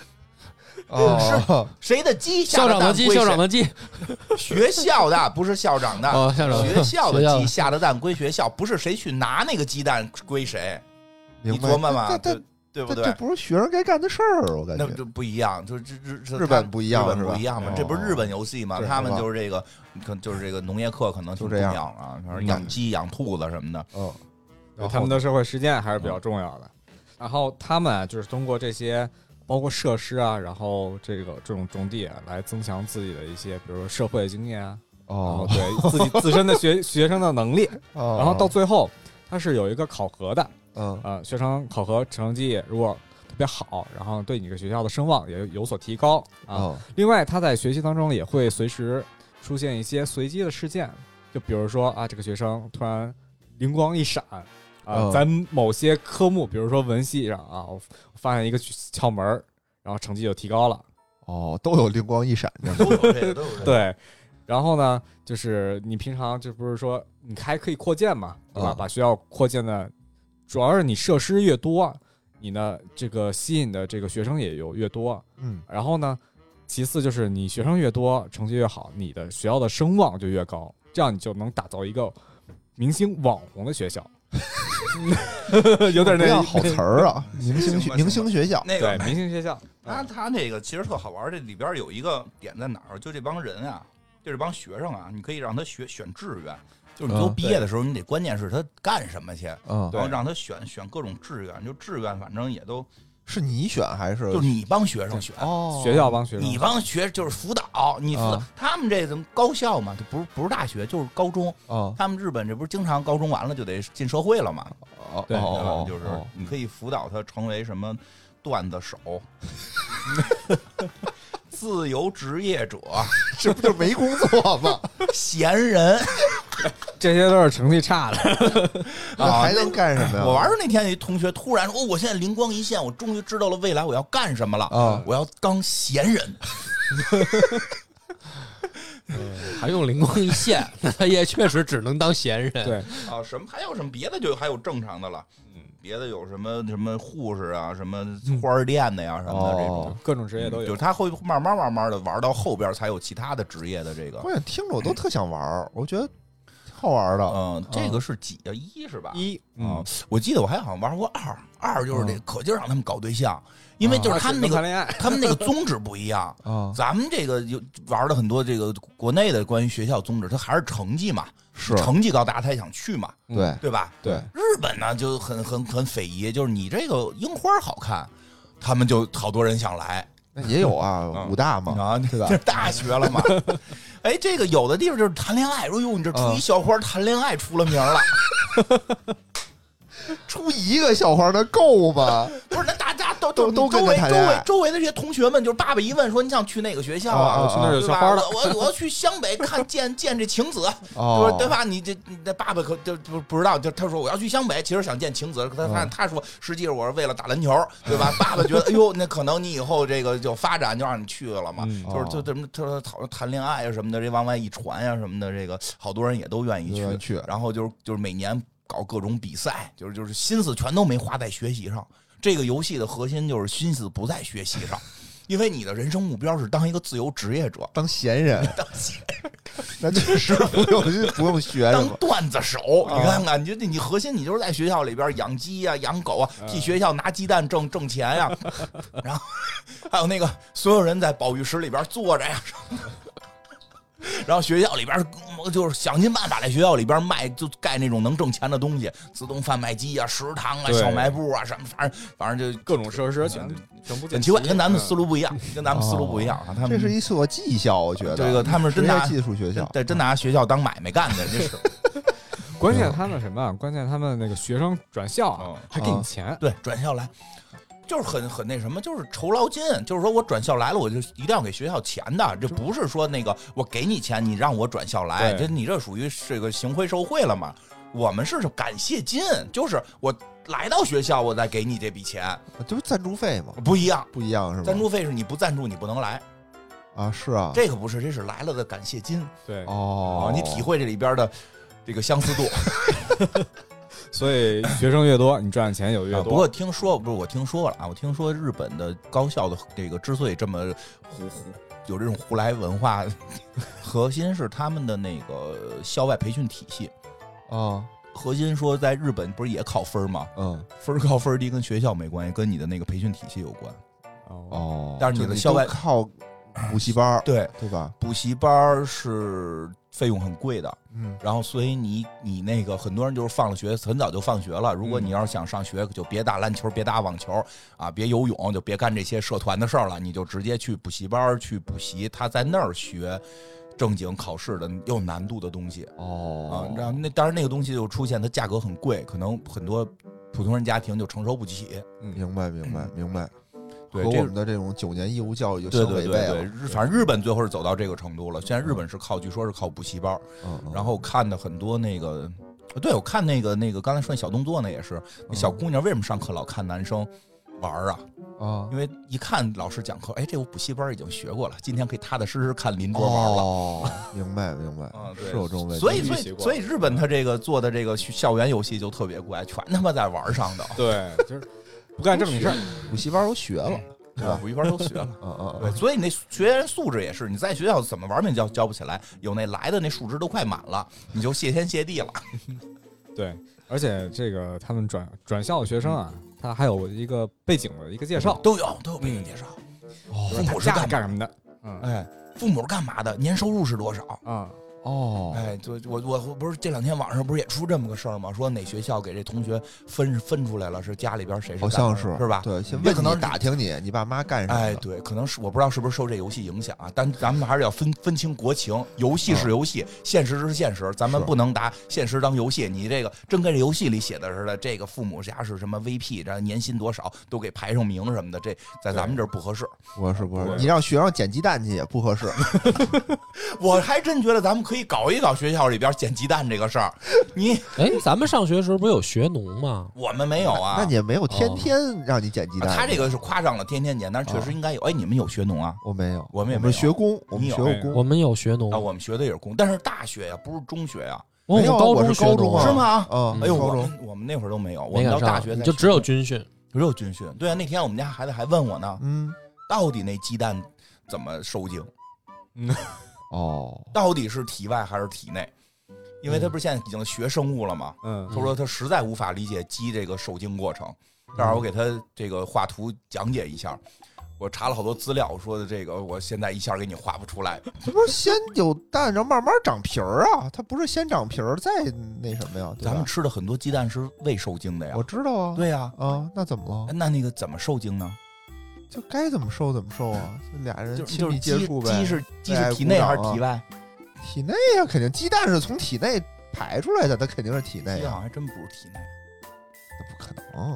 哦， 谁的鸡？ 校长的鸡，校长的鸡， 学校的不是校长的， 哦，校长学校的学校鸡下的蛋归学校，不是谁去拿那个鸡蛋归谁。 明白你琢磨嘛， 这对对不对这这？不是学生该干的事儿，我感觉。 那这不一样，就是这这这日本不一样日本是吧不一样嘛哦， 这不是日本游戏嘛？ 是他们是吧就是这个，可就是这个农业课可能挺就这样重要啊，反正养鸡、养兔子什么的。 嗯， 对他们的社会实践还是比较重要的。然后他们啊，就是通过这些包括设施啊，然后这个这种种地啊，来增强自己的一些，比如说社会经验啊，然后哦， 对自己自身的学学生的能力， 哦然后到最后它是有一个考核的， 嗯呃，学生考核成绩如果特别好，然后对你这个学校的声望也有所提高啊。 哦另外，他在学习当中也会随时出现一些随机的事件，就比如说啊，这个学生突然灵光一闪。啊、 嗯在某些科目，比如说文系上啊，我发现一个窍门儿，然后成绩就提高了。 哦，都有灵光一闪，这都有这个，都有这个。 对，然后呢，就是你平常就不是说你还可以扩建嘛，对吧？ 嗯把学校扩建的，主要是你设施越多，你呢这个吸引的这个学生也有越多。 嗯， 然后呢，其次就是你学生越多，成绩越好，你的学校的声望就越高，这样你就能打造一个明星网红的学校。有点那不要好词儿啊，明星学行吧明星学校。 那对个明星学校， 他他那个其实特好玩，这里边有一个点在哪儿？就这帮人啊，就这帮学生啊，你可以让他学选志愿，就是你都嗯毕业的时候，你得关键是他干什么去， 嗯， 然后让他选选各种志愿，就志愿反正也都是你选还是？ 就是你帮学生选。 哦， 学校帮学生， 你帮学就是辅导，你辅导、 啊他们这种高校嘛，就不是不是大学，就是高中。 啊， 他们日本这不是经常高中完了就得进社会了嘛？ 哦对对吧哦， 就是哦你可以辅导他成为什么段子手、自由职业者、 这不就没工作吗？ 闲人这些都是成绩差的。 那还能干什么呀？ 我玩的那天，有一同学突然说：“哦，我现在灵光一现，我终于知道了未来我要干什么了啊我要当闲人。 还用灵光一现，那他也确实只能当闲人。 对， 啊，什么还有什么别的就还有正常的了，嗯，别的有什么什么护士啊，什么花儿店的呀，什么的这种， 哦各种职业都有。 就是他会慢慢慢慢的玩到后边，才有其他的职业的这个。 关键听着我都特想玩儿，我觉得挺好玩的。 嗯，这个是几啊？一是吧？ 一， 啊，我记得我还好像玩过二，二就是这可劲儿让他们搞对象，因为就是他们那个能谈恋爱， 他们那个宗旨不一样。 啊， 咱们这个有玩的很多这个国内的关于学校宗旨，它还是成绩嘛， 是成绩高大家才想去嘛， 对对吧？ 对， 日本呢就很很很匪夷，就是你这个樱花好看，他们就好多人想来那也有啊， 嗯武大嘛， 啊， 对吧这大学了嘛。哎，这个有的地方就是谈恋爱，说哟，你这出一校花谈恋爱出了名了， 出一个校花那够吗？ 不是？那大家都都都跟周围周他谈恋爱围周围的这些同学们，就是爸爸一问说你想去哪个学校啊啊？ 去那儿有对吧校花的， 我我我要去湘北看见见这晴子， 哦对吧？你这你的爸爸可就不不知道，就他说我要去湘北，其实想见晴子，他他嗯他说实际上我是为了打篮球，对吧？爸爸觉得哎呦，那可能你以后这个就发展就让你去了嘛， 嗯就是就怎么他说讨论谈恋爱啊什么的，这往外一传呀什么的，这个好多人也都愿意去， 去然后就是就是每年搞各种比赛，就是就是心思全都没花在学习上。这个游戏的核心就是心思不在学习上，因为你的人生目标是当一个自由职业者， 当闲人， 当闲那确实不用不用学什当么。 段子手。你看看，你就你核心你就是在学校里边养鸡呀、养狗啊，替学校拿鸡蛋挣挣钱呀，然后还有那个所有人在保育室里边坐着呀。然后学校里边就是想尽办法在学校里边卖，就盖那种能挣钱的东西，自动贩卖机啊、食堂啊、 对小卖部啊什么，反正反正就各种设施全全部很奇怪，跟咱们思路不一样，跟咱们思路不一样啊。他们这是一所技校，我觉得这个他们是真职业拿技术学校， 对真拿学校当买卖干的，这是关键他们什么啊？关键他们那个学生转校啊嗯， 还给你钱， 对转校来。就是很很那什么，就是酬劳金，就是说我转校来了，我就一定要给学校钱的，这不是说那个我给你钱，你让我转校来，这你这属于这个行贿受贿了嘛？我们是感谢金，就是我来到学校，我再给你这笔钱， 就是赞助费嘛， 不一样， 不一样是吧？ 赞助费是你不赞助你不能来啊，是啊， 这个不是，这是来了的感谢金对， 哦， 你体会这里边的这个相似度。 所以学生越多，你赚的钱有越多。 啊、不过听说不是我听说了啊，我听说日本的高校的这个之所以这么胡胡有这种胡来文化，核心是他们的那个校外培训体系啊。 核心说在日本不是也考分吗？ 嗯， 分高分低跟学校没关系，跟你的那个培训体系有关。 哦， 但是你的校外靠补习班， 对对吧？ 补习班是费用很贵的。 嗯， 然后所以你你那个很多人就是放了学很早就放学了。如果你要是想上学，就别打篮球，别打网球啊，别游泳，就别干这些社团的事儿了，你就直接去补习班去补习。他在那儿学正经考试的有难度的东西哦啊。然后那当然那个东西就出现，它价格很贵，可能很多普通人家庭就承受不起。 嗯，明白明白明白。 对， 和我们的这种九年义务教育就相违背了。 对对对对，反正日本最后是走到这个程度了。现在日本是靠，据说是靠补习班， 嗯嗯、 然后看的很多那个，对我看那个那个刚才说那小动作呢，也是那小姑娘为什么上课老看男生玩啊？ 啊， 因为一看老师讲课，哎，这我补习班已经学过了，今天可以踏踏实实看邻桌玩了。 哦，明白明白， 啊， 是有这种问题。 所以所以所以日本他这个做的这个校园游戏就特别怪，全他妈在玩上的。 对，就是不干正经事儿， 补习班都学了。 对吧？补习班都学了， 嗯嗯， 对，所以你那学员素质也是，你在学校怎么玩命教教不起来，有那来的那数值都快满了，你就谢天谢地了。 对，而且这个他们转转校的学生啊，他还有一个背景的一个介绍， 都有都有背景介绍。 哦， 父母是干干什么的？嗯， 哎，父母是干嘛的？年收入是多少？ 啊。 哦， 哎，就我我不是这两天网上不是也出这么个事儿吗？说哪学校给这同学分分出来了，是家里边谁是好像是是吧？ 对，先问可能你打听你，你爸妈干什么？ 哎，对，可能是我不知道是不是受这游戏影响啊，但咱们还是要分分清国情，游戏是游戏，现实是现实，咱们不能拿现实当游戏。你这个真跟这游戏里写的似的，这个父母家是什么 V P， 然后年薪多少都给排上名什么的，这在咱们这儿不合适。 不合适，不合适。你让学生捡鸡蛋去也不合适。 我还真觉得咱们可以搞一搞学校里边捡鸡蛋这个事儿。你哎，咱们上学的时候不是有学农吗？ 我们没有啊， 那你也没有天天让你捡鸡蛋。 他这个是夸张了，天天捡，但是确实应该有。哎，你们有学农啊？ 我没有， 我们也没有学工，我们学过工。 我们有学农啊，我们学的也是工，但是大学呀，不是中学呀。 我们高中高中是吗？ 嗯， 哎呦，我们我们那会儿都没有，我们到大学就只有军训， 只有军训。对啊，那天我们家孩子还问我呢， 嗯， 到底那鸡蛋怎么受精？ 嗯， 哦， 到底是体外还是体内？因为他不是现在已经学生物了吗？ 嗯， 他说他实在无法理解鸡这个受精过程，待会儿我给他这个画图讲解一下。我查了好多资料，说的这个我现在一下给你画不出来。 这不是先有蛋，然后慢慢长皮儿啊？它不是先长皮儿再那什么呀？ 咱们吃的很多鸡蛋是未受精的呀。 我知道啊。 对呀。 啊，那怎么了？ 那那个怎么受精呢？ 就该怎么受怎么受啊？就俩人亲密接触呗。 鸡是鸡是体内还是体外？ 体内呀，肯定鸡蛋是从体内排出来的，它肯定是体内。 鸡好像还真不是体内， 那不可能。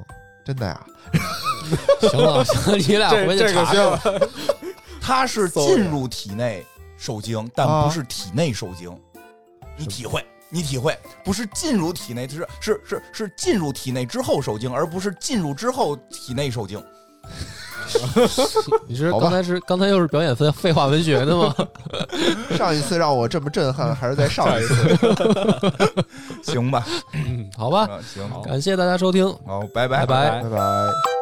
真的呀？ 行了，行了，你俩回去这这个查需要查。 它是进入体内受精，但不是体内受精。你体会，你体会，不是进入体内，是是是是进入体内之后受精，而不是进入之后体内受精。 你是好吧刚才是刚才又是表演废废话文学的吗？ 上一次让我这么震撼，还是在上一次。 行吧， 嗯，好吧， 嗯行， 感谢大家收听， 好，拜拜拜拜拜拜。